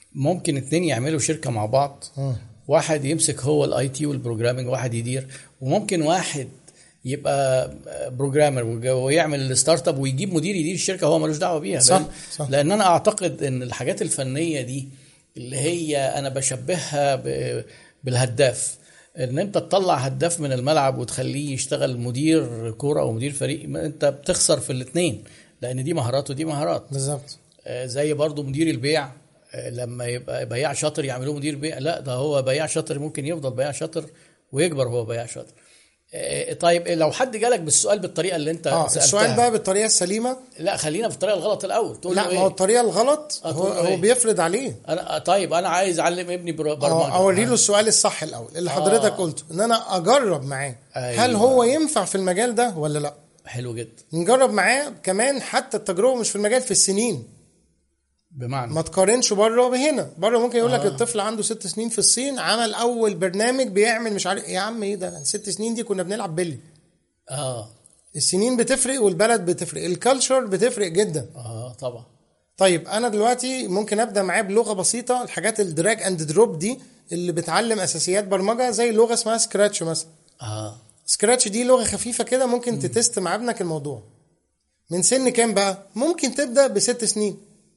ممكن اتنين يعملوا شركه مع بعض. مم. واحد يمسك هو الاي تي والبروجرامينج، واحد يدير، وممكن واحد يبقى بروجرامر ويعمل الستارت اب ويجيب مدير يدير الشركه هو ملوش دعوه بيها. صح. لأن, صح. لان انا اعتقد ان الحاجات الفنيه دي اللي هي انا بشبهها ب- بالهداف، ان انت تطلع هداف من الملعب وتخليه يشتغل مدير كوره او مدير فريق، ما انت بتخسر في الاثنين، لان دي مهارات ودي مهارات. بالظبط. آه، زي برضو مدير البيع، آه، لما يبقى بياع شاطر يعملوه مدير بيع، لا ده هو بياع شاطر ممكن يفضل بياع شاطر ويكبر هو بياع شاطر. آه، طيب لو حد جالك بالسؤال بالطريقه اللي انت اه سألتها، السؤال بقى بالطريقه السليمه. لا خلينا في الطريقه الغلط الاول. تقول لا له ما هو ايه؟ الطريقه الغلط آه، هو, تقول له هو إيه؟ بيفرض عليه. انا طيب انا عايز اعلم ابني بر- اه برمجه، اوري له السؤال الصح الاول اللي حضرتك قلته، ان انا اجرب معاه أيوة. هل هو ينفع في المجال ده ولا لا. حلو جدا. نجرب معاه كمان، حتى التجربه مش في المجال، في السنين. بمعنى ما تقارنش بره وهنا. بره ممكن يقول لك آه. الطفل عنده ست سنين في الصين عمل اول برنامج بيعمل مش عارف يا عم ايه ده، ست سنين دي كنا بنلعب بلي. اه السنين بتفرق والبلد بتفرق، الكالتشر بتفرق جدا. اه طبعا. طيب انا دلوقتي ممكن ابدا معاه بلغه بسيطه، الحاجات الدراج اند دروب دي اللي بتعلم اساسيات برمجه، زي لغه اسمها سكراتش مثلا. اه سكراتش دي لغه خفيفه كده، ممكن تتست مع ابنك الموضوع. من سن كام بقى؟ ممكن تبدا بست سنين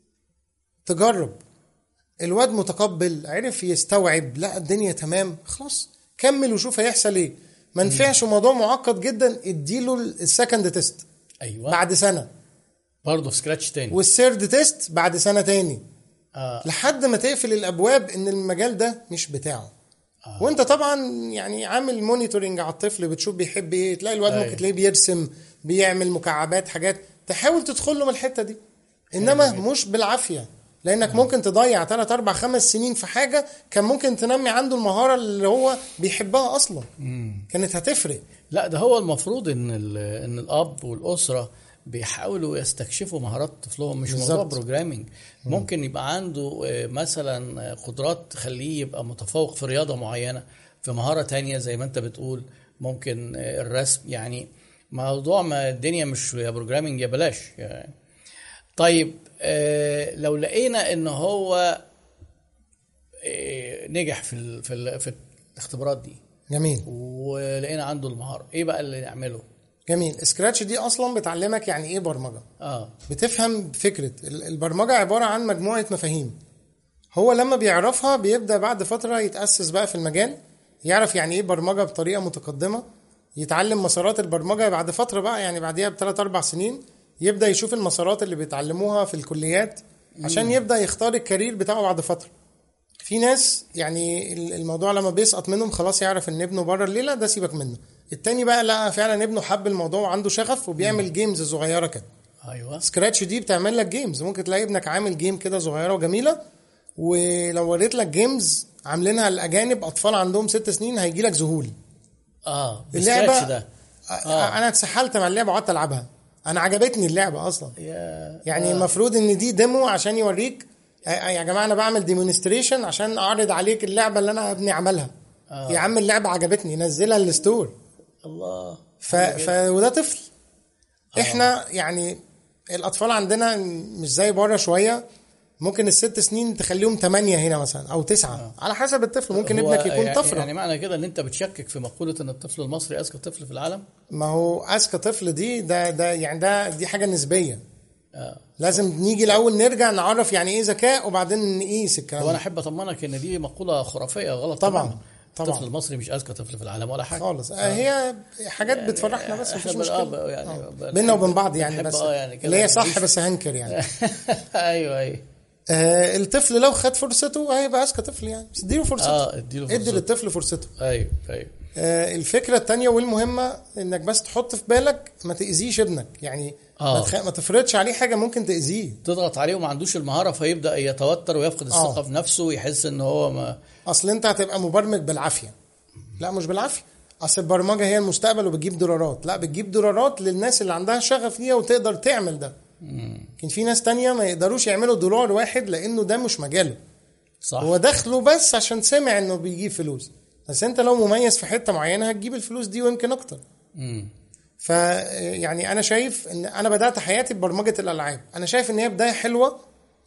تجرب. الواد متقبل، عرف يستوعب، لا الدنيا تمام، خلاص كمل وشوف هيحصل ايه. ما نفعش موضوع معقد جدا، اديله السكند تيست ايوه بعد سنه، برضه في سكراتش تاني. والثيرد تيست بعد سنه تاني، آه. لحد ما تقفل الابواب ان المجال ده مش بتاعه. آه. وانت طبعا يعني عامل مونيتورنج على الطفل، بتشوف بيحب ايه، تلاقي الواد أيوة. ممكن تلاقيه بيرسم، بيعمل مكعبات، حاجات تحاول تدخل له من الحته دي، انما مش بالعافيه، لانك آه. ممكن تضيع ثلاثة أربعة خمس سنين في حاجه كان ممكن تنمي عنده المهاره اللي هو بيحبها اصلا. مم. كانت هتفرق. لا ده هو المفروض ان ان الاب والاسره بيحاولوا يستكشفوا مهارات طفلهم، مش بالزبط. موضوع بروجرامينج. ممكن يبقى عنده مثلا قدرات تخليه يبقى متفوق في رياضة معينة، في مهارة تانية زي ما انت بتقول، ممكن الرسم، يعني موضوع ما الدنيا مش يا بروجرامينج يا بلاش يعني. طيب لو لقينا ان هو نجح في ال في ال في الاختبارات دي، جميل، ولقينا عنده المهارة، ايه بقى اللي نعمله؟ جميل. سكراتش دي اصلا بتعلمك يعني ايه برمجه. اه بتفهم فكره البرمجه عباره عن مجموعه مفاهيم، هو لما بيعرفها بيبدا بعد فتره يتاسس بقى في المجال، يعرف يعني ايه برمجه بطريقه متقدمه، يتعلم مسارات البرمجه بعد فتره بقى، يعني بعديها بثلاث اربع سنين يبدا يشوف المسارات اللي بيتعلموها في الكليات عشان يبدا يختار الكارير بتاعه بعد فتره. في ناس يعني الموضوع لما بيسقط منهم خلاص يعرف ان ابنه بره الليله ده سيبك منه. التاني بقى لا فعلا ابنه حب الموضوع وعنده شغف وبيعمل مم. جيمز صغيره كده. ايوه سكراتش دي بتعمل لك جيمز، ممكن تلاقي ابنك عامل جيم كده صغيره وجميله، ولو وريت لك جيمز عاملينها الاجانب اطفال عندهم ست سنين هيجي لك ذهول. اه اللعبه ده آه. انا اتسحلت مع اللعبه وقعدت العبها، انا عجبتني اللعبه اصلا. yeah. يعني آه. المفروض ان دي ديمو عشان يوريك يا جماعه انا بعمل ديمونستريشن عشان اعرض عليك اللعبه اللي انا ابني عملها. آه. يا عم اللعبه عجبتني نزلها الستور. الله. ف... ف... وده طفل. آه. احنا يعني الاطفال عندنا مش زي بره شويه، ممكن الست سنين تخليهم ثمانية هنا مثلا او تسعة آه. على حسب الطفل. ممكن ابنك يكون يعني طفره. يعني معنى كده ان انت بتشكك في مقوله ان الطفل المصري اذكى طفل في العالم؟ ما هو اذكى طفل دي ده ده يعني ده دي حاجه نسبيه. آه. لازم نيجي الاول نرجع نعرف يعني ايه ذكاء وبعدين نقيس الكلام. وانا احب اطمنك ان دي مقوله خرافيه غلط طبعا تماما. طبعا الطفل المصري مش اذكى طفل في العالم ولا حاجه خالص. آه. هي حاجات يعني بتفرحنا بس مفيش مشكله يعني آه. بيننا وبين بعض يعني، بس آه يعني اللي هي صح بس هنكر يعني. ايوه ايوه آه الطفل لو خد فرصته هيبقى اذكى طفل يعني، بس اديله فرصته. اه اديله فرصته، ادي للطفل فرصته. ايوه ايوه. آه الفكره الثانيه والمهمه انك بس تحط في بالك ما تاذيش ابنك، يعني آه. ما, تخ... ما تفرضش عليه حاجه ممكن تاذيه، تضغط عليه وما عندوش المهاره فيبدا يتوتر ويفقد الثقه آه. في نفسه ويحس ان هو ما اصل انت هتبقى مبرمج بالعافيه. لا مش بالعافيه، اصل البرمجه هي المستقبل وبتجيب دولارات، لا بتجيب دولارات للناس اللي عندها شغف فيها وتقدر تعمل ده. لكن في ناس تانية ما يقدروش يعملوا دولار واحد لانه ده مش مجاله. صح. هو دخله بس عشان سمع انه بيجيب فلوس، بس انت لو مميز في حته معينه هتجيب الفلوس دي ويمكن اكتر. امم ف يعني انا شايف ان انا بدات حياتي ببرمجه الالعاب، انا شايف ان هي بدايه حلوه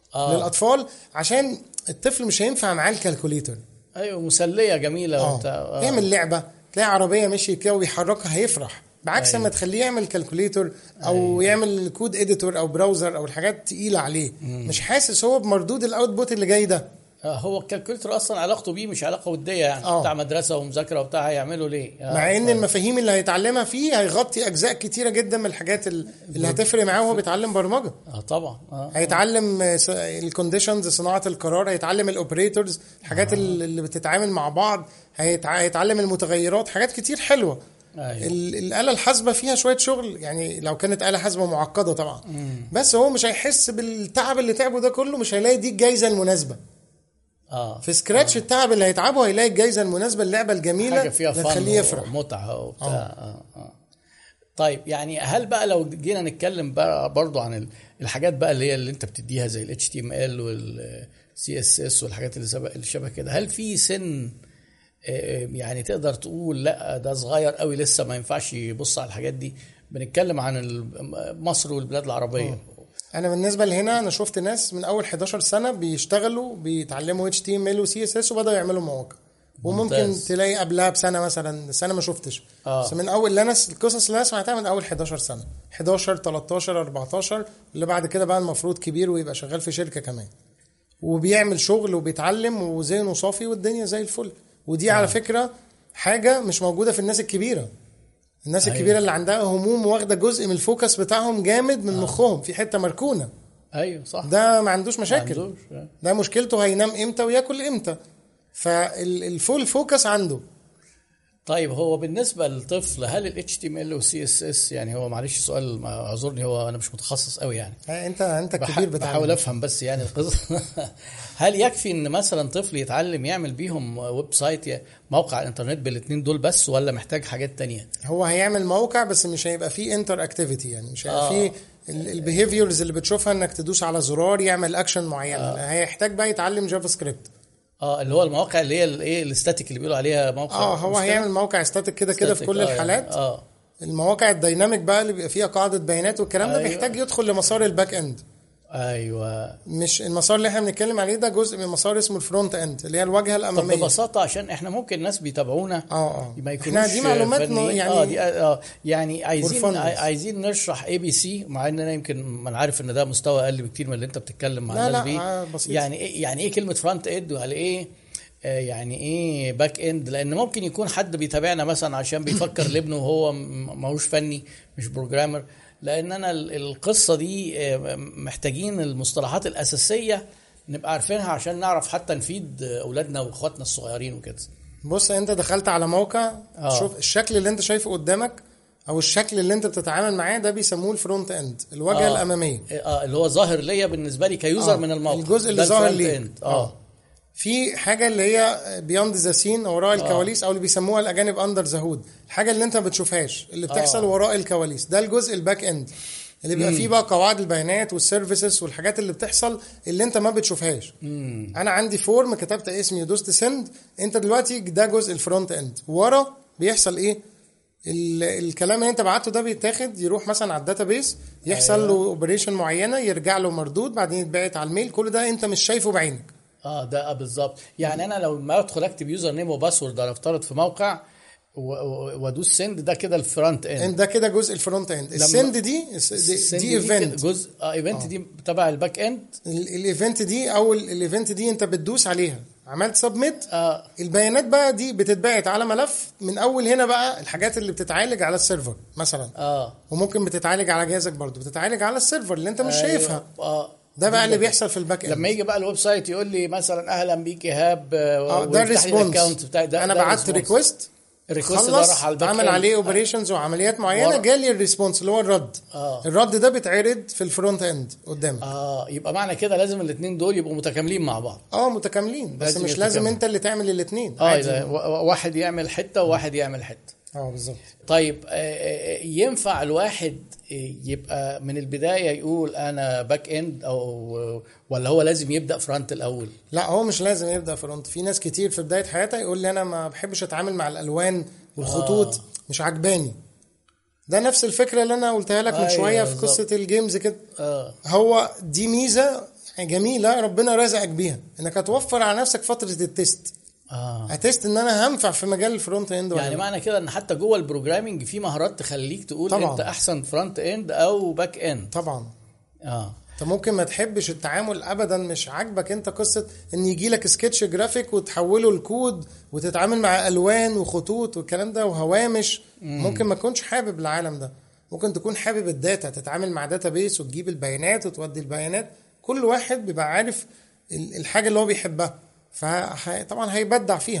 آه. للاطفال عشان الطفل مش هينفع معاه الكالكوليتر. ايوه مسليه جميله اه وبتاع آه. يعمل لعبه، تلاقي عربيه مشي كده ويحركها هيفرح، بعكس أيوة. ما تخليه يعمل كالكوليتر او أيوة. يعمل كود اديتور او براوزر او الحاجات تقيله عليه. مم. مش حاسس هو بمردود الاوتبوت اللي جاي ده. آه هو الكالكوليتر اصلا علاقته بيه مش علاقه وديه يعني آه. بتاع مدرسه ومذاكره وبتاع هيعملوا ليه آه. مع ان المفاهيم اللي هيتعلمها فيه هيغطي اجزاء كتيره جدا من الحاجات اللي هتفرق معاه وهو بيتعلم برمجه. اه طبعا آه. هيتعلم الكونديشنز، صناعه القرار، هيتعلم الاوبريتورز، الحاجات آه. اللي بتتعامل مع بعض، هيتعلم المتغيرات، حاجات كتير حلوه. أيوة. الآلة الحاسبة فيها شوية شغل يعني، لو كانت آلة حاسبة معقدة طبعا. مم. بس هو مش هيحس بالتعب اللي تعبه ده كله، مش هيلاقي دي الجايزة المناسبة. آه. في سكراتش آه. التعب اللي هيتعبه هيلاقي الجايزة المناسبة، اللعبة الجميلة حاجة فيها تخليه يفرح ومتعة وبتاع. آه. آه. آه. طيب يعني هل بقى لو جينا نتكلم بقى برضو عن الحاجات بقى اللي هي اللي انت بتديها زي ال إتش تي إم إل وال سي إس إس والحاجات اللي شبه كده، هل في سن يعني تقدر تقول لا ده صغير قوي لسه ما ينفعش يبص على الحاجات دي؟ بنتكلم عن مصر والبلاد العربية. أوه. انا بالنسبه لهنا انا شفت ناس من اول حداشر سنه بيشتغلوا بيتعلموا إتش تي إم إل و سي إس إس وبداوا يعملوا مواقع، وممكن ممتاز. تلاقي قبلها بسنه مثلا سنه ما شفتش. آه. بس من اول اللي انا القصص اللي انا سمعتها من اول حداشر سنه، حداشر تلتاشر اربعتاشر، اللي بعد كده بقى المفروض كبير ويبقى شغال في شركه كمان وبيعمل شغل وبيتعلم وذهنه صافي والدنيا زي الفل. ودي آه. على فكره حاجه مش موجوده في الناس الكبيره. الناس أيوة. الكبيره اللي عندها هموم واخده جزء من الفوكس بتاعهم جامد من آه. مخهم في حته مركونه. ايوه صح. ده ما عندوش مشاكل، ما عندوش. ده مشكلته هينام امتى وياكل امتى، فالفول فوكس عنده. طيب هو بالنسبه للطفل هل ال إتش تي إم إل وال سي إس إس يعني هو معلش سؤال اعذرني هو انا مش متخصص قوي يعني انت انت الكبير بتاعنا بحاول افهم بس يعني القصه هل يكفي ان مثلا طفل يتعلم يعمل بيهم ويب سايت موقع الانترنت بالاثنين دول بس، ولا محتاج حاجات تانية؟ هو هيعمل موقع بس مش هيبقى فيه انتر اكتيفيتي، يعني مش هيبقى آه. فيه البيهيفيرز اللي بتشوفها انك تدوس على زرار يعمل اكشن معين. آه. هيحتاج بقى يتعلم جافا سكريبت. اه اللي هو المواقع اللي هي الايه الاستاتيك اللي بيقولوا عليها موقع. اه هو مستاتيك. هيعمل موقع استاتيك كده كده في كل آه الحالات. اه المواقع الديناميك بقى اللي بيبقى فيها قاعده بيانات والكلام أيوة. ده بيحتاج يدخل لمسار الباك اند. ايوه مش المسار اللي احنا بنتكلم عليه ده جزء من مسار اسمه الفرونت اند اللي هي الواجهه الاماميه. طب ببساطه عشان احنا ممكن الناس بيتابعونا اه اه ما يكونوش احنا دي معلومات يعني اه دي اه يعني عايزين عايزين نشرح اي بي سي، مع ان انا يمكن ما انا عارف ان ده مستوى اقل بكتير من اللي انت بتتكلم مع الناس بيه. آه بسيط. يعني ايه يعني ايه كلمه فرونت اند وعلى ايه يعني ايه باك اند؟ لان ممكن يكون حد بيتابعنا مثلا عشان بيفكر لابنه وهو ماهوش فني مش بروجرامر، لان انا القصه دي محتاجين المصطلحات الاساسيه نبقى عارفينها عشان نعرف حتى نفيد اولادنا واخواتنا الصغيرين وكده. بص انت دخلت على موقع آه. شوف الشكل اللي انت شايفه قدامك او الشكل اللي انت بتتعامل معاه ده بيسموه الفرونت اند، الواجهه آه. الاماميه. اه اللي هو ظاهر ليا بالنسبه لي كيوزر آه. من الموقع، الجزء اللي ظاهر لي اه, آه. في حاجه اللي هي بياند ذا سين وراء الكواليس، او اللي بيسموها الاجانب اندر ذا هود، الحاجه اللي انت ما بتشوفهاش اللي بتحصل آه. وراء الكواليس، ده الجزء الباك اند اللي بيبقى فيه بقى قواعد البيانات والسيرفيسز والحاجات اللي بتحصل اللي انت ما بتشوفهاش. مم. انا عندي فورم كتبت اسمي ودوست سند، انت دلوقتي ده جزء الفرونت اند، ورا بيحصل ايه؟ الكلام اللي انت بعته ده بيتاخد يروح مثلا على الداتابيس يحصل أيوة. له اوبريشن معينه يرجع له مردود بعدين يتبعت على الميل، كل ده انت مش شايفه بعينك. اه ده بالظبط. يعني انا لو ما ادخل اكتب يوزر نيم وباسورد انا افترض في موقع وادوس سند، ده كده الفرونت اند، ده كده جزء الفرونت اند. السند دي دي, دي ايفنت، جزء اه ايفنت آه. دي تبع الباك اند. الايفنت دي او الايفنت دي انت بتدوس عليها عملت سبميت آه. البيانات بقى دي بتتبعت على ملف من اول هنا بقى الحاجات اللي بتتعالج على السيرفر مثلا اه وممكن بتتعالج على جهازك برضو، بتتعالج على السيرفر اللي انت مش أيوة. شايفها اه ده بقى اللي بيحصل في الباك اند. لما يجي بقى الويب سايت يقول لي مثلا اهلا بيك ايهاب اه ده الريسبونس بتاعي، انا بعت ريكويست خلص عمل عليه اوبريشنز وعمليات معينه جالي الريسبونس اللي هو الرد آه. الرد ده بيتعرض في الفرونت اند قدامك. اه يبقى معنى كده لازم الاثنين دول يبقوا متكاملين مع بعض. اه متكاملين بس مش لازم انت اللي تعمل الاثنين اه واحد يعمل حته وواحد يعمل حته. اه بالظبط. طيب ينفع الواحد يبقى من البدايه يقول انا باك اند او ولا هو لازم يبدا فرونت الاول؟ لا هو مش لازم يبدا فرونت. في ناس كتير في بدايه حياتها يقول لي انا ما بحبش اتعامل مع الالوان والخطوط آه. مش عجباني. ده نفس الفكره اللي انا قلتها لك من أيوة شويه في قصه الجيمز كده. آه. هو دي ميزه جميله ربنا رزقك بيها، انك هتوفر على نفسك فتره التست. اه هتست ان انا هنفع في مجال الفرونت اند يعني معنى كده ان حتى جوه البروجرامينج في مهارات تخليك تقول طبعا. انت احسن فرونت اند او باك اند. طبعا. اه انت ممكن ما تحبش التعامل ابدا، مش عاجبك انت قصه ان يجي لك سكتش جرافيك وتحوله لكود وتتعامل مع الوان وخطوط والكلام ده وهوامش. مم. ممكن ما تكونش حابب العالم ده، ممكن تكون حابب الداتا، تتعامل مع داتا بيس وتجيب البيانات وتودي البيانات. كل واحد بيبقى عارف الحاجه اللي هو بيحبها، فطبعا هيبدع فيها.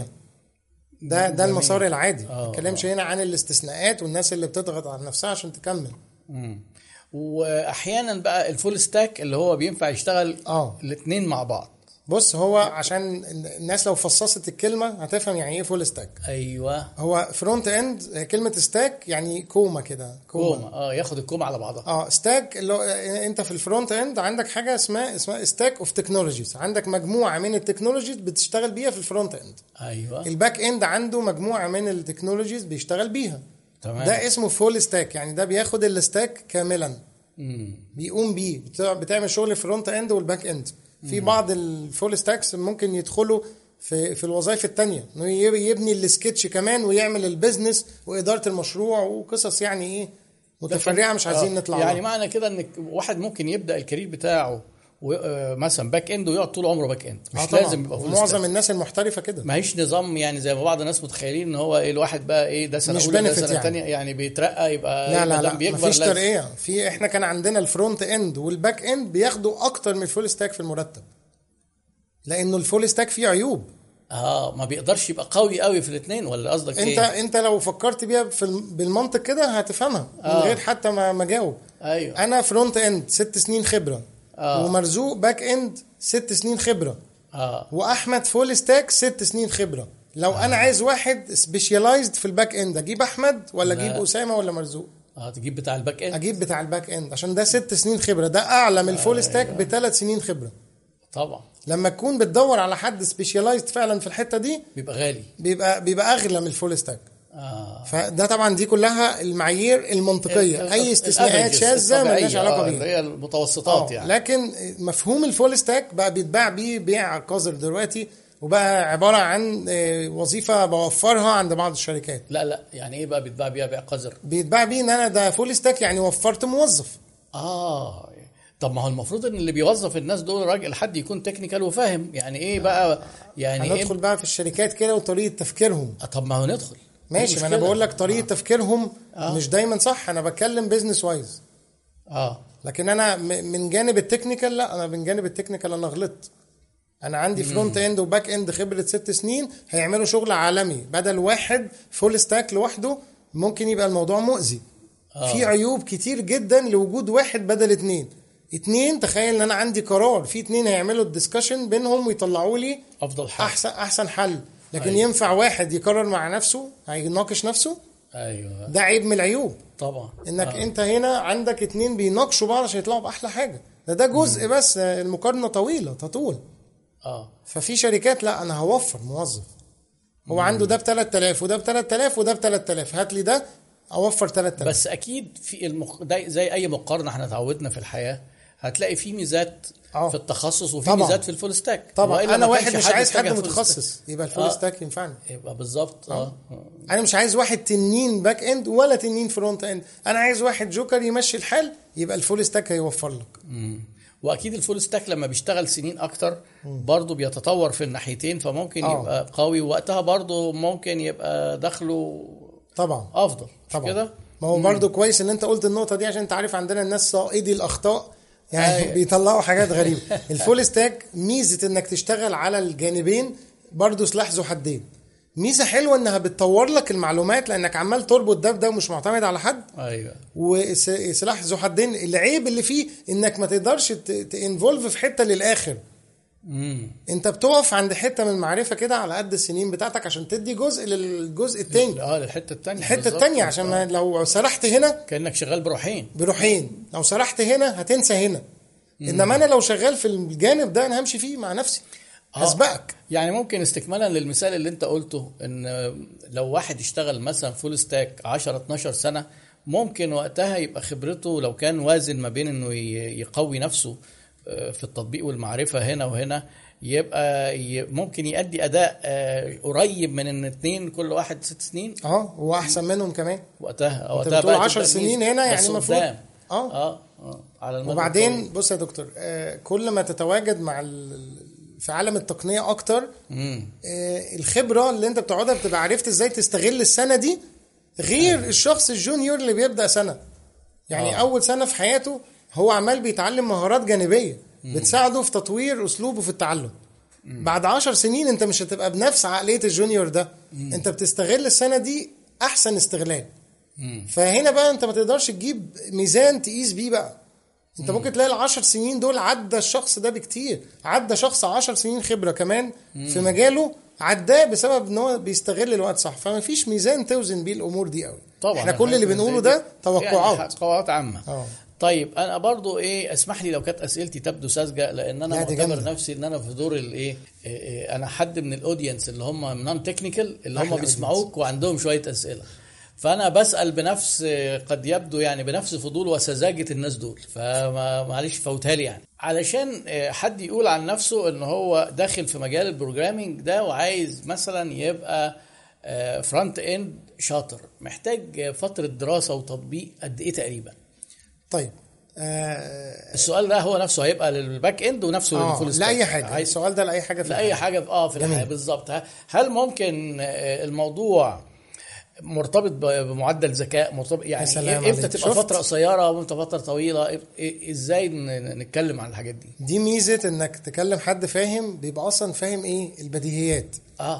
ده ده المسار العادي. ما اتكلمش هنا عن الاستثناءات والناس اللي بتضغط على نفسها عشان تكمل. مم. واحيانا بقى الفول ستاك اللي هو بينفع يشتغل اه الاثنين مع بعض. بص، هو عشان الناس لو فصصت الكلمه هتفهم يعني ايه فول ستاك. ايوه هو فرونت اند، كلمه ستاك يعني كومه كده، كومه, كومة. اه ياخد الكومه على بعضها. اه ستاك اللي هو انت في الفرونت اند عندك حاجه اسمها اسمها ستاك اوف تكنولوجيز، عندك مجموعه من التكنولوجيز بتشتغل بيها في الفرونت اند. ايوه الباك اند عنده مجموعه من التكنولوجيز بيشتغل بيها. تمام. ده اسمه فول ستاك، يعني ده بياخد الستاك كاملا. مم. بيقوم بيه، بتعمل شغل الفرونت اند والباك اند. في بعض الفول ستاكس ممكن يدخلوا في في الوظائف التانية، انه يبني السكتش كمان ويعمل البيزنس واداره المشروع وقصص يعني ايه متفرعه مش عايزين آه. نطلع. يعني معنى كده ان واحد ممكن يبدا الكارير بتاعه مثلا باك اند ويقعد طول عمره باك اند، مش آه لازم يبقى فول معظم ستاك. الناس المحترفه كده، ما هيش نظام يعني زي ما بعض الناس متخيلين ان هو ايه الواحد بقى ايه ده سنه اولى ده سنه يعني. ثانيه يعني بيترقى يبقى لا لا لا بيكبر. مفيش ترقيه. في احنا كان عندنا الفرونت اند والباك اند بياخدوا اكتر من الفول ستاك في المرتب، لانه الفول ستاك فيه عيوب. اه ما بيقدرش يبقى قوي قوي في الاثنين، ولا قصدك انت ايه؟ انت لو فكرت بيها في بالمنطق كده هتفهمها من آه. غير حتى ما ما اجاوب. ايوه انا فرونت اند ست سنين خبره، آه. ومرزوق باك اند ست سنين خبره، اه واحمد فول ستاك ست سنين خبره. لو آه. انا عايز واحد سبيشاليزد في الباك اند، اجيب احمد ولا لا. اجيب اسامه ولا مرزوق؟ اه تجيب بتاع الباك اند. اجيب بتاع الباك اند عشان ده ست سنين خبره، ده اعلى من الفول ستاك أيوة. بثلاث سنين خبره. طبعا لما تكون بتدور على حد سبيشاليزد فعلا في الحته دي بيبقى غالي، بيبقى بيبقى اغلى من الفول ستاك. آه. فده طبعا دي كلها المعايير المنطقيه، ال- اي استثناءات شاذه مالهاش علاقه بيها، هي المتوسطات يعني. لكن مفهوم الفول ستاك بقى بيتباع بيه بيع قذر دلوقتي، وبقى عباره عن وظيفه بوفرها عند بعض الشركات. لا لا يعني ايه بقى بيتباع بيها بيع قذر؟ بيتباع بيه ان انا ده فول ستاك يعني وفرت موظف. اه طب ما هو المفروض ان اللي بيوظف الناس دول راجل حد يكون تكنيكال وفاهم يعني ايه بقى يعني هندخل إيه؟ بقى في الشركات كده وطريقه تفكيرهم. آه طب ما هو ندخل ماشي، ما انا بقول لك طريقه آه. تفكيرهم آه. مش دايما صح. انا بتكلم بيزنس وايز. اه لكن انا من جانب التكنيكال، لا انا من جانب التكنيكال انا غلطت. انا عندي فرونت اند وباك اند خبره ست سنين هيعملوا شغل عالمي، بدل واحد فول ستاك لوحده ممكن يبقى الموضوع مؤذي. آه. في عيوب كتير جدا لوجود واحد بدل اتنين. اتنين، تخيل ان انا عندي قرار في اتنين هيعملوا الديسكشن بينهم ويطلعوا لي افضل حل، احسن احسن حل. لكن أيوة. ينفع واحد يقرر مع نفسه، هيناقش نفسه. ايوه ده عيب من العيوب طبعا. انك آه. انت هنا عندك اتنين بيناقشوا بعض عشان يطلعوا باحلى حاجه. ده ده جزء مم. بس المقارنه طويله تطول. اه ففي شركات لا انا هوفر موظف هو مم. عنده ده ب ثلاثة آلاف وده ب ثلاثة آلاف وده ب ثلاثة آلاف، هات لي ده اوفر ثلاثة آلاف. بس اكيد في المق... زي اي مقارنه احنا اتعودنا في الحياه، هتلاقي في ميزات أوه. في التخصص وفي طبعا. ميزات في الفول ستاك. طبعا انا واحد مش عايز حد متخصص يبقى الفول آه. ستاك ينفعني. يبقى بالظبط اه. اه انا مش عايز واحد تنين باك اند ولا تنين فرونت اند، انا عايز واحد جوكر يمشي الحال، يبقى الفول ستاك هيوفر لك. امم واكيد الفول ستاك لما بيشتغل سنين اكتر برضه بيتطور في الناحيتين، فممكن أوه. يبقى قوي، ووقتها برضه ممكن يبقى دخله طبعا افضل طبعا كده. ما هو برضه كويس ان انت قلت النقطه دي، عشان انت عارف عندنا الناس صائدي الاخطاء يعني بيطلعوا حاجات غريبه. الفول ستاك ميزه انك تشتغل على الجانبين برضو سلاح ذو حدين. ميزه حلوه انها بتطور لك المعلومات لانك عمال تربط ده بده ومش معتمد على حد. ايوه. وسلاح ذو حدين العيب اللي فيه انك ما تقدرش تانفولف في حته للاخر. امم انت بتقف عند حته من المعرفه كده على قد السنين بتاعتك عشان تدي جزء للجزء الثاني. اه للحته الثانيه. الحته الثانيه عشان ما لو سرحت هنا كانك شغال بروحين بروحين، لو سرحت هنا هتنسى هنا. مم. انما انا لو شغال في الجانب ده انا همشي فيه مع نفسي هسبقك. آه. يعني ممكن استكمالا للمثال اللي انت قلته، ان لو واحد يشتغل مثلا فول ستاك عشرة اتناشر سنه، ممكن وقتها يبقى خبرته لو كان وازن ما بين انه يقوي نفسه في التطبيق والمعرفه هنا وهنا، يبقى ممكن يؤدي اداء قريب من ان اتنين كل واحد ست سنين. اه هو احسن منهم كمان وقتها. وقتها بقى عشر سنين هنا يعني المفروض اه اه اه على المدى وبعدين الطويل. بص يا دكتور، آه كل ما تتواجد مع في عالم التقنيه اكتر، آه الخبره اللي انت بتقعدها بتبقى عرفت ازاي تستغل السنه دي غير آه. الشخص الجونيور اللي بيبدا سنه يعني آه. اول سنه في حياته هو عمال بيتعلم مهارات جانبيه بتساعده في تطوير اسلوبه في التعلم. مم. بعد عشر سنين انت مش هتبقى بنفس عقليه الجونيور ده. مم. انت بتستغل السنه دي احسن استغلال. مم. فهنا بقى انت ما تقدرش تجيب ميزان تقيس بيه بقى. انت ممكن تلاقي العشر سنين دول عدى الشخص ده بكتير، عدى شخص عشر سنين خبره كمان مم. في مجاله عداه بسبب ان هو بيستغل الوقت صح. فما فيش ميزان توزن بيه الامور دي قوي. طبعا احنا كل اللي بنقوله ده توقعات يعني توقعات عامه. اه طيب انا برضو ايه، اسمح لي لو كانت اسئلتي تبدو ساذجه، لان انا معتبر نفسي ان انا في دور الايه، انا حد من الاودينس اللي هم نون تكنيكال اللي هم بيسمعوك وعندهم شويه اسئله، فانا بسال بنفس قد يبدو يعني بنفس فضول وسذاجه الناس دول، فمعلش فوتها لي يعني. علشان حد يقول عن نفسه ان هو داخل في مجال البروجرامينج ده وعايز مثلا يبقى فرونت اند شاطر، محتاج فتره دراسه وتطبيق قد ايه تقريبا؟ طيب آه السؤال ده هو نفسه هيبقى للباك اند ونفسه آه للفول ستاك. لا اي حاجه، السؤال ده لاي حاجه في لاي حاجه اه في الحياه بالظبط. هل ممكن الموضوع مرتبط بمعدل ذكاء، مرتبط يعني امتى تبقى فتره قصيره وامتى فتره طويله؟ ازاي نتكلم عن الحاجات دي؟ دي ميزه انك تكلم حد فاهم، بيبقى اصلا فاهم ايه البديهيات. اه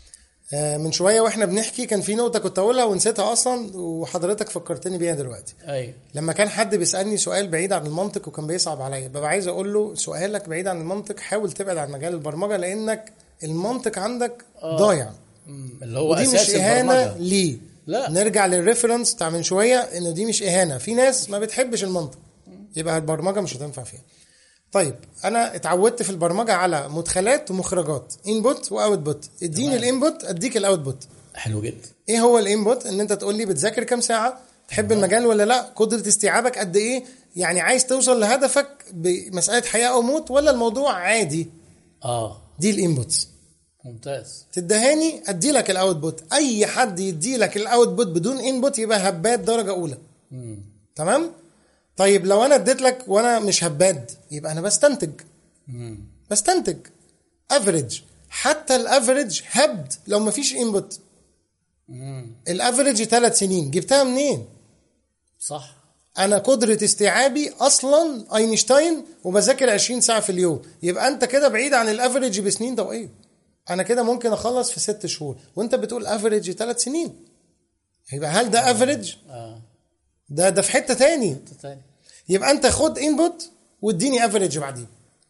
من شويه واحنا بنحكي كان في نقطه كنت اقولها ونسيتها اصلا وحضرتك فكرتني بيها دلوقتي. ايوه لما كان حد بيسالني سؤال بعيد عن المنطق وكان بيصعب عليا، ببقى عايز اقول له سؤالك بعيد عن المنطق، حاول تبعد عن مجال البرمجه لانك المنطق عندك آه. ضايع. اللي هو ودي اساس مش اهانه البرمجه ليه. لا. نرجع للريفرنس بتاع من شويه انه دي مش اهانه، في ناس ما بتحبش المنطق يبقى البرمجه مش هتنفع فيها. طيب انا اتعودت في البرمجه على مدخلات ومخرجات، انبوت واوتبوت، اديني الانبوت اديك الاوتبوت. حلو جدا. ايه هو الانبوت؟ ان انت تقول لي بتذاكر كام ساعه، تحب المجال ولا لا، قدره استيعابك قد ايه، يعني عايز توصل لهدفك بمساله حياه او موت ولا الموضوع عادي. اه دي الانبوتس. ممتاز. تدهاني ادي لك الاوتبوت. اي حد يدي لك الاوتبوت بدون انبوت يبقى هباد درجه اولى. مم. تمام. طيب لو انا اديت لك وانا مش هباد يبقى انا بستنتج. مم. بستنتج افريج. حتى الافريج هبد لو ما فيش انبوت. الافريج ثلاث سنين جبتها منين؟ صح. انا قدره استيعابي اصلا اينشتاين وبذاكر عشرين ساعه في اليوم، يبقى انت كده بعيد عن الافريج بسنين ضوئيه. انا كده ممكن اخلص في ست شهور وانت بتقول افريج ثلاث سنين، يبقى هل ده افريج؟ اه ده ده في حته تاني. تاني. يبقى انت خد انبوت واديني افريج بعدين.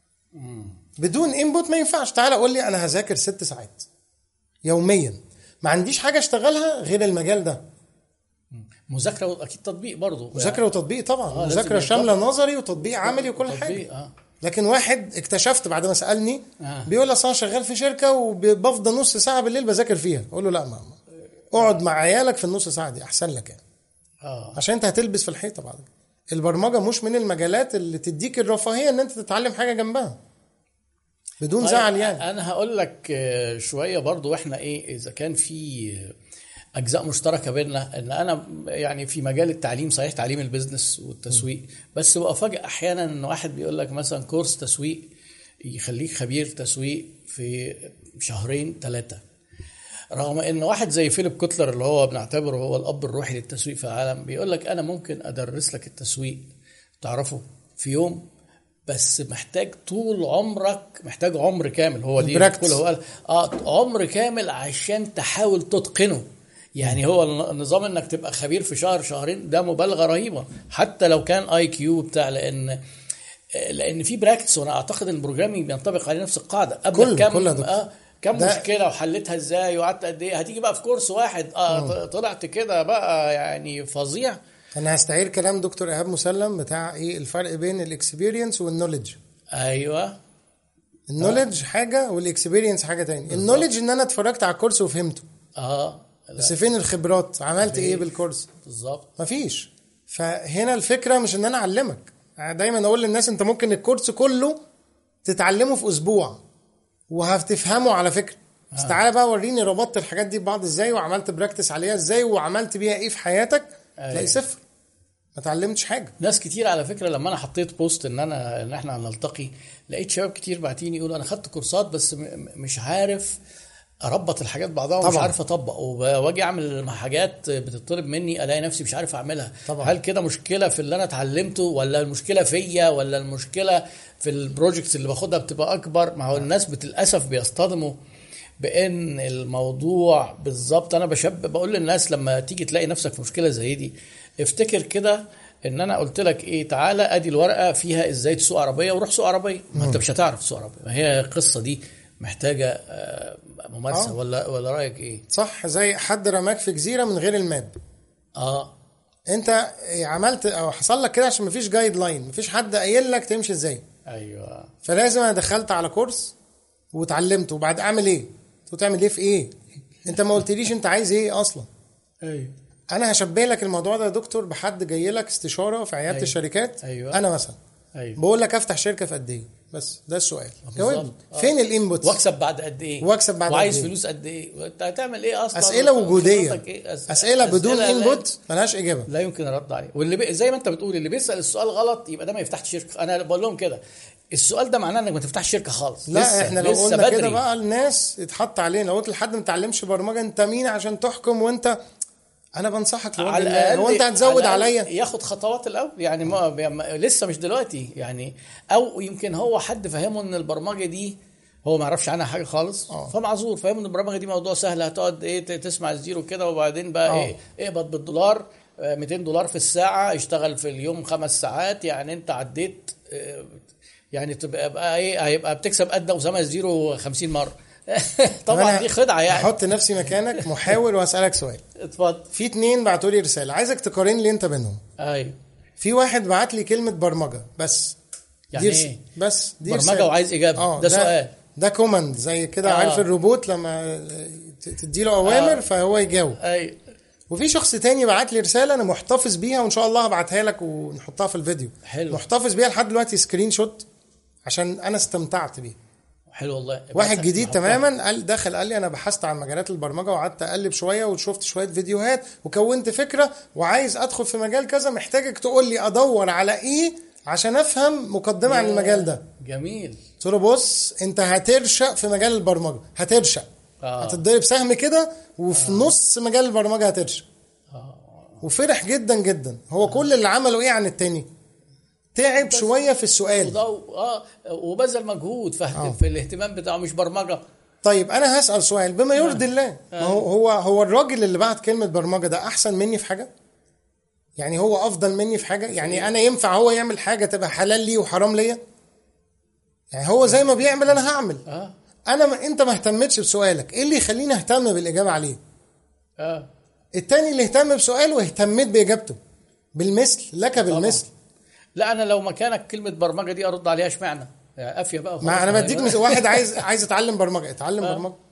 بدون انبوت ما ينفعش. تعالى قول لي انا هذاكر ست ساعات يوميا، ما عنديش حاجه اشتغلها غير المجال ده. مذاكره واكيد تطبيق برضه. مذاكره وتطبيق طبعا. آه مذاكره شامله نظري وتطبيق عملي وكل حاجه. آه. لكن واحد اكتشفت بعد ما سالني آه. بيقول لي اصلا شغال في شركه وبفضل نص ساعه بالليل بذاكر فيها. اقول له لا ماما، اقعد مع عيالك في النص ساعه دي احسن لك يعني. اه عشان انت هتلبس في الحيطه بعد. البرمجه مش من المجالات اللي تديك الرفاهيه ان انت تتعلم حاجه جنبها بدون طيب زعل يعني. انا هقول لك شويه برضو، واحنا ايه اذا كان في اجزاء مشتركه بيننا، ان انا يعني في مجال التعليم صحيح، تعليم البيزنس والتسويق، بس بفاجئ احيانا ان واحد بيقول لك مثلا كورس تسويق يخليك خبير تسويق في شهرين ثلاثه، رغم ان واحد زي فيليب كوتلر اللي هو بنعتبره هو الاب الروحي للتسويق في العالم بيقول لك انا ممكن ادرس لك التسويق تعرفه في يوم، بس محتاج طول عمرك، محتاج عمر كامل. هو دي كله هو قال اه عمر كامل عشان تحاول تتقنه. يعني هو النظام انك تبقى خبير في شهر شهرين ده مبالغه رهيبه، حتى لو كان اي كيو بتاع، لان لان في براكتس، وانا اعتقد ان البروجرامينج بينطبق عليه نفس القاعده. قبل كم كل آه كم مشكله وحلتها ازاي وقعدت قد ايه، هتيجي بقى في كورس واحد اه طلعت كده بقى يعني فظيع. انا هستعير كلام دكتور ايهاب مسلم بتاع ايه الفرق بين الاكسبيرينس والنوليدج. ايوه النوليدج حاجه والاكسبيرينس حاجه تانية. النوليدج ان انا اتفرجت على الكورس وفهمته اه بس فين الخبرات؟ عملت ايه بالكورس؟ بالظبط مفيش. فهنا الفكره مش ان انا اعلمك، دايما اقول للناس انت ممكن الكورس كله تتعلمه في اسبوع وهتفهمه على فكره، بس تعالى بقى وريني ربطت الحاجات دي ببعض ازاي، وعملت براكتس عليها ازاي، وعملت بيها ايه في حياتك. تلاقي صفر، ما اتعلمتش حاجه. ناس كتير على فكره لما انا حطيت بوست ان انا ان احنا هنلتقي، لقيت شباب كتير باعتين يقولوا انا خدت كورسات بس م- مش عارف اربط الحاجات بعضها ومش طبعا. عارف اطبق، واجي اعمل حاجات بتطلب مني الاقي نفسي مش عارف اعملها. طبعا. هل كده مشكله في اللي انا اتعلمته، ولا المشكله فيا، ولا المشكله في البروجكتس اللي باخدها بتبقى اكبر؟ ما هو الناس للاسف بيصطدموا بان الموضوع بالظبط. انا بشب بقول للناس لما تيجي تلاقي نفسك في مشكله زي دي، افتكر كده ان انا قلت لك ايه، تعالى ادي الورقه فيها ازاي تسوق عربيه وروح سوق عربيه. ما انت مش هتعرف تسوق عربيه، ما هي القصه دي محتاجه آه، ممارسه. آه. ولا ولا رايك ايه؟ صح، زي حد رماك في جزيره من غير الماب. اه انت عملت او حصل لك كده عشان مفيش جايد لاين، مفيش حد قايل لك تمشي ازاي. ايوه. فلازم انا دخلت على كورس واتعلمت، وبعد اعمل ايه؟ تعمل ايه في ايه؟ انت ما قلتليش انت عايز ايه اصلا. ايوه. انا هشبه لك الموضوع ده يا دكتور بحد جاي لك استشاره في عياده أيوة. الشركات. أيوة. انا مثلا ايوه. بقول لك افتح شركه في قد ايه، بس ده السؤال. بالظبط. جاوب فين الانبوتس، واكسب بعد قد ايه، واكسب بعد وعايز قد إيه؟ فلوس قد ايه، وانت هتعمل ايه اصلا. اسئله وجوديه، إيه؟ أس... اسئله بدون أسئلة انبوت ملهاش اجابه. لا يمكن الرد عليه. واللي بي... زي ما انت بتقول اللي بيسال السؤال غلط يبقى ده ما يفتحش شركه. انا بقول لهم كده، السؤال ده معناه انك ما تفتحش شركه خالص. لا لسه احنا لو لسه قلنا بدري. كده بقى الناس اتحط علينا. لو قلت لحد ما تعلمش برمجه انت مين عشان تحكم، وانت انا بنصحك لوجه على الله، هو انت هتزود على عليا؟ ياخد خطوات الاول يعني، ما ما- لسه مش دلوقتي يعني. او يمكن هو حد فهمه ان البرمجه دي هو ما يعرفش عنها حاجه خالص، أوه. فمعذور. فاهم ان البرمجه دي موضوع سهل، هتقعد ايه ت- تسمع الزيرو كده، وبعدين بقى أوه. ايه اقبض بالدولار، آه، مئتين دولار في الساعه، اشتغل في اليوم خمس ساعات، يعني انت عديت آه، يعني تبقى بقى ايه، هيبقى بتكسب قد اسامه الزيرو خمسين مره. طبعا دي خدعه يعني. احط نفسي مكانك محاور واسالك سؤال. اتفضل. في اتنين بعتوا لي رساله عايزك تقارن لي انت بينهم. ايوه. في واحد بعت لي كلمه برمجه بس، يعني دي رس- ايه بس دي برمجه رسالة. وعايز اجابه؟ آه ده سؤال. ده كوماند زي كده. آه. عارف الروبوت لما تدي له اوامر آه. فهو يجاوب. اي. وفي شخص تاني بعت لي رساله انا محتفظ بيها، وان شاء الله هبعتها لك ونحطها في الفيديو. حلو. محتفظ بيها لحد دلوقتي سكرين شوت عشان انا استمتعت بيه. حلو والله. واحد جديد نحطها. تماما قال دخل قال لي انا بحثت عن مجالات البرمجه وقعدت اقلب شويه وشفت شويه فيديوهات وكونت فكره وعايز ادخل في مجال كذا، محتاجك تقول لي ادور على ايه عشان افهم مقدمه عن المجال ده. جميل. قلت له بص انت هترشق في مجال البرمجه، هترشق. آه. هتتضرب سهم كده وفي آه. نص مجال البرمجه هترشق. آه. وفرح جدا جدا. هو آه. كل اللي عمله ايه عن التاني؟ تعب شويه في السؤال وده اه وبذل مجهود في, آه. في الاهتمام بتاعه، مش برمجه. طيب انا هسال سؤال بما يرضي الله. آه. ما هو هو هو الراجل اللي بعت كلمه برمجه ده احسن مني في حاجه؟ يعني هو افضل مني في حاجه؟ يعني انا ينفع هو يعمل حاجه تبقى حلال لي وحرام ليا؟ يعني هو زي ما بيعمل انا هعمل. اه انا ما انت ما اهتمتش بسؤالك، ايه اللي يخليني اهتم بالاجابه عليه؟ اه التاني اللي اهتم بسؤاله واهتميت باجابته بالمثل لك بالمثل. لا انا لو مكانك كلمه برمجه دي ارد عليها اشمعنى يعني قافيه بقى. ما انا بديك مثل واحد عايز عايز يتعلم برمجه، اتعلم آه. برمجه.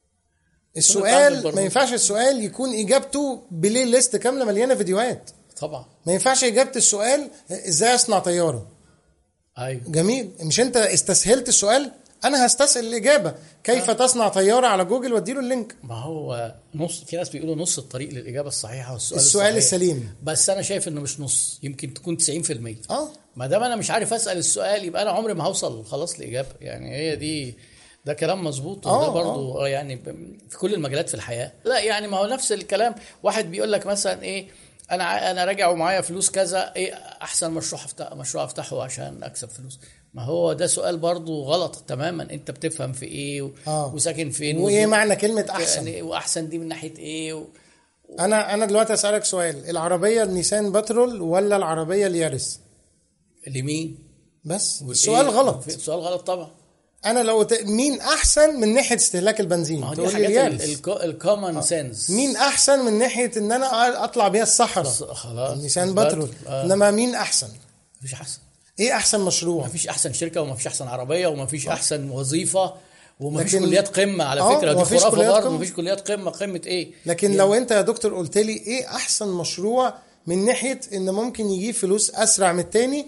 السؤال ما ينفعش السؤال يكون اجابته بلاي ليست كامله مليانه فيديوهات. طبعا ما ينفعش اجابه السؤال ازاي اصنع طياره. ايوه جميل. مش انت استسهلت السؤال؟ انا هستسهل الاجابه كيف آه. تصنع طياره على جوجل واديله اللينك. ما هو نص، في ناس بيقولوا نص الطريق للاجابه الصحيحه والسؤال السؤال الصحيح. السليم. بس انا شايف انه مش نص، يمكن تكون تسعين في المية. اه ما دام انا مش عارف اسال السؤال يبقى انا عمري ما هوصل خلاص لاجابه. يعني هي دي، ده كلام مظبوط. وده آه برضو آه. يعني في كل المجالات في الحياه. لا يعني ما هو نفس الكلام. واحد بيقول لك مثلا ايه، انا انا راجع ومعايا فلوس كذا، ايه احسن مشروع افتح مشروع افتحه عشان اكسب فلوس؟ ما هو ده سؤال برضو غلط تماما. انت بتفهم في ايه و... آه. وساكن فين وايه وزو... معنى كلمه احسن؟ يعني واحسن دي من ناحيه ايه و... انا انا دلوقتي اسالك سؤال، العربيه النيسان باترول ولا العربيه اليارس؟ لمين؟ بس السؤال غلط. السؤال غلط طبعا. انا لو ت... مين احسن من ناحيه استهلاك البنزين؟ ما هو دي تقول لي حاجات اليارس. الكومن آه. سنس. مين احسن من ناحيه ان انا اطلع بيها الصحراء؟ خلاص النيسان باترول. آه. انما مين احسن؟ مفيش احسن. ايه احسن مشروع؟ مفيش احسن شركه ومفيش احسن عربيه ومفيش آه. احسن وظيفه ومفيش لكن... كليات قمه على آه. فكره. دي خرافه برضه. مفيش كليات قمه. قمه ايه؟ لكن يعني... لو انت يا دكتور قلت لي ايه احسن مشروع من ناحيه ان ممكن يجيب فلوس اسرع من التاني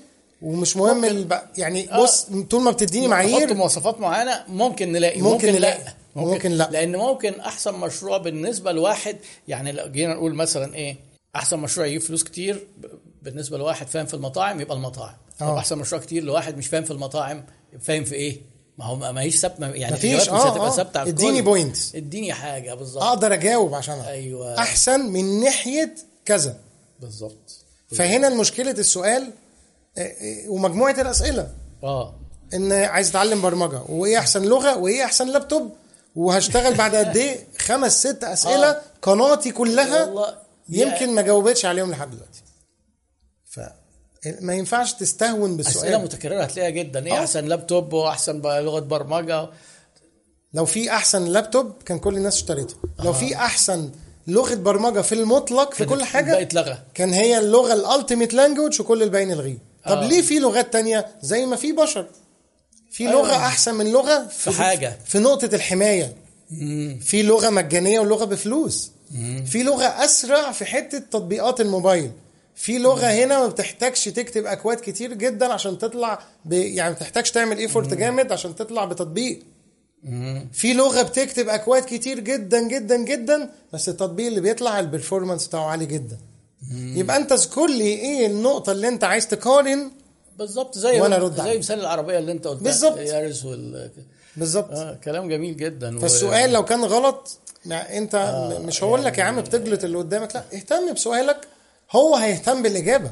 ومش مهم الب... يعني بص طول ما بتديني نحط معايير مواصفات معينه ممكن نلاقي، ممكن ممكن, نلاقي. لا ممكن, ممكن لا لان ممكن احسن مشروع بالنسبه لواحد، يعني لو جينا نقول مثلا ايه احسن مشروع يجيب فلوس كتير بالنسبه لواحد فاهم في المطاعم يبقى المطاعم. طب آه. احسن مشروع كتير لواحد مش فاهم في المطاعم فاهم في ايه؟ ما هو ما هيش ثابته، يعني مفيش. الإجابات مش آه هتبقى آه. ثابته على الكل. اديني بوينتس، اديني حاجه بالظبط اقدر اجاوب عشانها. ايوه احسن من ناحيه كذا. بالظبط. فهنا المشكله السؤال ومجموعه الاسئله اه ان عايز اتعلم برمجه وايه احسن لغه وايه احسن لابتوب وهشتغل بعد قد ايه، خمس ست اسئله آه. قناتي كلها والله يمكن ما جاوبتش عليهم لحد دلوقتي. فما ينفعش تستهون بالسؤال. اسئله متكرره هتلاقيها جدا، ايه آه. احسن لابتوب واحسن لغه برمجه. لو في احسن لابتوب كان كل الناس اشتريته. لو في احسن لغه برمجه في المطلق في كل حاجه بقت لغه، كان هي اللغه الالتيميت لانجوج وكل الباقي نلغيه. طب آه. ليه في لغات تانية زي ما في بشر في أيوة. لغه احسن من لغه في حاجه في نقطه الحمايه. مم. في لغه مجانيه ولغه بفلوس. مم. في لغه اسرع في حته تطبيقات الموبايل. في لغه هنا ما بتحتاجش تكتب اكواد كتير جدا عشان تطلع ب... يعني ما بتحتاجش تعمل ايفورت جامد عشان تطلع بتطبيق. مم. في لغه بتكتب اكواد كتير جدا جدا جدا بس التطبيق اللي بيطلع البرفورمانس بتاعه عالي جدا. مم. يبقى انت اذكر لي ايه النقطه اللي انت عايز تقارن بالظبط، زي وأنا أرد زي عليك. مثال العربيه اللي انت قلتها بالظبط. يارس وال بالظبط. آه كلام جميل جدا. فالسؤال و... لو كان غلط يعني انت آه مش هقول لك يا عم بتجلط اللي قدامك، لا اهتم بسؤالك هو هيهتم بالاجابه.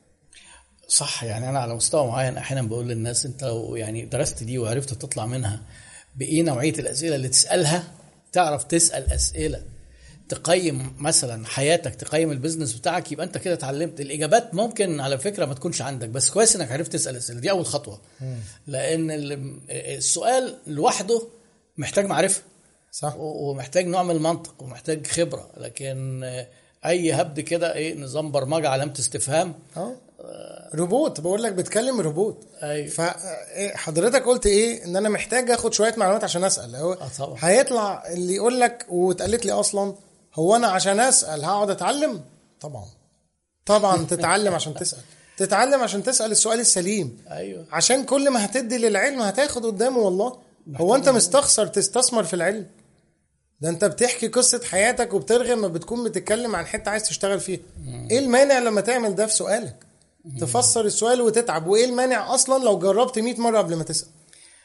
صح. يعني انا على مستوى معين احيانا بقول للناس انت لو يعني درست دي وعرفت تطلع منها بايه نوعيه الاسئله اللي تسالها، تعرف تسال اسئله تقيم مثلا حياتك، تقيم البيزنس بتاعك، يبقى انت كده اتعلمت. الاجابات ممكن على فكره ما تكونش عندك بس كويس انك عرفت تسال اسئله، دي اول خطوه. لان السؤال لوحده محتاج معرفه صح، ومحتاج نوع من المنطق ومحتاج خبره، لكن اي هبد كده ايه نظام برمجه علامه استفهام اه روبوت. بقول لك بتكلم روبوت. ايوه. فحضرتك قلت ايه ان انا محتاج اخد شويه معلومات عشان اسال. هو اه طبعا. هيطلع اللي يقول لك واتقالت لي اصلا هو انا عشان اسال هقعد اتعلم؟ طبعا طبعا تتعلم عشان تسال، تتعلم عشان تسال السؤال السليم. ايوه. عشان كل ما هتدي للعلم هتاخد قدامه. والله هو انت مستخسر تستثمر في العلم؟ ده انت بتحكي قصة حياتك وبترغم ما بتكون بتتكلم عن حتة عايز تشتغل فيها. مم. ايه المانع لما تعمل ده في سؤالك؟ مم. تفسر السؤال وتتعب. وايه المانع اصلا لو جربت مئة مرة قبل ما تسأل؟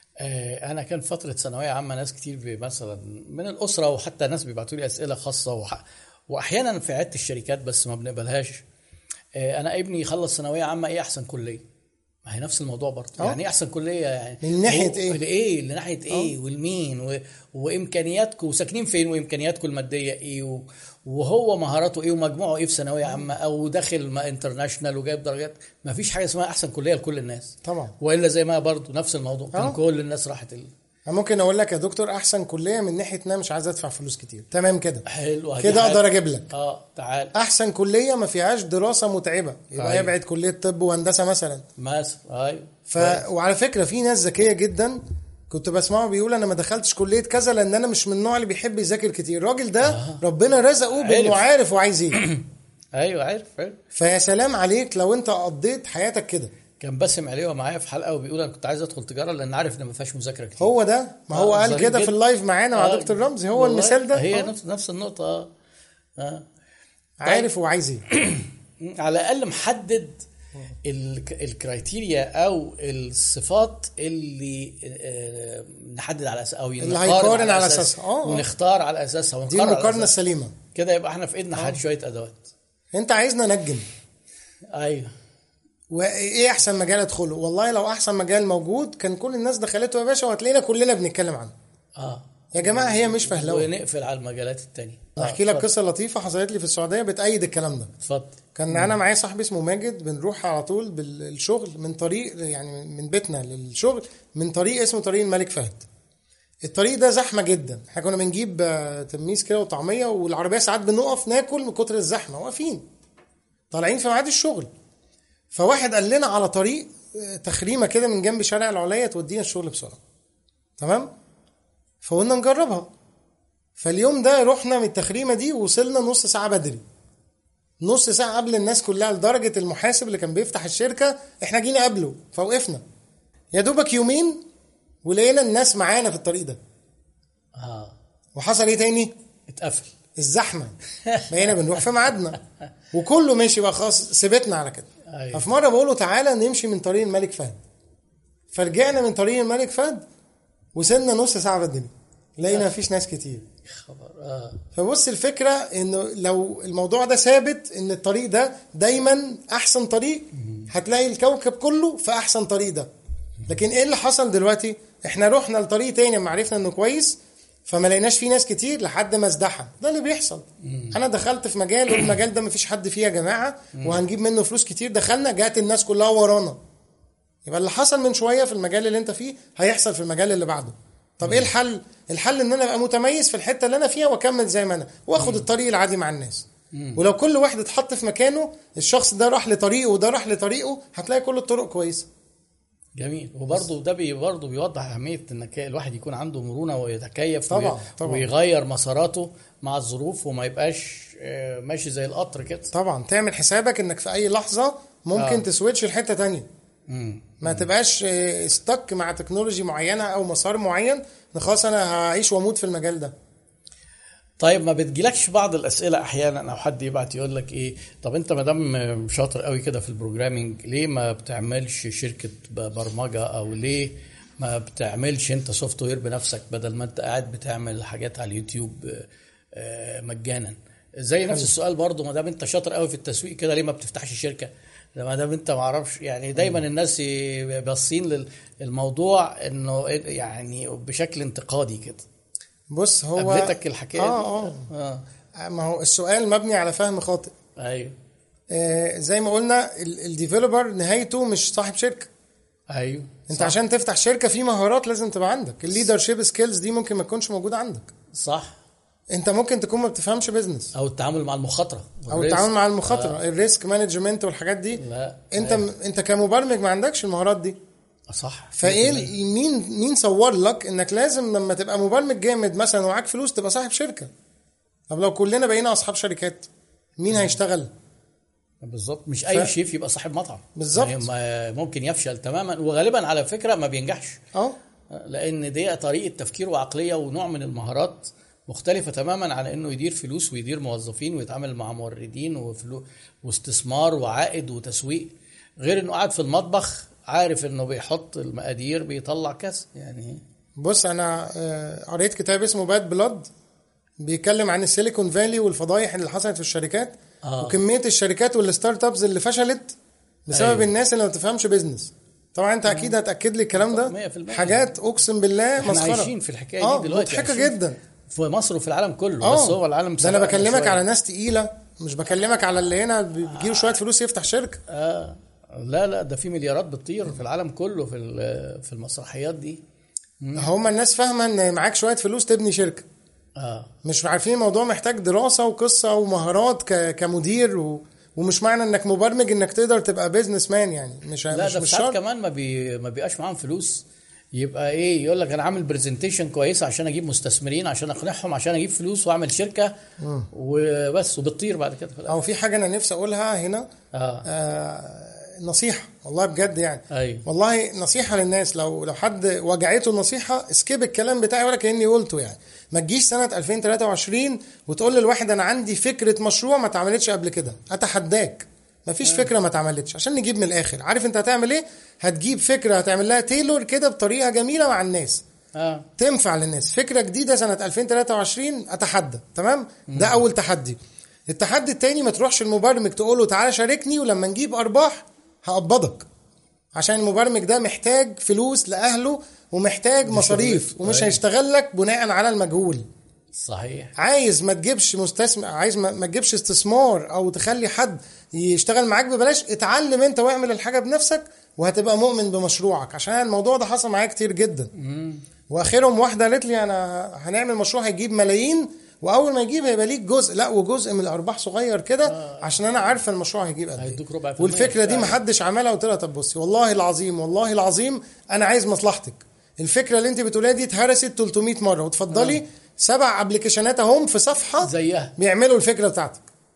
آه انا كان فترة ثانوية عامة ناس كتير مثلا من الاسرة وحتى ناس بيبعتوا لي اسئلة خاصة وح... واحيانا في عيادة الشركات بس ما بنقبلهاش. آه انا ابني يخلص ثانوية عامة ايه احسن كلية؟ ما هي نفس الموضوع برضه. أوه. يعني ايه احسن كليه؟ يعني من ناحيه ايه لايه لناحيه ايه والمين و... وامكانياتكم وساكنين فين وامكانياتكم الماديه ايه و... وهو مهاراته ايه ومجموعه ايه في ثانويه عامه او داخل ما انترناشونال وجايب درجات. ما فيش حاجه اسمها احسن كليه لكل الناس طبعا. والا زي ما برضه نفس الموضوع كان كل الناس راحت ال... ممكن اقول لك يا دكتور احسن كليه من ناحيه ان انا مش عايز ادفع فلوس كتير. تمام كده حلو كده اقدر اجيب لك. اه تعال احسن كليه ما فيهاش دراسه متعبه يبقى أيوة. يبعد كليه طب وهندسه مثلا مثلا. ايوه. ف... وعلى فكره في ناس ذكيه جدا كنت بسمعه بيقول انا ما دخلتش كليه كذا لان انا مش من النوع اللي بيحب يذاكر كتير. الراجل ده آه. ربنا رزقه بانه عارف وعايز ايه. ايوه عارف عارف. فيا سلام عليك لو انت قضيت حياتك كده. كان باسم عليه معايا في حلقه وبيقول انا كنت عايز ادخل تجاره لان عارف ان ما فيهاش مذاكره كتير. هو ده ما هو آه قال كده في اللايف معانا مع آه دكتور رمزي. هو المثال ده هي آه. نفس نفس النقطه. اه, آه. عارف طيب. وعايز ايه. على الاقل محدد الكرايتيريا او الصفات اللي آه نحدد على اساسها او اللي هيقارن على اساسها اه ونختار على اساسها دي المقارنه السليمه كده. يبقى احنا في ايدنا آه. شويه ادوات. انت عايزنا نجم. ايوه. وايه احسن مجال ادخله؟ والله لو احسن مجال موجود كان كل الناس دخلته يا باشا وهتلاقينا كلنا بنتكلم عنه. اه يا جماعه هي مش فهلوه. ونقفل على المجالات التانية. احكي لك قصه لطيفه حصلت لي في السعوديه بتأيد الكلام ده. اتفضل. كان انا معايا صاحبي اسمه ماجد بنروح على طول بالشغل من طريق يعني من بيتنا للشغل من طريق اسمه طريق الملك فهد. الطريق ده زحمه جدا. احنا كنا بنجيب تميس كده وطعميه والعربيه ساعات بنقف ناكل من كتر الزحمه واقفين طالعين في ميعاد الشغل. فواحد قال لنا على طريق تخريمه كده من جنب شارع العليا تودينا الشغل بسرعه. تمام. فقلنا نجربها. فاليوم ده رحنا من التخريمه دي وصلنا نص ساعه بدري. نص ساعه قبل الناس كلها، لدرجه المحاسب اللي كان بيفتح الشركه احنا جينا قبله فوقفنا يا دوبك يومين ولقينا الناس معانا في الطريق ده. اه وحصل ايه تاني؟ اتقفل الزحمه، بقينا بنروح في ميعادنا وكله ماشي بقى خلاص، سيبتنا على كده. أيوة. ففي مره بقول له تعالى نمشي من طريق الملك فهد، فرجعنا من طريق الملك فهد وصلنا نص ساعه بدري، لقينا مفيش ناس كتير. خبر اه فبص الفكره انه لو الموضوع ده ثابت ان الطريق ده دايما احسن طريق، هتلاقي الكوكب كله في احسن طريق ده. لكن ايه اللي حصل دلوقتي؟ احنا رحنا لطريق تاني لما عرفنا انه كويس، فما لقيناش فيه ناس كتير لحد ما ازدحم. ده اللي بيحصل. انا دخلت في مجال والمجال ده مفيش حد فيه يا جماعه وهنجيب منه فلوس كتير، دخلنا جات الناس كلها ورانا. يبقى اللي حصل من شويه في المجال اللي انت فيه هيحصل في المجال اللي بعده. طب ايه الحل؟ الحل ان انا ابقى متميز في الحته اللي انا فيها واكمل زي ما انا، واخد الطريق العادي مع الناس. ولو كل واحد اتحط في مكانه، الشخص ده راح لطريقه وده راح لطريقه، هتلاقي كل الطرق كويسه. جميل. وبرضه ده بي برضه بيوضح اهميه انك الواحد يكون عنده مرونه ويتكيف طبعا وي... طبعا. ويغير مساراته مع الظروف وما يبقاش آه، ماشي زي القطر كده. طبعا تعمل حسابك انك في اي لحظه ممكن آه. تسويتش لحته تانية. مم. ما تبقاش استك مع تكنولوجي معينه او مسار معين، خلاص انا هعيش واموت في المجال ده. طيب ما بتجيلكش بعض الاسئله احيانا او حد يبعت يقول لك ايه، طب انت ما دام شاطر قوي كده في البروجرامينج، ليه ما بتعملش شركه برمجه، او ليه ما بتعملش انت سوفت وير بنفسك بدل ما انت قاعد بتعمل حاجات على اليوتيوب آه، مجانا؟ زي نفس السؤال برضو، ما دام انت شاطر قوي في التسويق كده، ليه ما بتفتحش شركه؟ ما دام انت ما اعرفش يعني. دايما الناس باصين للموضوع انه يعني بشكل انتقادي كده. بص هو قابلتك الحكايه آه دي؟ اه اه ما هو السؤال مبني على فهم خاطئ. ايوه آه زي ما قلنا الديفلوبر نهايته مش صاحب شركه. ايوه انت صح. عشان تفتح شركه في مهارات لازم تبقى عندك. الليدرشيب سكيلز دي ممكن ما تكونش موجوده عندك. صح. انت ممكن تكون ما بتفهمش بيزنس، او التعامل مع المخاطره او التعامل مع المخاطره، آه. الريسك مانجمنت والحاجات دي. لا. انت أيوة. انت كمبرمج ما عندكش المهارات دي. صح. فايه مين مين صور لك انك لازم لما تبقى مبرمج جامد مثلا ومعاك فلوس تبقى صاحب شركه؟ طب لو كلنا بقينا اصحاب شركات مين هيشتغل؟ بالظبط. مش اي ف... شيف يبقى صاحب مطعم. بالظبط. ممكن يفشل تماما، وغالبا على فكره ما بينجحش. اه لان دي طريقه تفكير وعقليه ونوع من المهارات مختلفة تماما عن انه يدير فلوس ويدير موظفين ويتعامل مع موردين وفلو واستثمار وعائد وتسويق، غير انه قاعد في المطبخ عارف انه بيحط المقادير بيطلع كاس يعني. بص انا قريت كتاب اسمه باد بلاد، بيتكلم عن السيليكون فالي والفضايح اللي حصلت في الشركات. آه. وكمية الشركات والستارت ابز اللي فشلت بسبب أيوه. الناس اللي ما تفهمش بيزنس. طبعا انت اكيد هتاكد لي الكلام ده. حاجات اقسم بالله مسخره. احنا عايشين في الحكايه آه دي دلوقتي، مضحكه جدا في مصر وفي العالم كله. أوه. بس هو العالم ده انا بكلمك على ناس تقيله، مش بكلمك على اللي هنا بيجيله شويه فلوس يفتح شركه. آه. لا لا ده في مليارات بتطير في العالم كله في في المسرحيات دي. هم الناس فاهمه ان معاك شويه فلوس تبني شركه. اه مش عارفين الموضوع محتاج دراسه وقصه ومهارات كمدير و... ومش معنى انك مبرمج انك تقدر تبقى بيزنس مان يعني. مش لا مش ده مش شرط. كمان ما بي ما بيبقاش معاهم فلوس، يبقى ايه يقول لك انا عامل برزنتيشن كويسه عشان اجيب مستثمرين، عشان اقنعهم، عشان اجيب فلوس واعمل شركه م. وبس، وبتطير بعد كده. او في حاجه انا نفسي اقولها هنا. آه. آه نصيحه والله بجد يعني. أيوه. والله نصيحه للناس، لو لو حد وجعته النصيحه اسكيب الكلام بتاعي ولا كاني قلته يعني. ما تجيش سنه ألفين وثلاثة وعشرين وتقول للواحد انا عندي فكره مشروع ما اتعملتش قبل كده. اتحداك مفيش فكره ما اتعملتش. عشان نجيب من الاخر، عارف انت هتعمل ايه؟ هتجيب فكره هتعمل لها تيلور كده بطريقه جميله مع الناس. اه تنفع للناس. فكره جديده سنه ألفين وثلاثة وعشرين اتحدى. تمام. ده اول تحدي. التحدي التاني ما تروحش المبرمج تقول له تعالى شاركني ولما نجيب ارباح هقبضك، عشان المبرمج ده محتاج فلوس لاهله ومحتاج مصاريف ومش هيشتغل لك بناء على المجهول. صحيح. عايز ما تجيبش مستثمر، عايز ما تجيبش استثمار او تخلي حد يشتغل معاك ببلاش، اتعلم انت واعمل الحاجه بنفسك وهتبقى مؤمن بمشروعك. عشان الموضوع ده حصل معايا كتير جدا. مم. واخرهم واحده قالت لي انا هنعمل مشروع هيجيب ملايين، واول ما يجيب هيبقى ليك جزء، لا وجزء من الارباح صغير كده. آه. عشان انا عارفه المشروع هيجيب قد ايه. والفكره دي ما حدش عملها. قلت لها طب بصي والله العظيم والله العظيم انا عايز مصلحتك. الفكره اللي انت بتقوليها دي اتهرست ثلاثمية مره، وتفضلي آه. سبع ابلكيشنات اهم في صفحه زيها بيعملوا الفكره بتاعتك.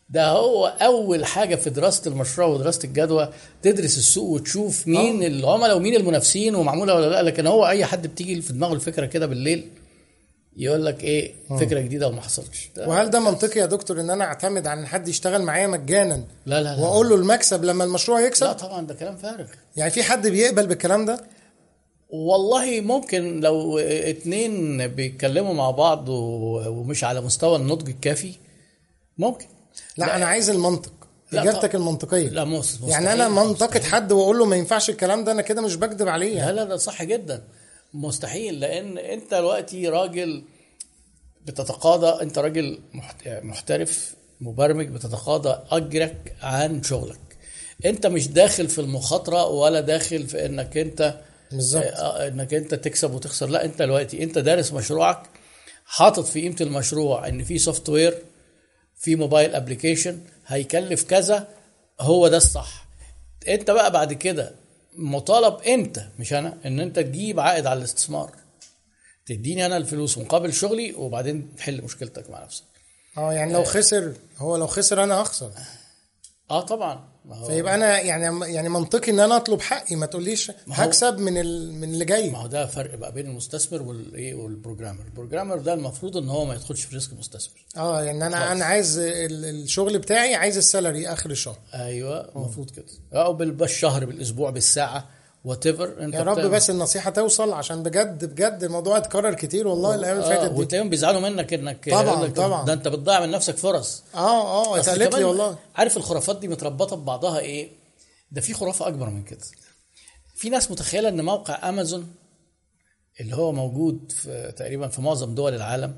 ده هو اول حاجه في دراسه المشروع ودراسه الجدوى، تدرس السوق وتشوف مين أوه. العملاء ومين المنافسين ومعموله ولا لا. لكن هو اي حد بتيجي في دماغه الفكره كده بالليل يقول لك ايه أوه. فكره جديده وما حصلش. وهل ده منطقي يا دكتور ان انا اعتمد على ان حد يشتغل معايا مجانا لا لا لا واقول له المكسب لما المشروع يكسب؟ لا طبعا ده كلام فارغ. يعني في حد بيقبل بالكلام ده؟ والله ممكن لو اتنين بيتكلموا مع بعض ومش على مستوى النضج الكافي ممكن. لا, لا انا عايز المنطق، اجابتك المنطقيه. لا مستحيل. يعني انا منطقه حد واقول له ما ينفعش الكلام ده، انا كده مش بكذب عليه يعني. لا لا ده صح جدا، مستحيل. لان انت دلوقتي راجل بتتقاضى، انت راجل محترف مبرمج بتتقاضى اجرك عن شغلك. انت مش داخل في المخاطره ولا داخل في انك انت بالظبط انك انت تكسب وتخسر. لا انت دلوقتي انت دارس مشروعك، حاطط في قيمه المشروع ان في سوفت وير، في موبايل ابلكيشن هيكلف كذا، هو ده الصح. انت بقى بعد كده مطالب انت مش انا ان انت تجيب عائد على الاستثمار، تديني انا الفلوس مقابل شغلي وبعدين تحل مشكلتك مع نفسك. اه يعني لو خسر هو، لو خسر انا هخسر. اه طبعا. فيبقى انا يعني يعني منطقي ان انا اطلب حقي، ما تقوليش هكسب من ال... من اللي جاي. ما هو ده فرق بقى بين المستثمر والايه والبروجرامر. البروجرامر ده المفروض ان هو ما يدخلش في ريسك المستثمر. اه يعني انا خلاص. انا عايز الشغل بتاعي، عايز السالري اخر الشهر. ايوه المفروض كده، او بالشهر بالاسبوع بالساعه واتيفر. انت يا رب بتاعمل. بس النصيحه توصل، عشان بجد بجد الموضوع اتكرر كتير والله الايام اللي فاتت دي. وتلاقيهم بيزعلوا منك انك طبعا طبعا ده انت بتضيع من نفسك فرص. اه اه اتقالت لي والله. عارف الخرافات دي متربطه ببعضها ايه؟ ده في خرافه اكبر من كده. في ناس متخيله ان موقع امازون اللي هو موجود في تقريبا في معظم دول العالم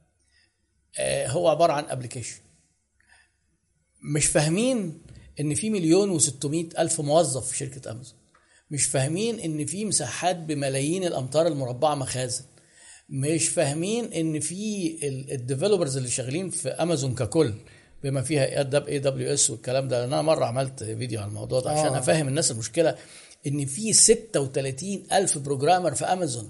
آه هو عباره عن ابلكيشن. مش فاهمين ان في مليون وستمائة الف موظف في شركه امازون. مش فاهمين ان في مساحات بملايين الامتار المربعه مخازن. مش فاهمين ان في الديفلوبرز اللي شغالين في امازون ككل بما فيها اي دبليو اس والكلام ده. انا مره عملت فيديو على الموضوع ده عشان آه. افهم الناس المشكله ان في ستة وثلاثين الف بروجرامر في امازون.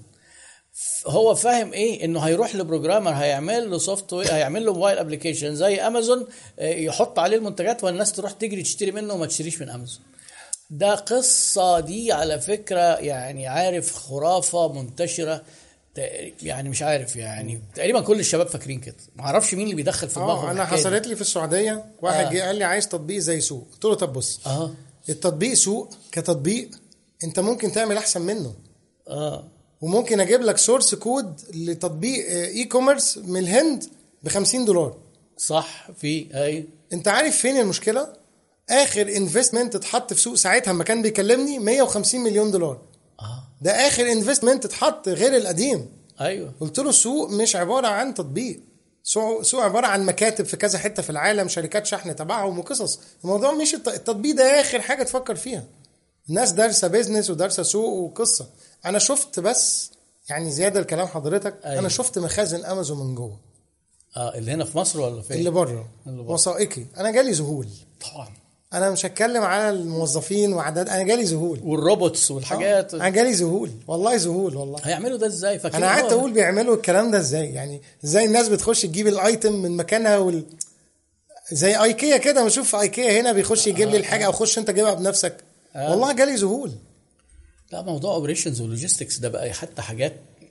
هو فاهم ايه؟ انه هيروح لبروجرامر هيعمل له سوفت وير، هيعمل له موبايل ابلكيشن زي امازون يحط عليه المنتجات والناس تروح تجري تشتري منه وما تشتريش من امازون. ده قصه دي على فكره يعني عارف خرافه منتشره يعني مش عارف يعني تقريبا كل الشباب فاكرين كده. ما اعرفش مين اللي بيدخل في دماغهم. اه انا حصلت لي في السعوديه واحد جه آه. قال لي عايز تطبيق زي سوق. قلت له طب بص اه التطبيق سوق كتطبيق انت ممكن تعمل احسن منه. اه وممكن اجيب لك سورس كود لتطبيق اي كوميرس من الهند ب خمسين دولار. صح في اي. انت عارف فين المشكله؟ اخر انفستمنت اتحط في سوق ساعتها لما كان بيكلمني مية وخمسين مليون دولار. اه ده اخر انفستمنت اتحط غير القديم. ايوه قلت له السوق مش عباره عن تطبيق، سوق سوق عباره عن مكاتب في كذا حته في العالم، شركات شحن تبعهم وقصص. الموضوع مش التطبيق ده اخر حاجه تفكر فيها. الناس دارسه بيزنس ودارسه سوق وقصه. انا شفت بس يعني زياده الكلام حضرتك أيوة. انا شفت مخازن امازون من جوه. اه اللي هنا في مصر ولا فين؟ اللي بره وثائقي. انا جالي ذهول طبعا. انا مش هتكلم على الموظفين وعدد، انا جالي ذهول. والروبوتس والحاجات. انا جالي ذهول والله ذهول والله. هيعملوا ده ازاي؟ فاكر انا قعدت اقول بيعملوا الكلام ده ازاي؟ يعني ازاي الناس بتخش تجيب الايتم من مكانها وال... زي ايكيا كده. بشوف ايكيا هنا بيخش يجيب آه لي الحاجه آه. او خش انت جيبها بنفسك. آه. والله جالي ذهول. لا موضوع اوبريشنز ولوجيستكس ده بقى حتى حاجات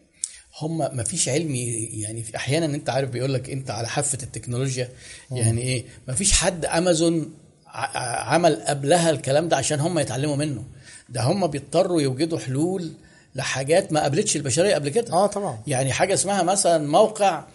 هم ما فيش علمي يعني. في احيانا انت عارف بيقول لك انت على حافه التكنولوجيا م. يعني ايه. ما فيش حد امازون عمل قبلها الكلام ده عشان هم يتعلموا منه. ده هم بيضطروا يوجدوا حلول لحاجات ما قابلتش البشريه قبل كده. اه طبعا. يعني حاجه اسمها مثلا موقع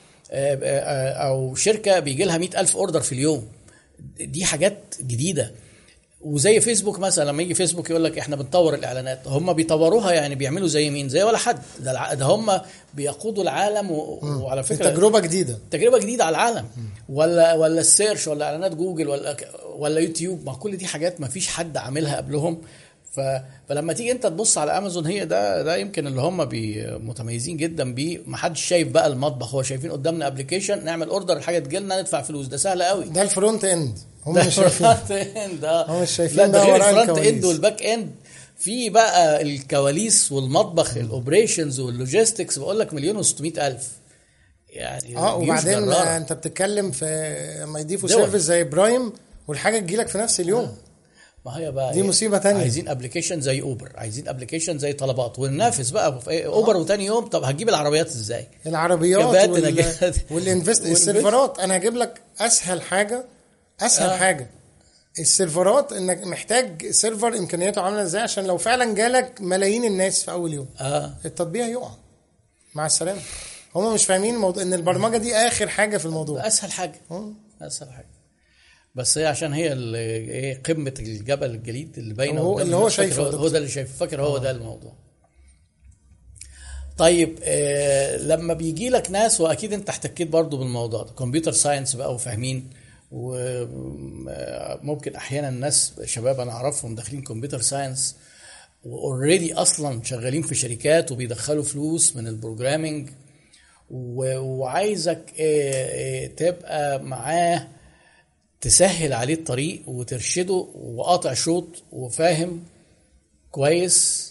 او شركه بيجي لها مئة ألف اوردر في اليوم. دي حاجات جديده. وزي فيسبوك مثلا لما يجي فيسبوك يقول لك احنا بنطور الاعلانات. هم بيطوروها يعني بيعملوا زي مين؟ زي ولا حد. ده, ده هم بيقودوا العالم و... وعلى فكره تجربه جديده تجربه جديده على العالم. ولا ولا السيرش ولا اعلانات جوجل ولا ولا يوتيوب. ما كل دي حاجات ما فيش حد عاملها قبلهم. ف... فلما تيجي انت تبص على امازون هي ده ده يمكن اللي هم متميزين جدا بيه. ما حدش شايف بقى المطبخ. هو شايفين قدامنا ابلكيشن نعمل اوردر الحاجه تجي لنا ندفع فلوس. ده سهل قوي. ده الفرونت اند. هم مش شايفين ده. هم مش شايفين ده, ده غير الفرونت اند والباك اند. في بقى الكواليس والمطبخ الاوبريشنز واللوجيستكس. بقول لك مليون وستمائة الف. يعني اه جيوش وبعدين جرارة. انت بتتكلم في لما يضيفوا دول. سيرفيس زي برايم والحاجه تجيلك في نفس اليوم. ما هي بقى دي إيه؟ مصيبة تانية. عايزين ابلكيشن زي اوبر، عايزين ابلكيشن زي طلبات، وننافس بقى في إيه؟ اوبر وتاني يوم طب هتجيب العربيات ازاي؟ العربيات جبات وال... نجات. والانفست والبس- السيرفرات. انا هجيب لك اسهل حاجه اسهل آه. آه. حاجه السيرفرات، انك محتاج سيرفر امكانياته عامله ازاي عشان لو فعلا جالك ملايين الناس في اول يوم اه التطبيق يقع مع السلامه. هم مش فاهمين الموضوع ان البرمجه دي اخر حاجه في الموضوع. اسهل حاجه مم. اسهل حاجه، بس هي عشان هي ال- ايه قمه الجبل الجليد اللي باينه هو- قدام اللي هو الناس، فاكر شايفه هو, ده. هو ده اللي شايفه، فاكر هو ده الموضوع. طيب آه لما بيجي لك ناس، واكيد انت احتكيت برضو بالموضوع ده، كمبيوتر ساينس بقى وفاهمين، وممكن احيانا ناس شباب انا اعرفهم داخلين كمبيوتر ساينس واوريدي اصلا شغالين في شركات وبيدخلوا فلوس من البروجرامينج، و- وعايزك آه، آه، تبقى معاه تسهل عليه الطريق وترشده وقاطع شوط وفاهم كويس.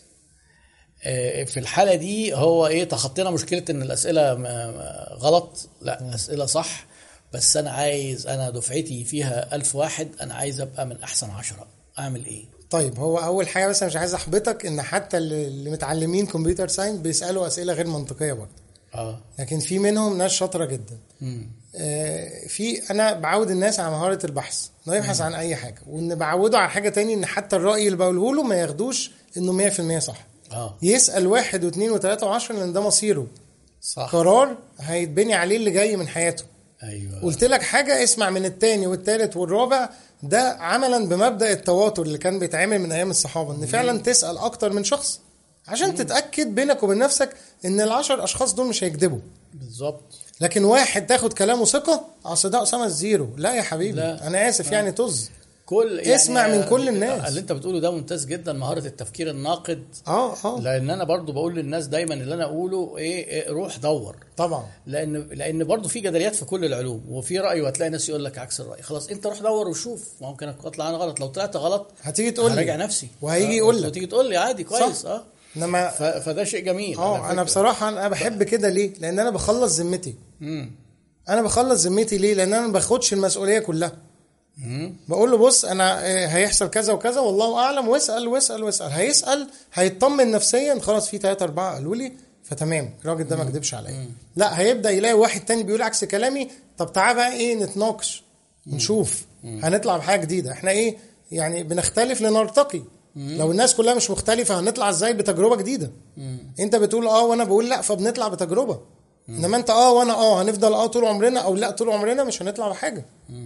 آه، في الحالة دي هو ايه، تخطينا مشكلة ان الاسئلة م- م- غلط، لا اسئلة صح، بس انا عايز، انا دفعتي فيها الف واحد، انا عايز ابقى من احسن عشرة، اعمل ايه؟ طيب هو اول حاجه بس أنا مش عايز احبطك ان حتى اللي اللي متعلمين كمبيوتر ساينس بيسالوا اسئله غير منطقيه برضه، اه لكن في منهم ناس شاطره جدا. مم. آه، في انا بعود الناس على مهاره البحث، انه يبحث عن اي حاجه، وان بعوده على حاجه تاني ان حتى الراي اللي بقوله له ما ياخدوش انه مية في المية صح. اه يسال واحد واثنين وثلاثه وعشرة لان ده مصيره، صح، قرار هيتبني عليه اللي جاي من حياته. ايوه قلت لك حاجه، اسمع من التاني والتالت والرابع، ده عملا بمبدا التواتر اللي كان بيتعمل من ايام الصحابه، ان فعلا تسال اكتر من شخص عشان تتاكد بينك وبين نفسك ان العشر اشخاص دول مش هيكذبوا. بالظبط. لكن واحد تاخد كلامه ثقه، اصل ده اسامه الزيرو، لا يا حبيبي لا. انا اسف يعني طز. كل يعني اسمع من كل الناس. اللي انت بتقوله ده ممتاز جدا، مهارة التفكير الناقد. اه اه لان انا برضو بقول للناس دايما اللي انا اقوله ايه, إيه روح دور، طبعا. لان لان برضو في جدليات في كل العلوم وفي راي، وهتلاقي ناس يقول لك عكس الراي، خلاص انت روح دور وشوف، ممكن اطلع انا غلط، لو طلعت غلط هتيجي تقول لي هراجع نفسي وهيجي آه، يقول لك وتيجي تقول لي عادي كويس. صح. اه انما ف- فده شيء جميل. على اه انا فكرة. بصراحه انا بحب كده ليه؟ لان انا بخلص ذمتي. مم. انا بخلص ذمتي ليه؟ لان انا ما باخدش المسؤوليه كلها. مم. بقول له بص انا آه، هيحصل كذا وكذا والله اعلم، واسال واسال واسال، هيسال هيطمن نفسيا، خلاص في ثلاثة أربعة قالوا لي فتمام الراجل ده ما كدبش عليا. لا هيبدا يلاقي واحد تاني بيقول عكس كلامي، طب تعالى بقى ايه نتناقش نشوف هنطلع بحاجه جديده. احنا ايه يعني بنختلف لنرتقي. لو الناس كلها مش مختلفه هنطلع ازاي بتجربه جديده؟ انت بتقول اه وانا بقول لا، فبنطلع بتجربه. انما انت اه وانا اه هنفضل اه طول عمرنا او لا طول عمرنا، مش هنطلع بحاجه.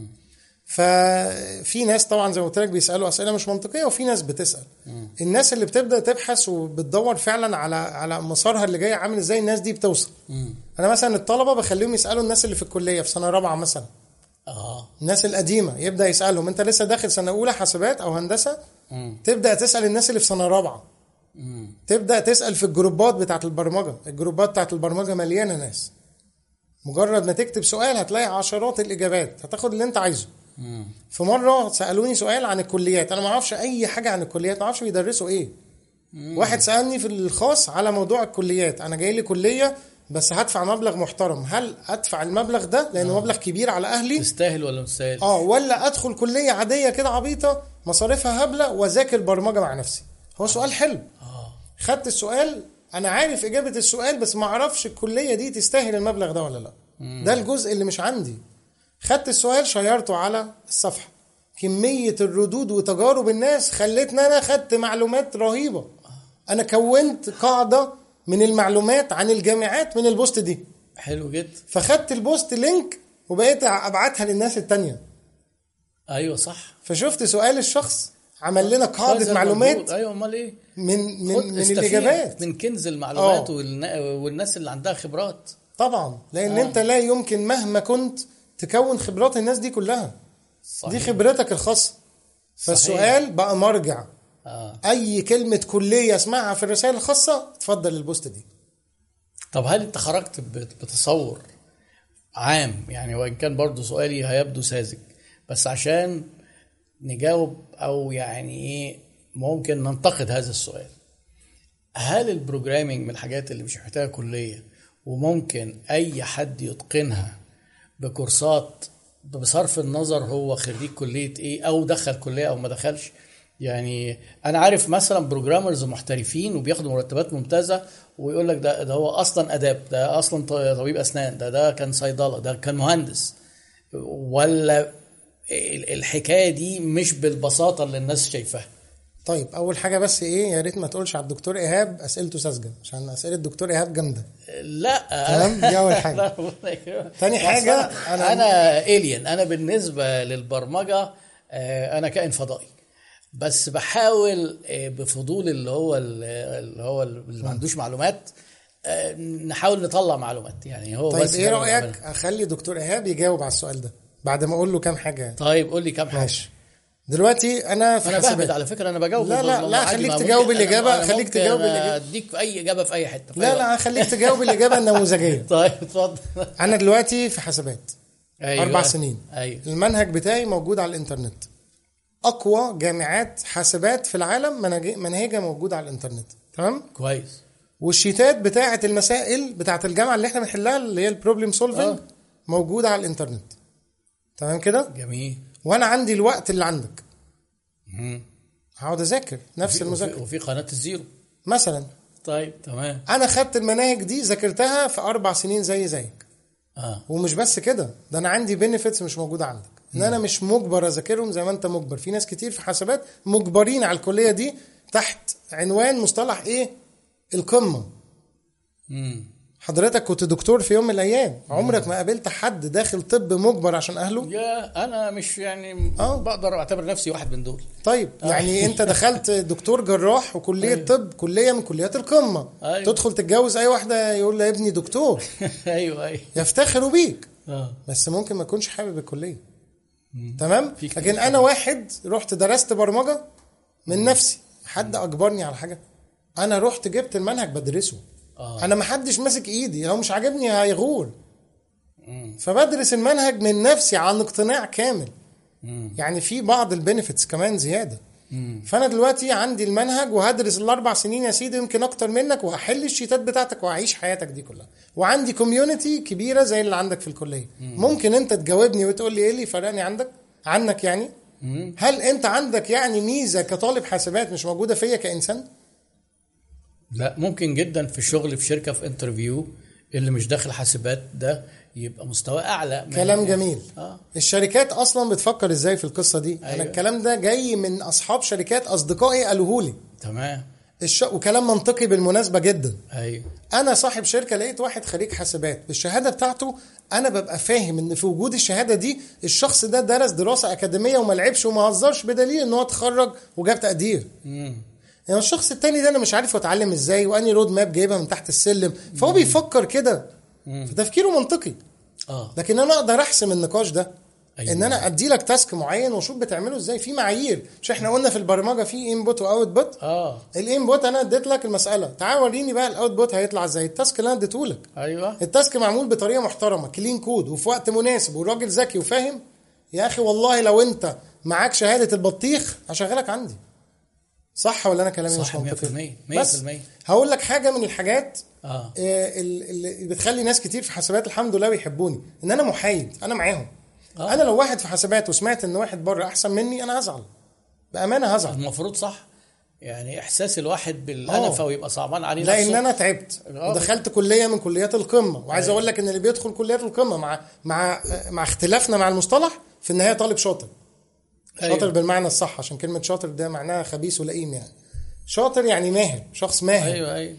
ففي ناس طبعا زي ما قلت لك بيسالوا اسئله مش منطقيه، وفي ناس بتسال. الناس اللي بتبدا تبحث وبتدور فعلا على على مسارها اللي جاي عامل ازاي، الناس دي بتوصل. انا مثلا الطلبه بخليهم يسالوا الناس اللي في الكليه في سنه رابعه مثلا، اه الناس القديمه يبدا يسالهم. انت لسه داخل سنه اولى حاسبات او هندسه، مم. تبدا تسال الناس اللي في سنه رابعه. مم. تبدا تسال في الجروبات بتاعه البرمجه، الجروبات بتاعه البرمجه مليانه ناس. مجرد ما تكتب سؤال هتلاقي عشرات الاجابات، هتاخد اللي انت عايزه. مم. في مره سالوني سؤال عن الكليات، انا ما اعرفش اي حاجه عن الكليات، ما اعرفش بيدرسوا ايه. واحد سالني في الخاص على موضوع الكليات، انا جاي لي كليه بس هدفع مبلغ محترم، هل ادفع المبلغ ده لانه مبلغ كبير على اهلي تستاهل ولا مش تستاهل؟ اه ولا ادخل كليه عاديه كده عبيطه مصاريفها هبله واذاكر برمجه مع نفسي؟ هو سؤال حلو. اه خدت السؤال، انا عارف اجابه السؤال بس ما اعرفش الكليه دي تستاهل المبلغ ده ولا لا. ده الجزء اللي مش عندي. خدت السؤال شيرته على الصفحه، كميه الردود وتجارب الناس خلتني انا خدت معلومات رهيبه. انا كونت قاعده من المعلومات عن الجامعات من البوست دي. حلو جدا. فخدت البوست لينك وبقيت ابعتها للناس التانية. ايوه صح. فشفت سؤال الشخص عمل لنا قاعده معلومات مظبوط. ايوه امال ايه، من من خد من استفيد الاجابات من كنز المعلومات آه. والنا... والناس اللي عندها خبرات. طبعا لان آه. انت لا يمكن مهما كنت تكون خبرات الناس دي كلها. صحيح. دي خبرتك الخاصه. فالسؤال بقى مرجع. آه. اي كلمه كليه اسمعها في الرسائل الخاصه اتفضل البوست دي. طب هل انت خرجت بت- بتصور عام يعني، وان كان برضو سؤالي هيبدو ساذج بس عشان نجاوب او يعني ايه ممكن ننتقد هذا السؤال، هل البروجرامينج من الحاجات اللي مش محتاجه كليه وممكن اي حد يتقنها بكورسات بصرف النظر هو خريج كلية ايه او دخل كلية او ما دخلش. يعني انا عارف مثلا بروجرامرز محترفين وبياخدوا مرتبات ممتازة ويقول لك ده ده هو اصلا اداب، ده اصلا طبيب اسنان، ده ده كان صيدلة، ده كان مهندس. ولا الحكاية دي مش بالبساطة اللي الناس شايفاها؟ طيب اول حاجه بس ايه، يا ريت ما تقولش على الدكتور ايهاب اسئلته ساذجه، عشان اسئله الدكتور ايهاب جامده. لا تمام، دي اول حاجه. تاني حاجه انا انا الين انا بالنسبه للبرمجه انا كائن فضائي، بس بحاول بفضول اللي هو اللي هو اللي ما عندوش معلومات نحاول نطلع معلومات. يعني هو طيب بس ايه رايك اخلي دكتور ايهاب يجاوب على السؤال ده بعد ما اقول له كام حاجه؟ طيب قول لي كام حاجه. ماشي. دلوقتي انا في انا حسابات بهبد على فكره، انا بجاوب. لا لا لا خليك تجاوب الاجابه، خليك تجاوب الاجابه، اديك في اي اجابه في اي حته. لا لا خليك تجاوب الاجابه النموذجيه. طيب اتفضل. انا دلوقتي في حسابات. أيوة. اربع سنين. أيوة. المنهج بتاعي موجود على الانترنت. اقوى جامعات حاسبات في العالم منهجها موجود على الانترنت. تمام كويس. والشيتات بتاعه المسائل بتاعه الجامعه اللي احنا بنحلها اللي هي البروبلم سولفنج موجوده على الانترنت. تمام كده. جميل. وانا عندي الوقت اللي عندك، مم. هقعد اذاكر نفس وفي المذاكره. وفي قناه الزيرو مثلا. طيب تمام. انا خدت المناهج دي ذاكرتها في اربع سنين زي زيك. اه ومش بس كده، ده انا عندي بينيفيتس مش موجوده عندك، ان انا مش مجبر اذاكرهم زي ما انت مجبر. في ناس كتير في حسابات مجبرين على الكليه دي تحت عنوان مصطلح ايه؟ القمه. امم حضرتك كنت دكتور في يوم من الايام، عمرك ما قابلت حد داخل طب مجبر عشان اهله؟ يا انا مش يعني آه. بقدر اعتبر نفسي واحد من دول. طيب آه. يعني انت دخلت دكتور جراح وكليه أيوه. طب كليه من كليات القمه. أيوه. تدخل تتجوز اي واحده يقول لها ابني دكتور. ايوه ايوه يفتخروا بيك. آه. بس ممكن ما يكونش حابب الكليه. مم. تمام. لكن انا واحد رحت درست برمجه من مم. نفسي، حد اجبرني على حاجه؟ انا رحت جبت المنهج بدرسه. آه. انا ما حدش ماسك ايدي، لو مش عاجبني هيغور. مم. فبدرس المنهج من نفسي عن اقتناع كامل. مم. يعني في بعض البنفيتس كمان زياده. مم. فانا دلوقتي عندي المنهج وهدرس الاربع سنين يا سيدي، يمكن اكتر منك، وهحل الشيتات بتاعتك وهعيش حياتك دي كلها، وعندي كوميونتي كبيره زي اللي عندك في الكليه. مم. ممكن انت تجاوبني وتقول لي ايه اللي فرقني عندك عنك يعني؟ مم. هل انت عندك يعني ميزه كطالب حاسبات مش موجوده فيا كانسان؟ لا ممكن جدا في شغل في شركه في انترفيو اللي مش داخل حاسبات ده يبقى مستوى اعلى. كلام جميل. آه. الشركات اصلا بتفكر ازاي في القصه دي؟ أيوة. انا الكلام ده جاي من اصحاب شركات اصدقائي قالوه لي. تمام. الش... وكلام منطقي بالمناسبه جدا. ايوه. انا صاحب شركه لقيت واحد خريج حاسبات بالشهاده بتاعته، انا ببقى فاهم ان في وجود الشهاده دي الشخص ده درس دراسه اكاديميه وما لعبش وما هزرش، بدليل ان هو اتخرج وجاب تقدير. امم يعني الشخص التاني ده انا مش عارف اتعلم ازاي واني رود ماب جايبها من تحت السلم، فهو مم. بيفكر كده، فتفكيره منطقي. اه لكن انا اقدر احسم النقاش ده. أيوة. ان انا ادي لك تاسك معين واشوف بتعمله ازاي في معايير. مش احنا قلنا في البرمجه في انبوت واوت بوت؟ اه الانبوت انا اديت لك المساله، تعال وريني بقى الاوت بوت هيطلع ازاي. التاسك اللي انا اديته لك، ايوه التاسك معمول بطريقه محترمه، كلين كود، وفي وقت مناسب، والراجل ذكي وفاهم. يا اخي والله لو انت معاك شهاده البطيخ هشغلك عندي. صح ولا انا كلامي مش منطقي؟ مية في المية. هقول لك حاجه من الحاجات آه. اللي بتخلي ناس كتير في حسابات الحمد لله بيحبوني، ان انا محايد، انا معاهم. آه. انا لو واحد في حسابات وسمعت ان واحد بره احسن مني انا هزعل، بامانه هزعل. المفروض صح، يعني احساس الواحد بالانفه ويبقى صعبان عليه نفسه. لان انا تعبت ودخلت كليه من كليات القمه، وعايز اقول لك ان اللي بيدخل كليات القمه مع مع مع اختلافنا مع المصطلح في النهايه طالب شاطر. أيوة. شاطر بالمعنى الصح، عشان كلمه شاطر ده معناها خبيث ولئيم. يعني شاطر يعني ماهر، شخص ماهر. ايوه ايوه.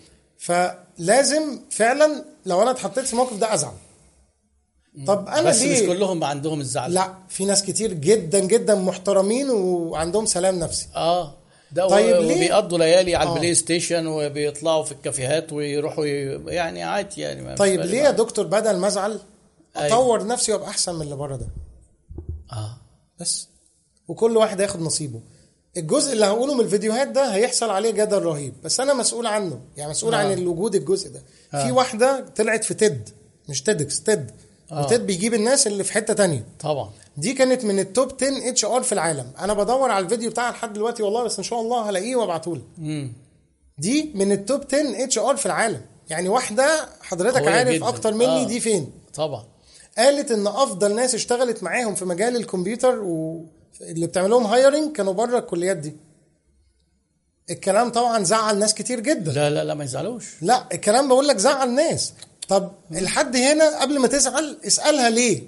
فلازم فعلا لو انا اتحطيت في الموقف ده ازعل. طب انا بس ليه؟ مش كلهم عندهم الزعل. لا في ناس كتير جدا جدا محترمين وعندهم سلام نفسي. اه ده طيب وبيقضوا ليالي على آه. البلاي ستيشن وبيطلعوا في الكافيهات ويروحوا يعني عادي يعني. طيب ليه يا دكتور بدل ما ازعل اطور أيوة. نفسي وابقى احسن من اللي بره ده؟ اه بس وكل واحد ياخد نصيبه. الجزء اللي هقوله من الفيديوهات ده هيحصل عليه جدل رهيب، بس انا مسؤول عنه، يعني مسؤول آه. عن الوجود الجزء ده. آه. في واحده طلعت في تيد، مش تيدكس، تيد. آه. وتيد بيجيب الناس اللي في حته تانية طبعا. دي كانت من التوب عشرة اتش ار في العالم. انا بدور على الفيديو بتاعها لحد دلوقتي والله، بس ان شاء الله هلاقيه وابعته لك. دي من التوب عشرة اتش ار في العالم. يعني واحده حضرتك قوية عارف جداً. اكتر مني آه. دي فين، طبعا قالت ان افضل ناس اشتغلت معاهم في مجال الكمبيوتر واللي بتعملهم هايرنج كانوا بره الكليات دي. الكلام طبعا زعل ناس كتير جدا. لا لا لا ما يزعلوش. لا الكلام بقول لك زعل ناس. طب الحد هنا قبل ما تزعل اسالها ليه.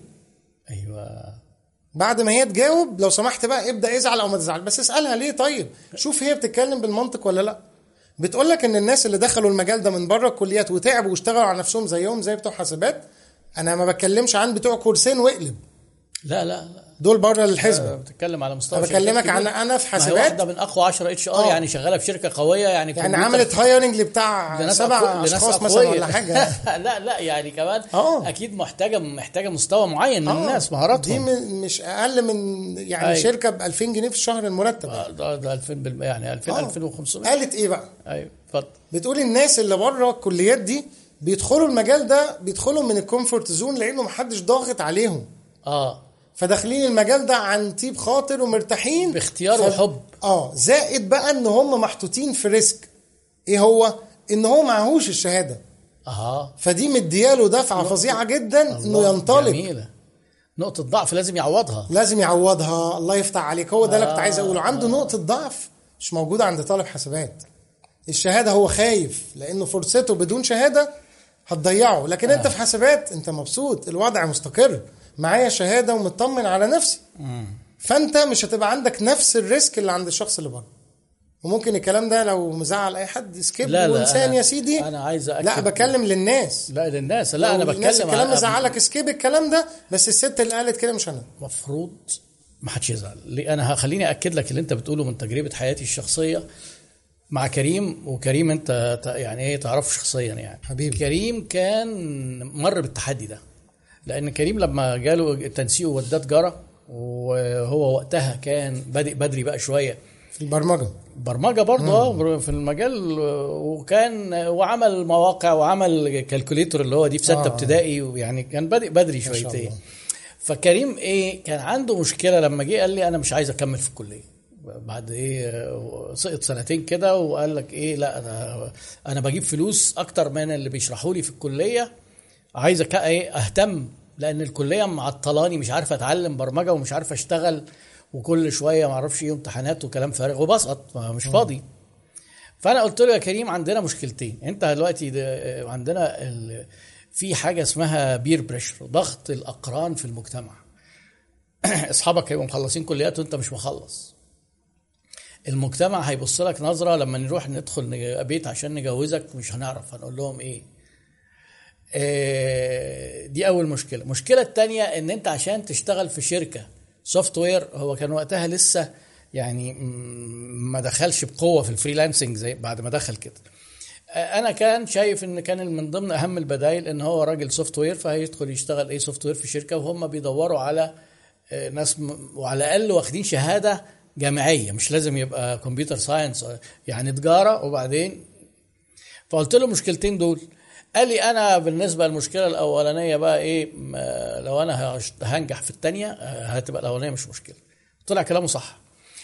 ايوه بعد ما هي تجاوب لو سمحت بقى ابدا ازعل او ما تزعل، بس اسالها ليه. طيب شوف هي بتتكلم بالمنطق ولا لا. بتقول لك ان الناس اللي دخلوا المجال ده من بره الكليات وتعبوا واشتغلوا على نفسهم زيهم زي بتوع حاسبات. انا ما بتكلمش عن بتوع كورسين واقلب، لا لا لا دول بره الحسبه. بتتكلم على مستوى انا بكلمك عن انا في حاسبات، حاسبات واحده من اقوى عشرة اتش ار يعني شغاله في شركه قويه يعني يعني عملت هايرنج لبتاع سبع اشخاص مثلا ولا حاجه. لا لا يعني كمان أوه. اكيد محتاجه محتاجه مستوى معين من الناس مهاراتهم. دي مش اقل من يعني أي. شركه ب ألفين جنيه في الشهر المرتب. ده ده ألفين بالمية يعني ألفين ألفين وخمسمية. قالت ايه بقى؟ ايوه اتفضل. بتقول الناس اللي بره الكليات دي بيدخلوا المجال ده بيدخلوا من الكومفورت زون لانه محدش ضاغط عليهم. اه فداخلين المجال ده عن طيب خاطر ومرتاحين باختيار ف... وحب. اه زائد بقى ان هم محطوطين في ريسك. ايه هو؟ ان هو معهوش الشهاده. اه فدي مدياله دفعه فظيعه جدا انه ينطلق. جميله. نقطه ضعف لازم يعوضها. لازم يعوضها. الله يفتح عليك. هو ده اللي آه. كنت عايز اقوله. عنده آه. نقطه ضعف مش موجوده عند طالب حسابات. الشهاده هو خايف لانه فرصته بدون شهاده هتضيعه. لكن آه. انت في حسابات انت مبسوط، الوضع مستقر، معايا شهاده ومطمن على نفسي. مم. فانت مش هتبقى عندك نفس الريسك اللي عند الشخص اللي بره. وممكن الكلام ده لو مزعل اي حد سكيب وانسان يا سيدي. انا عايز أكد. لا بكلم للناس. لا للناس. لا انا بتكلم الكلام مزعلك سكيب الكلام ده. بس الست اللي قالت كده مش انا. مفروض ما حدش يزعل. انا هخليني اكد لك اللي انت بتقوله من تجربه حياتي الشخصيه مع كريم. وكريم انت يعني ايه تعرفه شخصيا يعني حبيبي. كريم كان مر بالتحدي ده لان كريم لما جاله التنسيق ووداه تجاره وهو وقتها كان بادئ بدري بقى شويه في البرمجه برمجه برضه في المجال وكان وعمل مواقع وعمل كالكوليتور اللي هو دي في سته آه. ابتدائي ويعني كان بادئ بدري شويتين. فكريم ايه كان عنده مشكله لما جه قال لي انا مش عايز اكمل في الكليه بعد ايه سقط سنتين كده وقال لك ايه لا انا انا بجيب فلوس اكتر من اللي بيشرحوا لي في الكليه عايز ايه اهتم لان الكليه معطلاني مش عارف اتعلم برمجه ومش عارف اشتغل وكل شويه ما اعرفش ايه امتحانات وكلام فارغ وبسقط مش فاضي. فانا قلت له يا كريم عندنا مشكلتين. انت دلوقتي عندنا في حاجه اسمها بير بريشر ضغط الاقران في المجتمع. اصحابك هيبقوا مخلصين كليات وانت مش مخلص. المجتمع هيبص لك نظره لما نروح ندخل بيت عشان نجوزك مش هنعرف هنقول لهم ايه. اه دي اول مشكله. المشكله الثانيه ان انت عشان تشتغل في شركه سوفت وير هو كان وقتها لسه يعني ما دخلش بقوه في الفريلانسنج زي بعد ما دخل كده. انا كان شايف ان كان من ضمن اهم البدائل ان هو راجل سوفت وير فهيدخل يشتغل ايه سوفت وير في شركه وهم بيدوروا على ناس وعلى الاقل واخدين شهاده جامعيه مش لازم يبقى كمبيوتر ساينس يعني تجاره. وبعدين فقلت له مشكلتين دول. قال لي انا بالنسبه للمشكله الاولانيه بقى ايه لو انا هنجح في الثانيه هتبقى الاولانيه مش مشكله. طلع كلامه صح.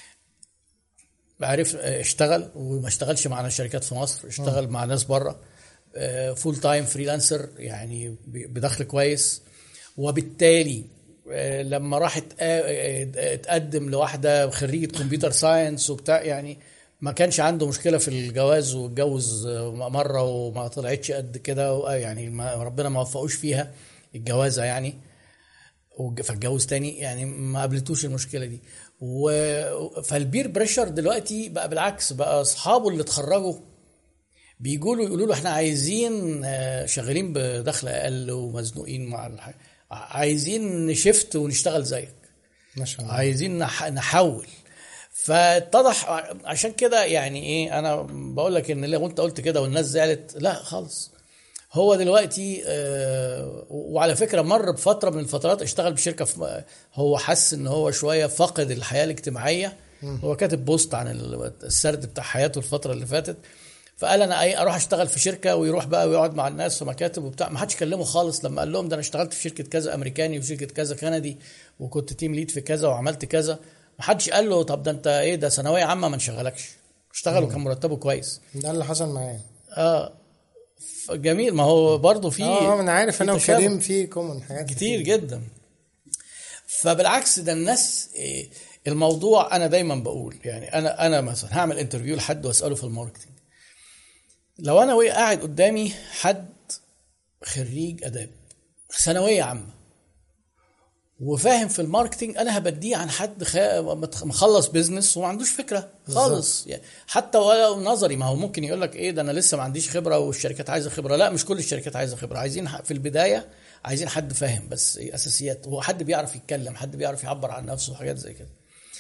عرف اشتغل وما اشتغلش مع شركات في مصر اشتغل مع ناس بره فول تايم فريلانسر يعني بدخل كويس. وبالتالي لما راح اتقدم لواحده خريجه كمبيوتر ساينس وبتاع يعني ما كانش عنده مشكله في الجواز واتجوز مره وما طلعتش قد كده يعني ما ربنا ما وفقوش فيها الجوازه يعني فاتجوز تاني يعني ما قابلتوش المشكله دي. فالبير بريشر دلوقتي بقى بالعكس بقى اصحابه اللي اتخرجوا بيقولوا له يقولوا له احنا عايزين شغالين بدخل اقل ومزنوقين مع الحاجة. عايزين نشفت ونشتغل زيك ما شاء الله. عايزين نحول. فاتضح عشان كده يعني ايه انا بقول لك ان لو انت قلت كده والناس زعلت لا خالص. هو دلوقتي آه وعلى فكره مر بفتره من الفترات اشتغل بشركه في هو حس ان هو شويه فقد الحياه الاجتماعيه. هو كاتب بوست عن السرد بتاع حياته الفتره اللي فاتت فقال انا اي اروح اشتغل في شركه ويروح بقى ويقعد مع الناس في مكاتب وبتاع. ما حدش كلمه خالص لما قال لهم ده انا اشتغلت في شركه كذا امريكاني وشركه كذا كندي وكنت تيم ليد في كذا وعملت كذا. ما حدش قال له طب ده انت ايه ده ثانويه عامه ما نشغلكش. اشتغل وكان مرتبه كويس. ده اللي حصل معايا. اه جميل. ما هو برضو في اه انا عارف، في انا تشابه وكريم في كومن حاجات كتير جدا. فبالعكس ده الناس إيه، الموضوع انا دايما بقول يعني انا انا مثلا هعمل انترفيو لحد واساله في الماركتنج، لو انا وقع قاعد قدامي حد خريج اداب ثانويه عامه وفاهم في الماركتينج، انا هبديه عن حد خ- مخلص بيزنس وما عندوش فكره خالص يعني. حتى ولو نظري، ما هو ممكن يقول لك ايه ده انا لسه ما عنديش خبره والشركات عايزه خبره. لا، مش كل الشركات عايزه خبره، عايزين ح- في البدايه عايزين حد فاهم بس إيه اساسيات، هو حد بيعرف يتكلم، حد بيعرف يعبر عن نفسه وحاجات زي كده.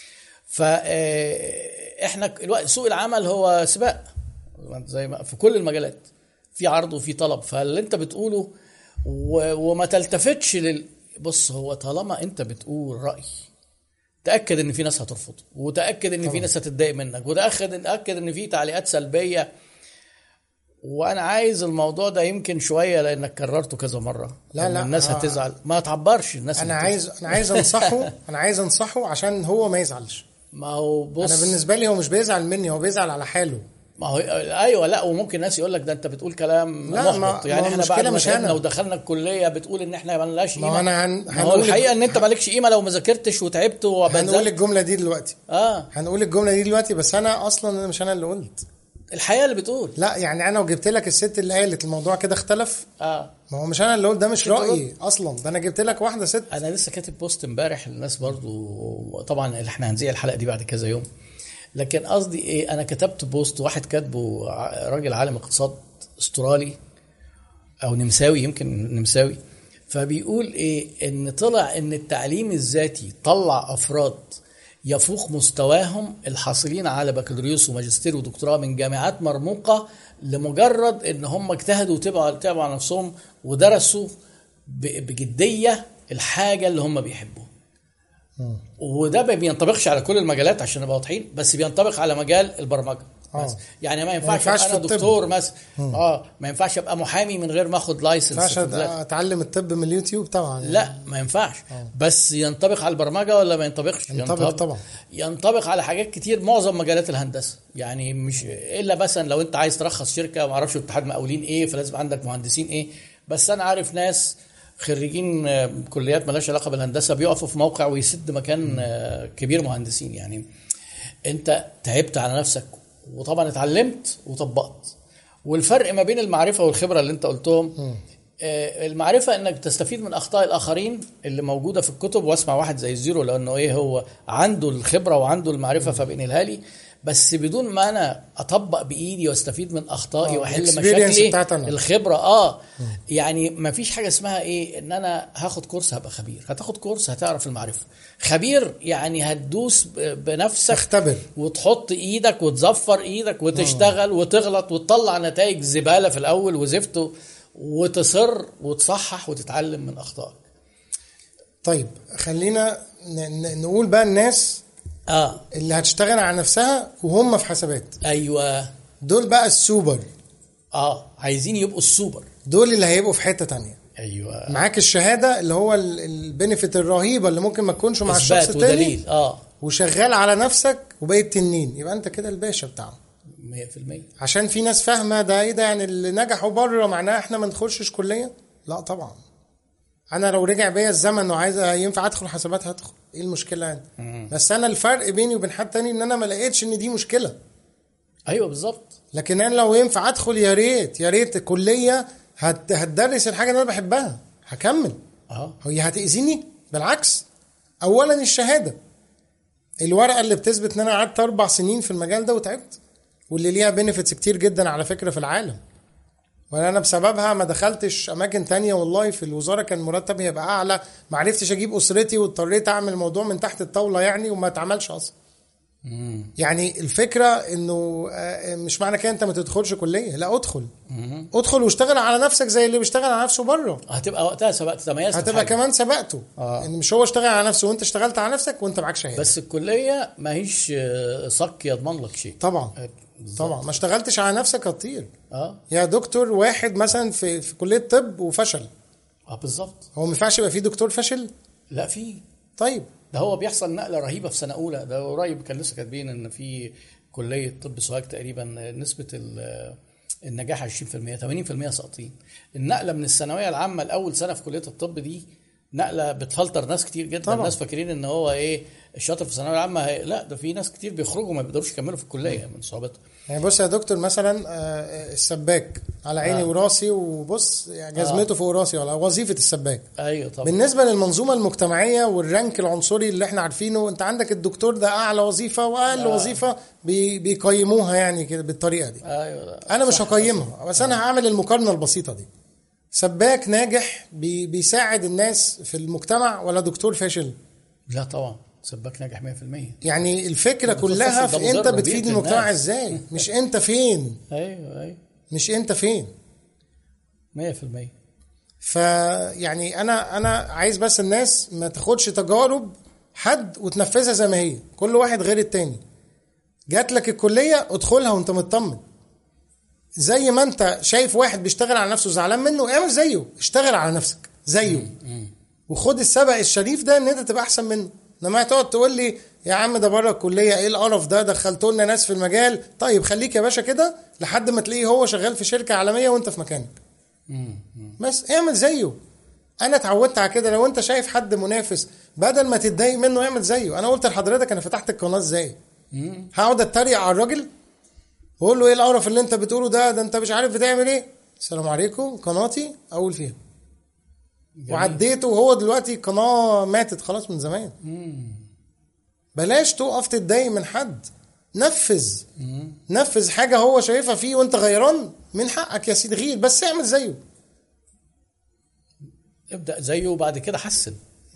فاحنا الوقت سوق العمل هو سباق زي ما في كل المجالات، في عرض وفي طلب. فاللي انت بتقوله و... وما تلتفتش لل بص، هو طالما انت بتقول رأي تأكد ان في ناس هترفضه، وتأكد ان في ناس هتتضايق منك، وتأكد تأكد ان في تعليقات سلبية. وانا عايز الموضوع ده يمكن شوية لانك كررته كذا مرة، لا إن لا الناس آه. هتزعل، ما تعبرش الناس. انا اللي عايز انا عايز انصحه انا عايز انصحه عشان هو ما يزعلش. ما هو بص، انا بالنسبه لي هو مش بيزعل مني، هو بيزعل على حاله. ما هو ايوه. لا، وممكن ناس يقول لك ده انت بتقول كلام لا، محبط ما- يعني. ما احنا المشكلة بعد ما مش تعبنا أنا. ودخلنا الكليه بتقول ان احنا ما لناش ما هو قيمه. أنا هن- ما هو هنقول- الحقيقه ان انت مالكش قيمه لو ما ذاكرتش وتعبت هنقول وبذلت. الجمله دي دلوقتي اه هنقول الجمله دي دلوقتي بس انا اصلا مش انا اللي قلت. الحقيقه اللي بتقول. لا يعني انا وجبت لك الست اللي قالت الموضوع كده اختلف. اه ما هو مش انا اللي قلت، ده مش كنت رايي اصلا، ده انا جبت لك واحده ست. انا لسه كاتب بوست امبارح للناس برضو، طبعا احنا هنذيع الحلقه دي بعد كذا يوم، لكن قصدي ايه، انا كتبت بوست واحد كاتبه ع- راجل عالم اقتصاد استرالي او نمساوي، يمكن نمساوي، فبيقول ايه ان طلع ان التعليم الذاتي طلع افراد يفوق مستواهم الحاصلين على بكالوريوس وماجستير ودكتوراه من جامعات مرموقة لمجرد ان هم اجتهدوا وتبعوا تبعوا على نفسهم ودرسوا ب- بجدية الحاجة اللي هم بيحبوها. وده ما بينطبقش على كل المجالات عشان نبقى واضحين، بس بينطبق على مجال البرمجه. آه. يعني ما ما ينفعش, ينفعش ابقى انا في الطب. دكتور مثلا، اه ما ينفعش ابقى محامي من غير ما اخد ما لايسنس. ينفعش اتعلم الطب من اليوتيوب طبعا يعني. لا ما ينفعش. بس ينطبق على البرمجه ولا ما ينطبقش؟ ينطبق طبعا. ينطبق على حاجات كتير، معظم مجالات الهندسه يعني، مش الا مثلا لو انت عايز ترخص شركه ما اعرفش اتحاد مقاولين ايه، فلازم عندك مهندسين ايه. بس انا عارف ناس خريجين كليات مالهاش علاقه بالهندسه بيقفوا في موقع ويسد مكان كبير مهندسين. يعني انت تعبت على نفسك وطبعا اتعلمت وطبقت. والفرق ما بين المعرفه والخبره اللي انت قلتهم، المعرفه انك تستفيد من اخطاء الاخرين اللي موجوده في الكتب، واسمع واحد زي الزيرو لانه ايه هو عنده الخبره وعنده المعرفه فبينقلها لي، بس بدون ما انا اطبق بايدي واستفيد من اخطائي واحل مشاكلي. الخبره اه م. يعني ما فيش حاجه اسمها ايه ان انا هاخد كورس هبقى خبير. هتاخد كورس هتعرف المعرفه. خبير يعني هتدوس بنفسك، اختبر وتحط ايدك وتزفر ايدك وتشتغل م. وتغلط وتطلع نتائج زباله في الاول وزفت، وتصر وتصحح وتتعلم من اخطائك. طيب خلينا نقول بقى الناس اه اللي هتشتغل على نفسها وهم في حسابات. ايوه دول بقى السوبر. اه عايزين يبقوا السوبر، دول اللي هيبقوا في حتة تانية. ايوه معاك الشهادة اللي هو البنفيت الرهيبة اللي ممكن ما تكونش مع الشخص التاني ودليل. اه وشغال على نفسك وبقيت تنين، يبقى انت كده الباشا بتاعه مية في المية. عشان في ناس فاهمة ده ايه ده، يعني اللي نجحوا بره معناه احنا ما ندخلش كلية. لا طبعا، انا لو رجع بيا الزمن وعايز ينفع ادخل حسابات هدخل، ايه المشكله يعني؟ مم. بس انا الفرق بيني وبين حد تاني ان انا ما لقيتش ان دي مشكله. ايوه بالظبط. لكن انا لو ينفع ادخل يا ريت يا ريت كليه هت... هتدرس الحاجه اللي انا بحبها هكمل. اه هي هتاذيني؟ بالعكس. اولا الشهاده، الورقه اللي بتثبت ان انا قعدت اربع سنين في المجال ده وتعبت، واللي ليها بينيفيتس كتير جدا على فكره في العالم، وانا بسببها ما دخلتش اماكن تانية. والله في الوزاره كان مرتبي هيبقى اعلى، ما عرفتش اجيب اسرتي واضطريت اعمل الموضوع من تحت الطاوله يعني، وما اتعملش اصلا. مم. يعني الفكره انه مش معنى كده انت ما تدخلش كليه، لا ادخل. مم. ادخل واشتغل على نفسك زي اللي بيشتغل على نفسه بره. هتبقى وقتها سبقت تميزت، هتبقى كمان سبقته. آه. ان مش هو اشتغل على نفسه وانت اشتغلت على نفسك وانت معاك شهاده. بس الكليه ما هيش صك يضمن لك شيء. طبعا بالزبط. طبعا ما اشتغلتش على نفسك هتطير. اه يا دكتور واحد مثلا في في كليه طب وفشل. اه بالظبط. هو ما ينفعش يبقى فيه دكتور فشل؟ لا فيه. طيب ده هو بيحصل نقله رهيبه في سنه اولى. ده قريب كان لسه كاتبين ان في كليه طب سوهاج تقريبا نسبه النجاح عشرين في المية، ثمانين في المية ساقطين. النقله من الثانويه العامه لاول سنه في كليه الطب دي نقله بتفلتر ناس كتير جدا. طبعا. الناس فاكرين ان هو ايه الشاطر في الثانويه العامه هي... لا، ده في ناس كتير بيخرجوا ما بيقدروش يكملوا في الكليه من صعوبتها. يعني بص يا دكتور، مثلا آه، السباك على عيني آه. وراسي، وبص يعني جزمته آه. فوق راسي، ولا وظيفه السباك. ايوه طبعا. بالنسبه للمنظومه المجتمعيه والرانك العنصري اللي احنا عارفينه، انت عندك الدكتور ده اعلى وظيفه واقل آه. وظيفه بي... بيقيموها يعني كده بالطريقه دي. ايوه. انا مش هقيمها، بس انا هعمل المقارنه البسيطه دي. سباك ناجح بي... بيساعد الناس في المجتمع، ولا دكتور فاشل؟ لا طبعا، سباك ناجح مية في المية. يعني الفكره كلها في انت بتفيد المجتمع ازاي، مش انت فين. ايوه ايوه، مش انت فين مية في المية. فيعني انا انا عايز بس الناس ما تاخدش تجارب حد وتنفذها زي ما هي، كل واحد غير التاني. جات لك الكليه ادخلها وانت مطمن، زي ما انت شايف واحد بيشتغل على نفسه زعلان منه، اعمل زيه، اشتغل على نفسك زيه، وخد السبق الشريف ده ان انت تبقى احسن منه. لما تقعد تقول لي يا عم ده بره الكليه ايه القرف ده، دخلتوا لنا ناس في المجال، طيب خليك يا باشا كده لحد ما تلاقيه هو شغال في شركه عالميه وانت في مكانك، بس اعمل زيه. انا اتعودت على كده. لو انت شايف حد منافس بدل ما تتضايق منه اعمل زيه. انا قلت لحضرتك انا فتحت القناه ازاي، هقعد اتريق على الراجل واقول له ايه القرف اللي انت بتقوله ده، ده انت مش عارف بتعمل ايه. السلام عليكم، قناتي اقول فيها جميل. وعديته، وهو دلوقتي قناه ماتت خلاص من زمان. مم. بلاش تقف تتضايق من حد، نفذ مم. نفذ حاجه هو شايفها فيه وانت غيران، من حقك يا سيدي غير، بس اعمل زيه، ابدأ زيه وبعد كده حسن.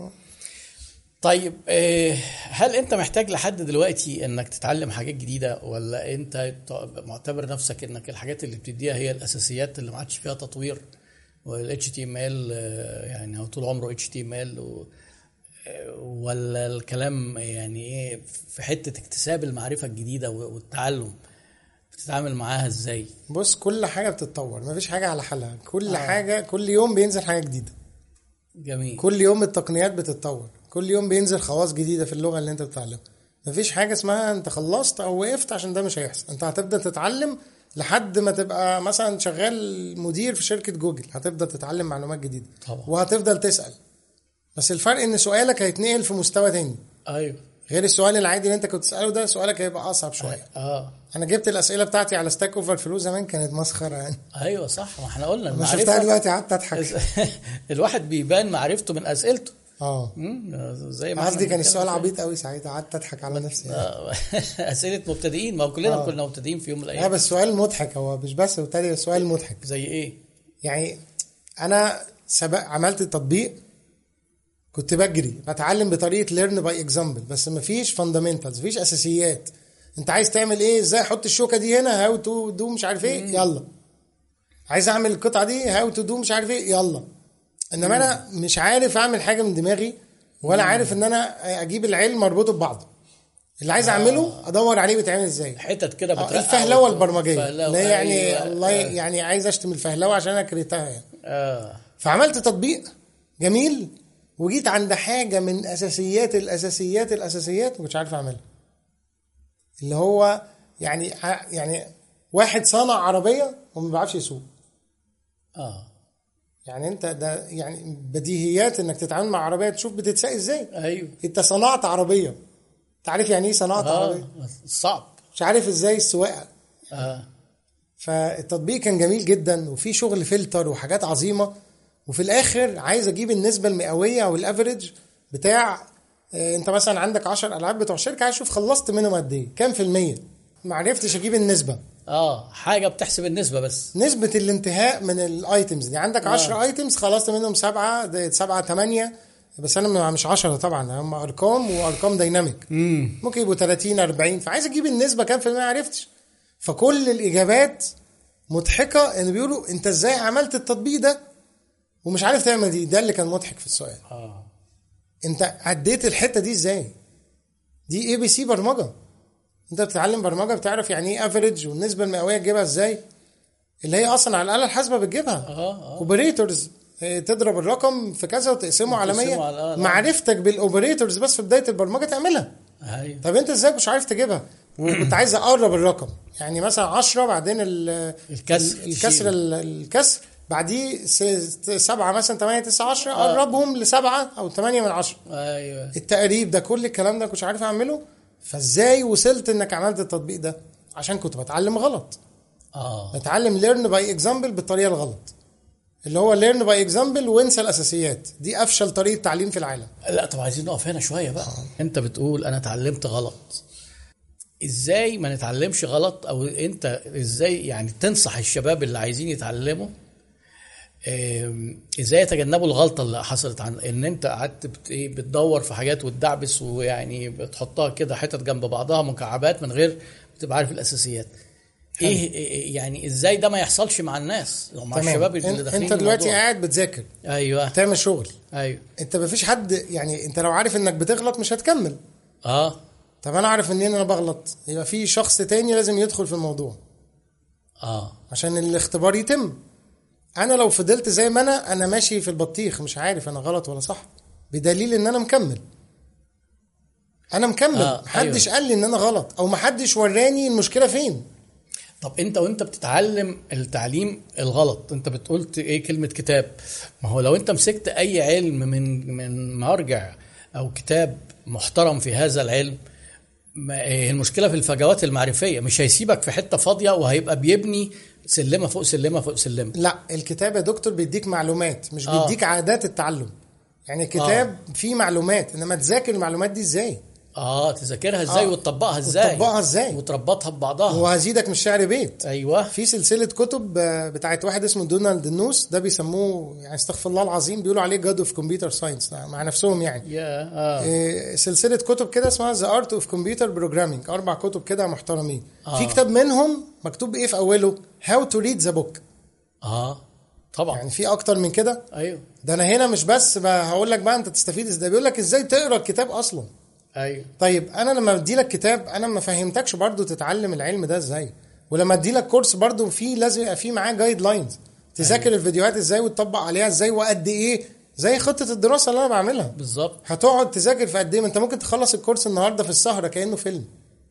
طيب هل انت محتاج لحد دلوقتي انك تتعلم حاجات جديدة، ولا انت معتبر نفسك انك الحاجات اللي بتديها هي الاساسيات اللي ما عادش فيها تطوير، وال إتش تي إم إل يعني هو طول عمره إتش تي إم إل، و... ولا الكلام يعني ايه في حتة اكتساب المعرفة الجديدة والتعلم بتتعامل معاها ازاي؟ بص، كل حاجة بتتطور، ما فيش حاجة على حالها، كل آه. حاجة كل يوم بينزل حاجة جديدة. جميل. كل يوم التقنيات بتتطور، كل يوم بينزل خواص جديدة في اللغة اللي انت بتتعلمها. ما فيش حاجة اسمها انت خلصت او وقفت، عشان ده مش هيحصل. انت هتبدأ تتعلم لحد ما تبقى مثلا شغال مدير في شركة جوجل، هتبدأ تتعلم معلومات جديدة طبعا. وهتفضل تسأل، بس الفرق ان سؤالك هيتنقل في مستوى تاني. ايوه، غير السؤال العادي اللي انت كنت تسأله ده، سؤالك هيبقى اصعب شوية. اه انا جبت الاسئله بتاعتي على ستاك اوفر فلو زمان، كانت مسخره يعني. ايوه صح، ما احنا قلنا ما شفتها دلوقتي قعدت اضحك. الواحد بيبان معرفته من اسئلته. اه زي ما قصدي كان السؤال عبيط قوي ساعتها، قعدت اضحك على نفسي يعني. اسئله مبتدئين، ما كلنا آه. كنا مبتدئين في يوم من الايام. لا بس سؤال مضحك، هو مش بس مبتدئ، سؤال مضحك. زي ايه يعني؟ انا سبق عملت تطبيق، كنت بجري بتعلم بطريقه ليرن باي اكزامبل، بس مفيش فاندامنتالز، مفيش اساسيات. انت عايز تعمل ايه؟ ازاي احط الشوكه دي هنا، هاو تو دو مش عارف ايه، يلا. عايز اعمل القطعه دي، هاو تو دو مش عارف ايه، يلا. انما انا مش عارف اعمل حاجه من دماغي، ولا عارف ان انا اجيب العلم مربوطه ببعضه. اللي عايز اعمله ادور عليه بيتعمل ازاي، حتت كده بترقع. الفهلوه البرمجيه لا يعني أيوة. الله يعني عايز اشتم الفهلوه عشان انا كرهتها يعني. اه فعملت تطبيق جميل، وجيت عند حاجه من اساسيات الاساسيات الاساسيات ومش عارف اعملها، اللي هو يعني يعني واحد صنع عربيه وما بيعرفش يسوق. اه يعني انت ده يعني بديهيات انك تتعامل مع عربيه تشوف بتتساق ازاي. ايوه انت صنعت عربيه، تعرف يعني ايه صناعه آه. عربيه؟ صعب، مش عارف ازاي السواقه. اه فالتطبيق كان جميل جدا، وفي شغل فلتر وحاجات عظيمه، وفي الاخر عايز اجيب النسبه المئويه او الافريج بتاع اه انت مثلا عندك عشر العاب بتوع شركه، عايز اشوف خلصت منهم قد ايه، كام في الميه. ما عرفتش اجيب النسبه. اه حاجه بتحسب النسبه بس، نسبه الانتهاء من الايتمز دي. عندك عشرة ايتمز خلصت منهم سبعة، ده سبعة تمانية، بس انا مش عشرة طبعا، هم ارقام وارقام دايناميك، مم. ممكن يبقوا تلاتين أربعين، فعايز اجيب النسبه كام في الميه، عرفتش. فكل الاجابات مضحكه، ان بيقولوا انت ازاي عملت التطبيق ده ومش عارف تعمل دي. ده اللي كان مضحك في السؤال. اه انت عديت الحته دي ازاي؟ دي اي بي سي برمجه، انت بتتعلم برمجه بتعرف يعني ايه افريج والنسبه المئويه تجيبها ازاي، اللي هي اصلا على الاله الحاسبه بتجيبها. اه اوبريتورز، تضرب الرقم في كذا وتقسمه على مية. على معرفتك بالاوبريتورز بس في بدايه البرمجه تعملها. ايوه. طب انت ازاي مش عارف تجيبها؟ وكنت عايز اقرب الرقم، يعني مثلا عشرة بعدين ال- الكسر الكسر ال- الكسر بعديه س- سبعة مثلا تمانية تسعة عشرة، قربهم لسبعة او تمانية من عشرة. ايوه التقريب ده كل الكلام ده كنتش عارف اعمله. فازاي وصلت انك عملت التطبيق ده؟ عشان كنت بتعلم غلط، اه بتعلم ليرن باي اكزامبل بالطريقه الغلط، اللي هو ليرن باي اكزامبل وانسى الاساسيات. دي افشل طريقه تعليم في العالم. لا طب عايزين نقف هنا شويه بقى. انت بتقول انا اتعلمت غلط، ازاي ما نتعلمش غلط؟ او انت ازاي يعني تنصح الشباب اللي عايزين يتعلموا آم، ازاي يتجنبوا الغلطه اللي حصلت، عن ان انت قعدت بت- إيه، بتدور في حاجات وتدعبس ويعني بتحطها كده حتت جنب بعضها مكعبات من غير ما تبقى عارف الاساسيات؟ ايه إيه- يعني ازاي ده ما يحصلش مع الناس او مع تمام. الشباب اللي انت داخلين انت دلوقتي الموضوع؟ قاعد بتذاكر، ايوه بتعمل شغل، ايوه انت مفيش حد يعني، انت لو عارف انك بتغلط مش هتكمل. اه طب انا عارف منين انا بغلط؟ يبقى في شخص تاني لازم يدخل في الموضوع اه عشان الاختبار يتم. انا لو فضلت زي ما انا انا ماشي في البطيخ مش عارف انا غلط ولا صح، بدليل ان انا مكمل. انا مكمل آه، محدش أيوة. قال لي ان انا غلط، او محدش وراني المشكله فين. طب انت وانت بتتعلم التعليم الغلط، انت بتقولت ايه كلمة كتاب؟ ما هو لو انت مسكت اي علم من من مرجع او كتاب محترم في هذا العلم، ما إيه المشكلة في الفجوات المعرفية؟ مش هيسيبك في حتة فاضية وهيبقى بيبني سلمة فوق سلمة فوق سلمة. لا، الكتاب يا دكتور بيديك معلومات، مش آه. بيديك عادات التعلم. يعني الكتاب فيه معلومات، انما تذاكر المعلومات دي ازاي؟ اه تذاكرها ازاي آه. وتطبقها ازاي وتطبقها ازاي؟ وتربطها ببعضها. وهزيدك من شعر بيت. ايوه في سلسله كتب آه، بتاعت واحد اسمه دونالد نوس، ده بيسموه يعني استغفر الله العظيم بيقولوا عليه جاد اوف كمبيوتر ساينس مع نفسهم يعني. يا اه آه، سلسله كتب كده اسمها ذا ارت اوف كمبيوتر بروجرامينج، اربع كتب كده محترمين. آه. في كتاب منهم مكتوب ايه في اوله؟ هاو تو ريد ذا بوك. اه طبعا يعني في اكتر من كده؟ ايوه ده انا هنا مش بس بقى هقول لك بقى انت تستفيد ازاي، بيقول لك ازاي تقرا الكتاب اصلا. ايوه طيب انا لما ادي لك كتاب انا ما فهمتكش برضو تتعلم العلم ده ازاي، ولما ادي لك كورس برضو في لازم يبقى في معاه جايد لاينز تذاكر أيوة. الفيديوهات ازاي وتطبق عليها ازاي وقد ايه، زي خطه الدراسه اللي انا بعملها بالظبط. هتقعد تذاكر في قد ايه؟ ما انت ممكن تخلص الكورس النهارده في السهره كانه فيلم.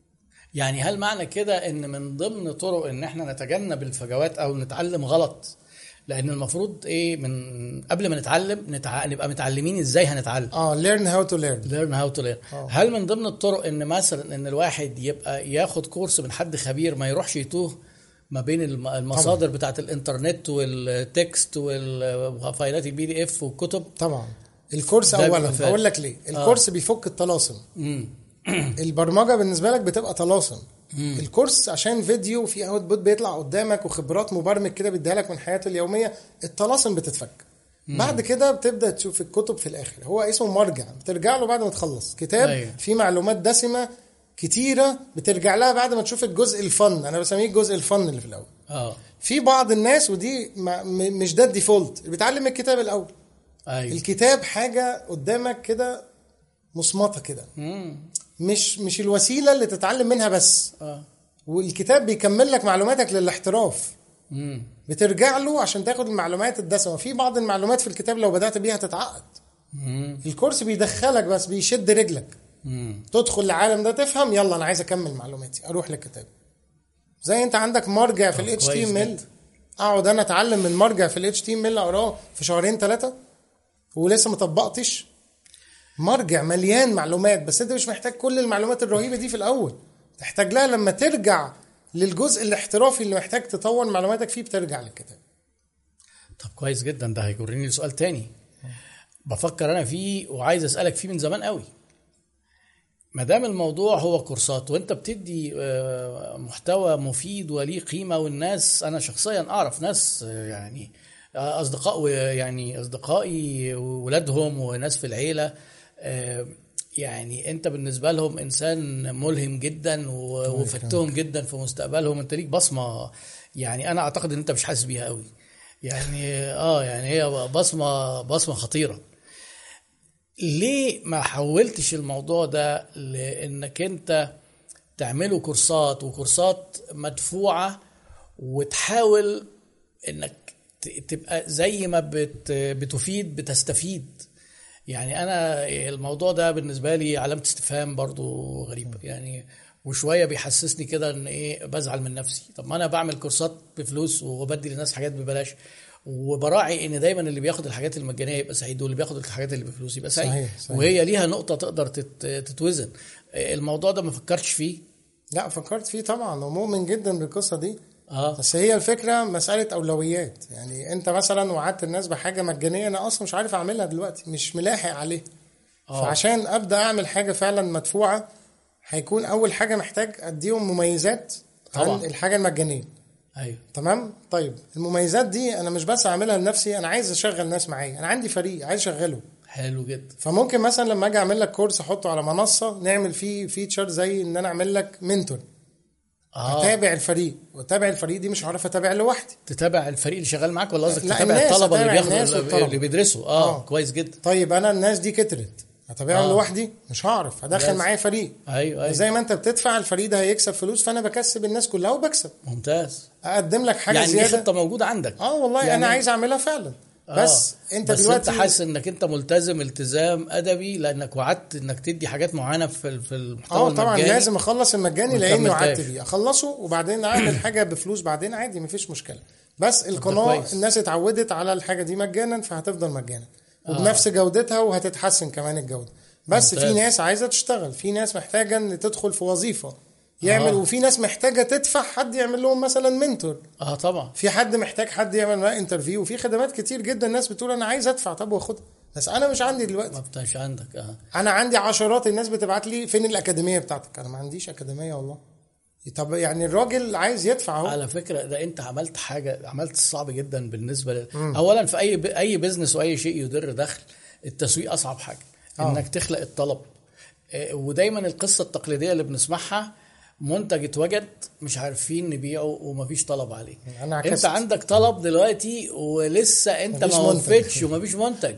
يعني هل معنى كده ان من ضمن طرق ان احنا نتجنب الفجوات او نتعلم غلط، لان المفروض ايه من قبل ما نتعلم نتع... نبقى متعلمين ازاي هنتعلم؟ اه learn how to learn. learn how to learn. آه. هل من ضمن الطرق ان مثلا ان الواحد يبقى ياخد كورس من حد خبير ما يروحش يتوه ما بين الم- المصادر بتاعت الانترنت والتكست والفايلات البي دي اف والكتب؟ طبعا الكورس ده اولا بيبقى فارق. اقول لك ليه الكورس بيفك الطلاسم. امم البرمجه بالنسبه لك بتبقى طلاسم. الكورس عشان فيديو في اوتبوت بيطلع قدامك وخبرات مبرمج كده بيديها لك من حياته اليوميه، الطلاسم بتتفك. بعد كده بتبدا تشوف الكتب في الاخر، هو اسمه مرجع بترجع له بعد ما تخلص كتاب. أيوة. فيه معلومات دسمه كتيره بترجع لها بعد ما تشوف الجزء الفن، انا بسميه الجزء الفن اللي في الاول. اه في بعض الناس ودي ما م- مش ده الديفولت اللي بيتعلم الكتاب الاول. ايوه الكتاب حاجه قدامك كده مصمطه كده، امم مش مش الوسيله اللي تتعلم منها بس. اه والكتاب بيكمل لك معلوماتك للاحتراف، امم بترجع له عشان تاخد المعلومات الدسمه. في بعض المعلومات في الكتاب لو بدأت بيها تتعقد. امم الكورس بيدخلك بس بيشد رجلك، امم تدخل العالم ده تفهم، يلا انا عايز اكمل معلوماتي اروح للكتاب. زي انت عندك مرجع في ال H T M L، اقعد انا اتعلم من مرجع في ال H T M L اقراه في شهرين ثلاثه ولسه ما طبقتش. مرجع مليان معلومات بس انت مش محتاج كل المعلومات الرهيبه دي في الاول، تحتاج لها لما ترجع للجزء الاحترافي اللي محتاج تطور معلوماتك فيه، بترجع للكتاب. طب كويس جدا، ده هيجرني لسؤال تاني بفكر انا فيه وعايز اسالك فيه من زمان قوي. ما دام الموضوع هو كورسات وانت بتدي آه، محتوى مفيد وليه قيمه، والناس انا شخصيا اعرف ناس آه، يعني آه، اصدقاء يعني اصدقائي وولادهم وناس في العيله آه، يعني انت بالنسبه لهم انسان ملهم جدا و- وفتهم جدا في مستقبلهم. انت ليك بصمه يعني انا اعتقد ان انت مش حاسس بيها قوي يعني اه يعني هي بصمه بصمه خطيره. ليه ما حولتش الموضوع ده لانك انت تعمله كورسات وكورسات مدفوعه وتحاول انك ت- تبقى زي ما بت بتفيد بتستفيد؟ يعني انا الموضوع ده بالنسبه لي علامه استفهام برضو غريبه يعني. وشويه بيحسسني كده ان ايه بزعل من نفسي. طب ما انا بعمل كورسات بفلوس وبدي للناس حاجات ببلاش، وبراعي ان دايما اللي بياخد الحاجات المجانيه يبقى سعيد، واللي بياخد الحاجات اللي بفلوس يبقى سعيد. صحيح صحيح. وهي ليها نقطه تقدر تت... تتوزن. الموضوع ده ما فكرتش فيه؟ لا فكرت فيه طبعا، ومؤمن جدا بالقصه دي. اه بس هي الفكره مساله اولويات. يعني انت مثلا وعدت الناس بحاجه مجانيه انا اصلا مش عارف اعملها دلوقتي، مش ملاحق عليها. آه. فعشان ابدا اعمل حاجه فعلا مدفوعه هيكون اول حاجه محتاج اديهم مميزات عن طبعا. الحاجه المجانيه. ايوه تمام. طيب المميزات دي انا مش بس اعملها لنفسي، انا عايز اشغل ناس معايا، انا عندي فريق عايز اشغله. حلو جدا. فممكن مثلا لما اجي اعمل لك كورس احطه على منصه نعمل فيه فيتشر زي ان انا اعمل لك منتور. اه اتابع الفريق، واتابع الفريق دي مش هعرف اتابع لوحدي. تتابع الفريق اللي شغال معاك ولا قصدك لا، تتابع الناس، الطلبه اللي أتابع الناس بياخدوا والطلبة. اللي بيدرسوا؟ اه, آه. كويس جدا. طيب انا الناس دي كترت اتابعهم آه. لوحدي مش هعرف ادخل لازم. معايا فريق. ايوه ايوه زي ما انت بتدفع الفريق ده هيكسب فلوس، فانا بكسب الناس كلها وبكسب. ممتاز. اقدم لك حاجه يعني دي زياده. خطه موجوده عندك؟ اه والله يعني انا عايز اعملها فعلا. آه. بس انت بس دلوقتي انت حاسس انك انت ملتزم التزام ادبي لانك وعدت انك تدي حاجات معينه في في المحتوى اه طبعا المجاني. لازم اخلص المجاني وانت لاني مرتاح. وعدت بيه اخلصه وبعدين اعمل حاجه بفلوس بعدين عادي مفيش مشكله. بس القناه كويس. الناس اتعودت على الحاجه دي مجانا فهتفضل مجانا وبنفس جودتها وهتتحسن كمان الجوده. بس ممتاز. في ناس عايزه تشتغل، في ناس محتاجه ان تدخل في وظيفه يعمل آه. وفي ناس محتاجه تدفع حد يعمل لهم مثلا منتور. اه طبعا. في حد محتاج حد يعمل معاه انترفيو، وفي خدمات كتير جدا الناس بتقول انا عايز ادفع طب واخدها، بس انا مش عندي دلوقتي. ما بتاعش عندك. اه انا عندي عشرات الناس بتبعت لي فين الاكاديميه بتاعتك، انا ما عنديش اكاديميه والله. طب يعني الراجل عايز يدفع اهو. على فكره ده انت عملت حاجه، عملت صعب جدا بالنسبه ل... اولا في اي ب... اي بزنس واي شيء يدر دخل التسويق اصعب حاجه. آه. انك تخلق الطلب. آه، ودايما القصه التقليديه اللي بنسمعها منتج اتوجد مش عارفين نبيعه ومفيش طلب عليه. أنا انت عكست. عندك طلب دلوقتي ولسه انت مفيش ما منتج. وفيتش ومفيش منتج.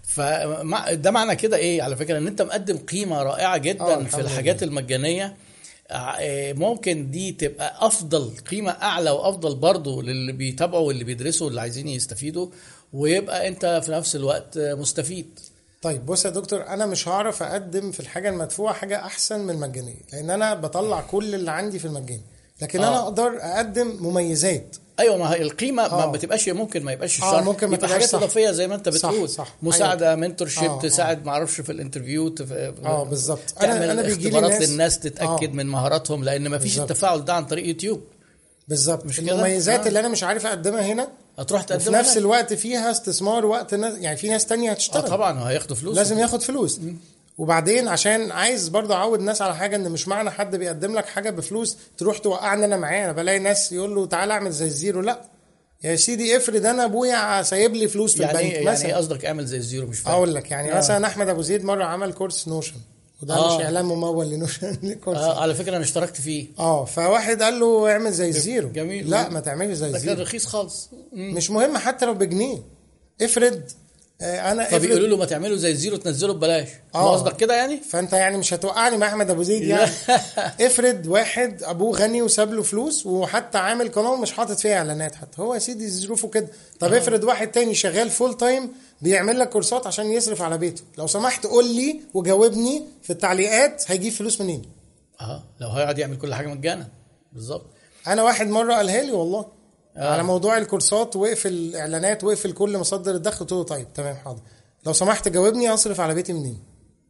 فده معنى كده ايه على فكره ان انت مقدم قيمه رائعه جدا آه، في الحمد الحاجات المجانيه. ع- ممكن دي تبقى افضل قيمه اعلى وافضل برضو للي بيتابعوا واللي بيدرسوا واللي عايزين يستفيدوا، ويبقى انت في نفس الوقت مستفيد. طيب بص يا دكتور، انا مش هعرف اقدم في الحاجه المدفوعه حاجه احسن من المجانيه لان انا بطلع كل اللي عندي في المجاني، لكن آه. انا اقدر اقدم مميزات. ايوه ما هي القيمه آه. ما بتبقاش ممكن ما يبقاش آه، الشرح ممكن ما يبقى تبقاش حاجات صح. اضافيه زي ما انت صح، بتقول. صح. مساعده أيوة. منتور شيب آه، تساعد ما اعرفش في الانترفيو تف... اه بالظبط. تعمل انا انا بيجي لي اختبارات ناس للناس تتاكد آه. من مهاراتهم لان ما فيش بالظبط. التفاعل ده عن طريق يوتيوب. بالظبط. مش كده؟ المميزات آه. اللي انا مش عارف اقدمها هنا هتروح وفي تقدمها نفس هناك. الوقت فيها استثمار وقت ناس، يعني في ناس تانية اه هتشتغل. طبعا هياخدوا فلوس. لازم ياخد فلوس. وبعدين عشان عايز برضه اعود الناس على حاجه ان مش معنى حد بيقدم لك حاجه بفلوس تروح توقعني انا معاه. انا بلاقي ناس يقول له تعالى اعمل زي الزيرو. لا يا سيدي افرض انا ابويا سايب لي فلوس في يعني البنك ايه يعني مثلا. ايه قصدك اعمل زي الزيرو؟ مش فاهم. اقول لك يعني آه. مثلا احمد ابو زيد مره عمل كورس نوشن، وده آه. مش اعلان ممول لنوشن الكورس. آه على فكره انا اشتركت فيه. اه فواحد قال له اعمل زي الزيرو. جميل. لا ما تعملش زي ده كان الزيرو. رخيص خالص. مم. مش مهم حتى لو بجنيه. افرض آه انا فبيقولوا افرض له ما تعملوا زي الزيرو تنزله ببلاش. آه. هو قصدك كده يعني؟ فانت يعني مش هتوقعني مع احمد ابو زيد يعني. افرض واحد ابوه غني وساب له فلوس وحتى عامل قناه مش حاطط فيها اعلانات حتى، هو يا سيدي ظروفه كده. طب آه. افرض واحد تاني شغال فول تايم بيعمل لك كورسات عشان يصرف على بيته، لو سمحت قول لي وجاوبني في التعليقات هيجيب فلوس منين؟ اه لو هيقعد يعمل كل حاجه مجانا. بالظبط. انا واحد مره قالها لي والله آه. على موضوع الكورسات واقفل الاعلانات واقفل كل مصادر الدخل. قلت له طيب تمام حاضر، لو سمحت جاوبني اصرف على بيتي منين؟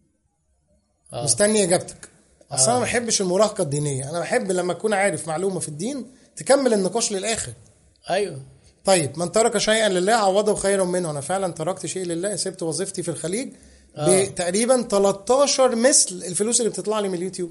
آه. مستني اجابتك. اصلا انا ما بحبش المراهقه الدينيه، انا بحب لما اكون عارف معلومه في الدين تكمل النقاش للاخر. ايوه. طيب من ترك شيئا لله عوضه خيرا منه. انا فعلا تركت شيء لله، سبت وظيفتي في الخليج آه. بتقريبا تلتاشر مثل الفلوس اللي بتطلع لي من اليوتيوب.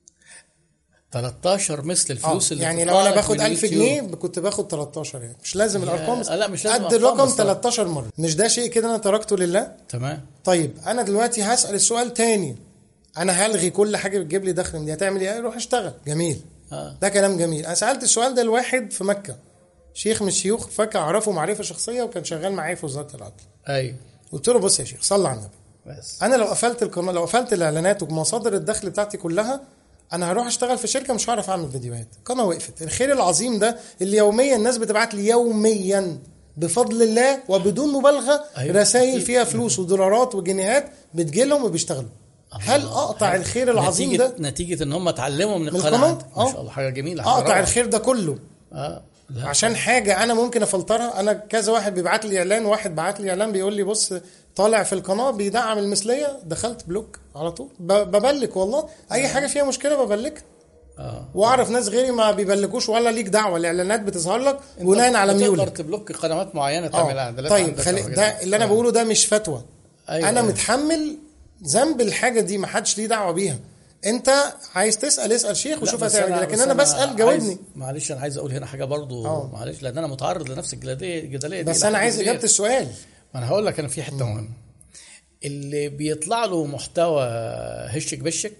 تلتاشر مثل الفلوس آه. اللي يعني بتطلع لو انا لك باخد من ألف اليوتيوب. جنيه كنت باخد تلتاشر، يعني مش لازم يا- الارقام آه، لا، مش لازم قد أرقام الرقم بس طبعا. تلتاشر مره. مش ده شيء كده انا تركته لله؟ تمام. طيب انا دلوقتي هسأل السؤال تاني، انا هلغي كل حاجه بتجيب لي دخل من دي، هتعمل ايه؟ روح اشتغل. جميل. آه. ده كلام جميل. انا سالت السؤال ده لواحد في مكه، شيخ من الشيوخ، فاكر اعرفه معرفه شخصيه وكان شغال معايا في وزاره العدل. ايوه قلت له بص يا شيخ صلى على النبي، بس انا لو قفلت القناه، لو قفلت الاعلانات ومصادر الدخل بتاعتي كلها، انا هروح اشتغل في شركه مش هعرف اعمل فيديوهات. القناه وقفت. الخير العظيم ده اللي يوميا الناس بتبعت لي يوميا بفضل الله وبدون مبالغه أيوة. رسائل فيها فلوس ودولارات وجنيهات بتجي لهم وبيشتغلوا. هل اقطع الخير العظيم نتيجة ده نتيجه ان هم اتعلموا من من القناه القناة؟ عندك. ما آه. شاء الله، حاجه جميله، حاجة اقطع روعة. الخير ده كله اه لا. عشان حاجه انا ممكن افلترها؟ انا كذا واحد بيبعت لي اعلان، واحد بعت لي اعلان بيقول لي بص طالع في القناه بيدعم المثليه، دخلت بلوك على طول. ب- ببلك والله اي حاجه فيها مشكله ببلك. اه واعرف ناس غيري ما بيبلكوش ولا ليك دعوه، الاعلانات بتظهر لك بناء على تقدر ميولك. تبلوك قنوات معينه تعملها اه عندك. طيب خلي ده اللي انا بقوله ده مش فتوى. أيوة انا أيوة. متحمل ذنب الحاجه دي، ما حدش ليه دعوه بيها. انت عايز تسال اسال شيخ وشوف هتعمل، لكن انا بسال جاوبني. معلش انا عايز اقول هنا حاجه برضو. أوه. معلش لان انا متعرض لنفس الجدليه الجدليه دي. بس انا عايز اجابه السؤال. ما انا هقول لك، انا في حته مهمه. اللي بيطلع له محتوى هشك بشك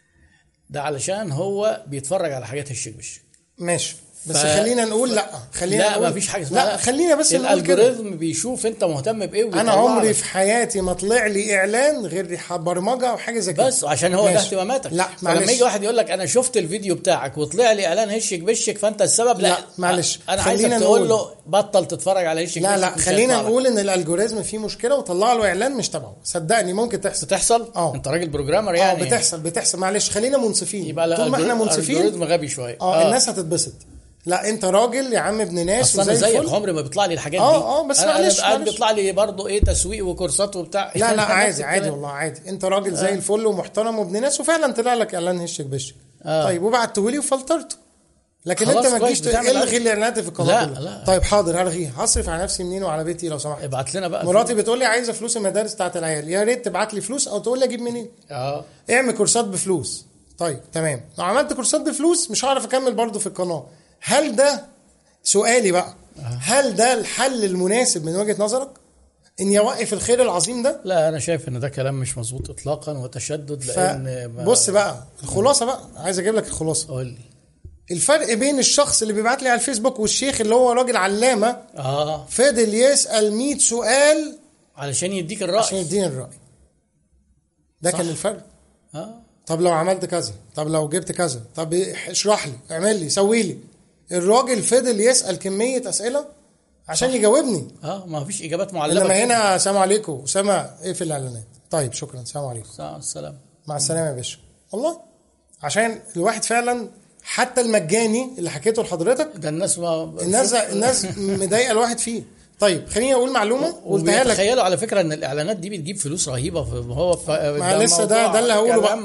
ده علشان هو بيتفرج على حاجات هشك بشك. ماشي بس ف... خلينا نقول لا خلينا لا نقول ما فيش حاجه اسمها لا خلينا بس نقول كده. الالجوريثم بيشوف انت مهتم بايه. انا عمري في حياتي ما طلع لي اعلان غير برمجه او حاجه زي كده، بس عشان هو ده اهتماماتك. لا معلش، لما يجي واحد يقول لك انا شفت الفيديو بتاعك وطلع لي اعلان هشك بشك فانت السبب، لا, لا معلش انا عايزك تقول له بطل تتفرج على هشك لا بشك. لا خلينا نقول ان الالجوريزم فيه مشكله وطلع له اعلان مش تبعه. صدقني ممكن تحصل. بتحصل اه انت راجل بروجرامر يعني. اه بتحصل بتحصل معلش خلينا منصفين. يبقى طول ما احنا منصفين الالجوريزم غبي شويه. اه الناس هتتبسط. لا انت راجل يا عم ابن ناس وزي وزي زيك الفل. عمري ما بيطلع لي الحاجات اه دي. اه بس أنا معلش قاعد معلش. بيطلع لي برضه ايه تسويق وكورسات وبتاع. لا لا نفس عادي عادي الكلام. والله عادي. انت راجل زي الفل ومحترم وابن ناس وفعلا طلع لك اعلان هشك بشك. آه. طيب وبعته لي وفلترته. لكن خلاص انت ما كويس، تجيش بتعمل الغي عادي. الاعلانات في القناه لا، كلها. لا. طيب حاضر هلغيها. هصرف على نفسي منين وعلى بيتي لو سمحت؟ ابعت لنا بقى. مراتي بتقول لي عايزه فلوس المدارس بتاعت العيال، يا ريت تبعت لي فلوس او تقول لي اجيب منين. اه اعمل كورسات بفلوس. طيب تمام، لو عملت كورسات بفلوس مش هعرف اكمل برضو في القناه. هل ده سؤالي بقى هل ده الحل المناسب من وجهة نظرك ان يوقف الخير العظيم ده؟ لا انا شايف ان ده كلام مش مظبوط اطلاقا وتشدد. ف... لان بص بقى الخلاصه بقى، عايز اجيب لك الخلاصه. قول لي الفرق بين الشخص اللي بيبعت لي على الفيسبوك والشيخ اللي هو راجل علامه اه فضل يسال مية سؤال علشان يديك الراي. عشان يديني الراي. ده صح. كان الفرق. اه طب لو عملت كذا، طب لو جبت كذا، طب اشرح لي، اعمل لي، سوي لي. الراجل فضل يسال كميه اسئله عشان يجاوبني. اه ما فيش اجابات معلبه. انما هنا سلام عليكم اسامه ايه في الاعلانات. طيب شكرا سلام عليكم السلام. مع السلامه يا باشا. والله عشان الواحد فعلا حتى المجاني اللي حكيته لحضرتك ده الناس ما الناس الناس مضايقه الواحد فيه. طيب خليني اقول معلومه قلتها لك. تخيلوا على فكره ان الاعلانات دي بتجيب فلوس رهيبه. هو ف... ما لسه ده ده اللي هقوله بقى.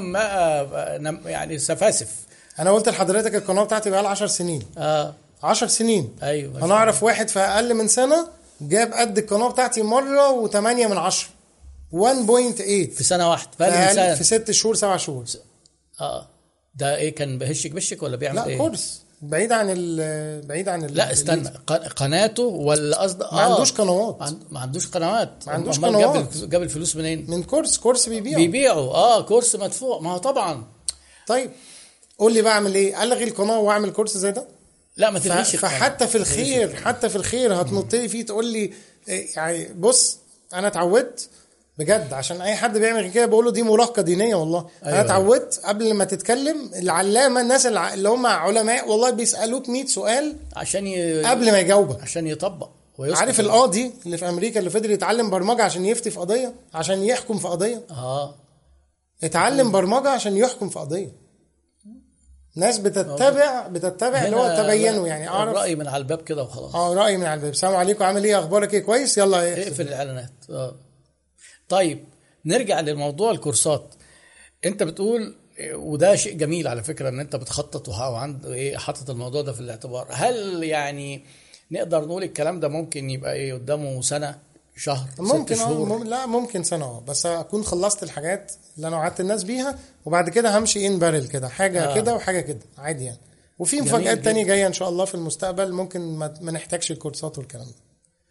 ما يعني سفاسف. انا قلت لحضرتك القناه بتاعتي بقى لها عشر سنين. اه عشر سنين. ايوه انا اعرف واحد في اقل من سنه جاب قد القناه بتاعتي مره وثمانية من عشرة واحد فاصلة ثمانية في سنه واحده في, في, في ست شهور سبع شهور. اه ده ايه كان بهشك بشك ولا بيعمل لا ايه؟ كورس بعيد عن ال بعيد عن ال لا استنى قناته ولا قصد ما آه. عندوش قنوات. ما عندوش قنوات ما عندوش قنوات. جاب, جاب الفلوس منين؟ من كورس كورس بيبيعه بيبيعوا اه كورس مدفوع. ما هو طبعا. طيب قول لي بعمل ايه؟ الغي القناه واعمل كورس زي ده؟ لا ما تلغيش. فحتى في الخير حتى في الخير هتنط لي فيه تقول لي يعني بص انا اتعودت بجد عشان اي حد بيعمل كده بقول له دي مراهقه دينيه والله. أيوة. انا اتعودت قبل ما تتكلم العلامه الناس اللي هم علماء والله بيسالوك مية سؤال عشان ي... قبل ما يجاوبك عشان يطبق. عارف القاضي اللي في امريكا اللي فضل يتعلم برمجه عشان يفتي في قضيه عشان يحكم في قضيه. اه اتعلم برمجه عشان يحكم في قضيه. ناس بتتبع بتتبع اللي هو تبينه يعني اعرف رايي من على الباب كده وخلاص. اه رايي من على الباب. السلام عليكم عامل ايه اخبارك ايه كويس يلا اقفل الاعلانات. اه طيب نرجع للموضوع الكورسات. انت بتقول وده شيء جميل على فكره ان انت بتخطط وعند ايه حاطط الموضوع ده في الاعتبار. هل يعني نقدر نقول الكلام ده ممكن يبقى ايه قدامه سنه شهر ممكن ست شهور؟ مم... لا ممكن سنه بس اكون خلصت الحاجات اللي انا وعدت الناس بيها وبعد كده همشي ان بارل كده حاجه آه. كده وحاجه كده عادي يعني. وفي مفاجآت تانية جايه ان شاء الله في المستقبل ممكن ما, ما نحتاجش الكورسات والكلام ده.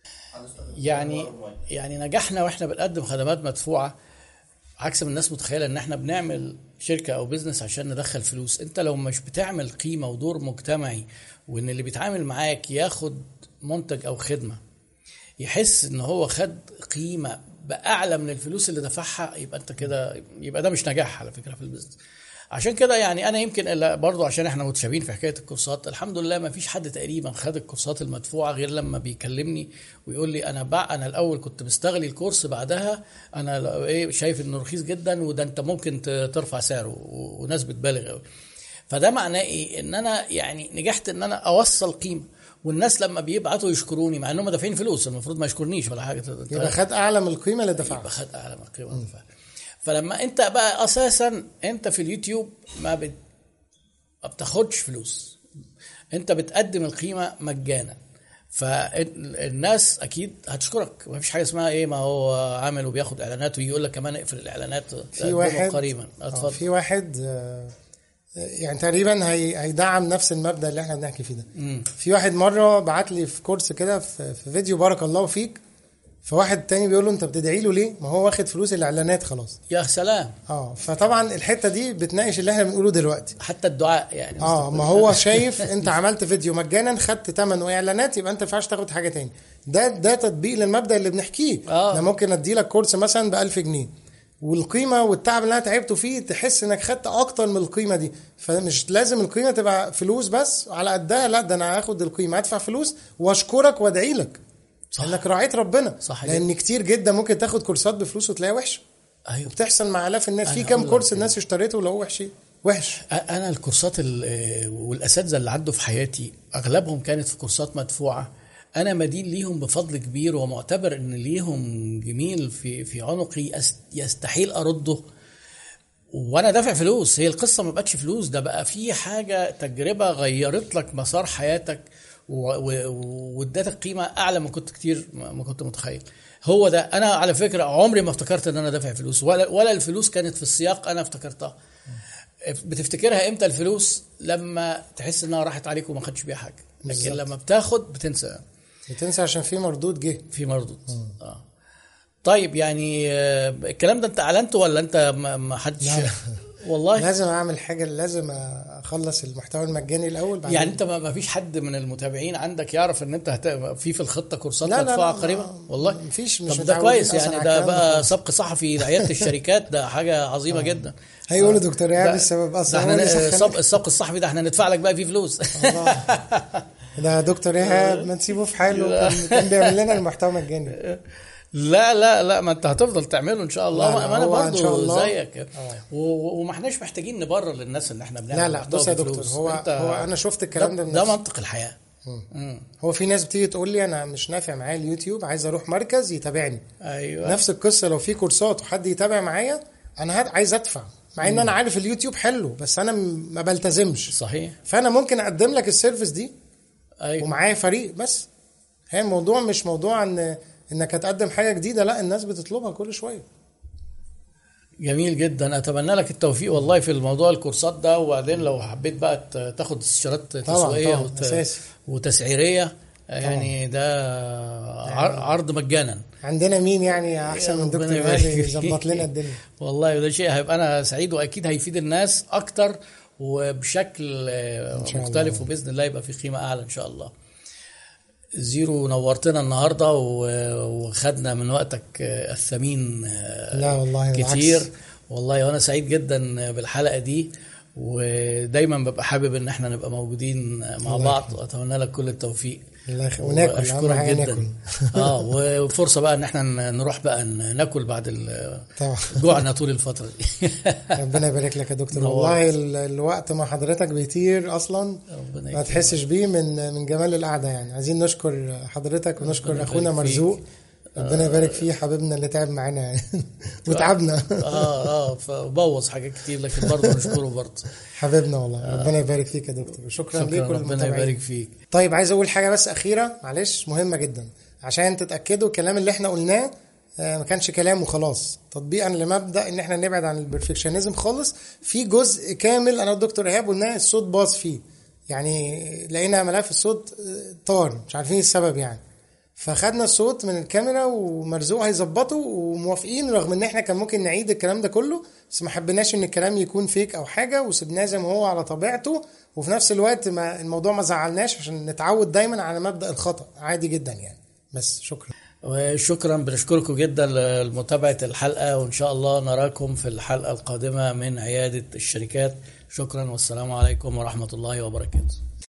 يعني يعني نجحنا واحنا بنقدم خدمات مدفوعه عكس ما الناس متخيله ان احنا بنعمل شركه او بيزنس عشان ندخل فلوس. انت لو مش بتعمل قيمه ودور مجتمعي وان اللي بيتعامل معاك ياخد منتج او خدمه يحس ان هو خد قيمه باعلى من الفلوس اللي دفعها يبقى انت كده يبقى ده مش نجاح على فكره في البيزنس. عشان كده يعني انا يمكن إلا برضو عشان احنا متشابهين في حكايه الكورسات، الحمد لله ما فيش حد تقريبا خد الكورسات المدفوعه غير لما بيكلمني ويقول لي انا بقى انا الاول كنت مستغلي الكورس، بعدها انا ايه شايف انه رخيص جدا وده انت ممكن ترفع سعره، وناس بتبالغ قوي. فده معناه ايه؟ ان انا يعني نجحت ان انا اوصل قيمه، والناس لما بيبعتوا يشكروني مع انهم دافعين فلوس، المفروض ما يشكرنيش ولا حاجه، يبقى خد اعلى من القيمه اللي دفعها، يبقى خد اعلى من القيمه اللي دفعها. فلما انت بقى اساسا انت في اليوتيوب ما بت... ما بتاخدش فلوس، انت بتقدم القيمه مجانا، فالناس اكيد هتشكرك. ما فيش حاجه اسمها ايه ما هو عامل وبياخد اعلانات ويقول لك كمان اقفل الاعلانات. في واحد قريبا اتفضل. في واحد يعني تقريبا هي هيدعم نفس المبدا اللي احنا بنحكي فيه ده. مم. في واحد مره بعت لي في كورس كده في فيديو بارك الله فيك، فواحد تاني بيقول له انت بتدعي له ليه؟ ما هو واخد فلوس الاعلانات خلاص. يا سلام. اه فطبعا الحته دي بتناقش اللي احنا بنقوله دلوقتي، حتى الدعاء يعني. اه ما هو شايف انت عملت فيديو مجانا خدت ثمن واعلانات، يبقى انت ما ينفعش تاخد حاجه تاني. ده ده تطبيق للمبدا اللي بنحكيه. آه. انا ممكن ادي لك كورس مثلا ب ألف جنيه، والقيمه والتعب اللي انا تعبته فيه تحس انك خدت اكتر من القيمه دي، فمش لازم القيمه تبقى فلوس بس على قدها، لا ده انا هاخد القيمه ادفع فلوس واشكرك وادعي لك صح. انك راعيت ربنا. صح. لان جدا. كتير جدا ممكن تاخد كورسات بفلوس وتلاقيها وحشه. ايوه بتحصل مع الاف الناس. في كام كورس الناس اشتريته ولو وحش وحش. انا الكورسات والاساتذه اللي عدوا في حياتي اغلبهم كانت في كورسات مدفوعه، انا مدين ليهم بفضل كبير ومعتبر ان ليهم جميل في في عنقي يستحيل ارده وانا دافع فلوس. هي القصه ما بقتش فلوس، ده بقى في حاجه تجربه غيرت لك مسار حياتك وادتك قيمه اعلى من كنت كتير ما كنت متخيل. هو ده. انا على فكره عمري ما افتكرت ان انا دافع فلوس، ولا ولا الفلوس كانت في السياق انا افتكرتها. بتفتكرها امتى الفلوس؟ لما تحس انها راحت عليك وما خدتش بيها حاجه، لكن بالزبط. لما بتاخد بتنسى بتنسى عشان في مردود جه في مردود. اه طيب يعني الكلام ده انت اعلنته ولا انت ما حدش؟ والله لازم اعمل حاجه، لازم اخلص المحتوى المجاني الاول بعدين. يعني انت ما فيش حد من المتابعين عندك يعرف ان انت هت... في في الخطه كورسات مدفوعه قريبا؟ والله مفيش. مش طب ده كويس يعني، ده بقى سبق صحفي لعياده الشركات، ده حاجه عظيمه آه. جدا. هيقولوا دكتور ايهاب السبب اصلا احنا السبق السبق الصحفي ده احنا ندفع لك بقى فيه فلوس. ده دكتور ايهاب ما نسيبه في حاله، كان بيعمل لنا المحتوى مجاني. لا لا لا ما انت هتفضل تعمله ان شاء الله. ما انا برضه زيك آه. وما احناش محتاجين نبرر للناس ان احنا بنعمل. لا لا بص يا دكتور، هو هو انا شفت الكلام ده, ده, ده منطق الحياه. مم. هو في ناس بتيجي تقول لي انا مش نافع معايا اليوتيوب، عايز اروح مركز يتابعني. ايوه نفس القصه، لو في كورسات وحد يتابع معايا انا عايز ادفع، مع ان انا عارف اليوتيوب حلو بس انا ما بلتزمش. صحيح. فانا ممكن اقدم لك السيرفيس دي. ايوه ومعايا فريق بس. هي الموضوع مش موضوع ان انك هتقدم حاجه جديده، لا الناس بتطلبها كل شويه. جميل جدا، اتمنى لك التوفيق والله في الموضوع الكورسات ده. وبعدين لو حبيت بقى تاخد استشارات تسويقيه وت... وتسعيريه يعني ده عرض مجانا. عندنا مين يعني احسن من دكتور هادي يظبط لنا الدنيا؟ والله ده شيء هيبقى انا سعيد، واكيد هيفيد الناس اكتر وبشكل مختلف، وباذن الله يبقى في قيمه اعلى ان شاء الله. زيرو نورتنا النهارده وخدنا من وقتك الثمين. لا والله كتير العكس. والله وانا سعيد جدا بالحلقه دي، ودايما ببقى حابب ان احنا نبقى موجودين مع بعض، واتمنى لك كل التوفيق. الله يخليك. وناكل اشكرك جدا. اه وفرصه بقى ان احنا نروح بقى ناكل بعد جوعنا طول الفتره دي. ربنا يبارك لك يا دكتور. والله الوقت مع حضرتك بيطير اصلا، ما تحسش بيه من من جمال القعده. يعني عايزين نشكر حضرتك ونشكر اخونا مرزوق، ربنا يبارك فيه حبيبنا اللي تعب معانا وتعبنا. اه اه فبوظ حاجات كتير، لكن برضه نشكره برضه حبيبنا والله. ربنا يبارك فيك يا دكتور، وشكرا ليكم. ربنا يبارك فيك. طيب عايز اقول حاجه بس اخيره معلش مهمه جدا عشان تتاكدوا الكلام اللي احنا قلناه ما كانش كلام وخلاص، تطبيقا لمبدا ان احنا نبعد عن البرفكشنزم خالص. في جزء كامل انا والدكتور ايهاب قلناه الصوت باظ فيه، يعني لقينا ملف الصوت طار مش عارفين السبب يعني، فخدنا الصوت من الكاميرا ومرزوق هيظبطه وموافقين، رغم ان احنا كان ممكن نعيد الكلام ده كله بس ما حبيناش ان الكلام يكون فيك او حاجه، وسبناه زي ما هو على طبيعته. وفي نفس الوقت ما الموضوع ما زعلناش عشان نتعود دايما على مبدأ الخطأ عادي جدا يعني. بس شكرا. وشكرا، بنشكركم جدا لمتابعة الحلقة، وإن شاء الله نراكم في الحلقة القادمة من عيادة الشركات. شكرا والسلام عليكم ورحمة الله وبركاته.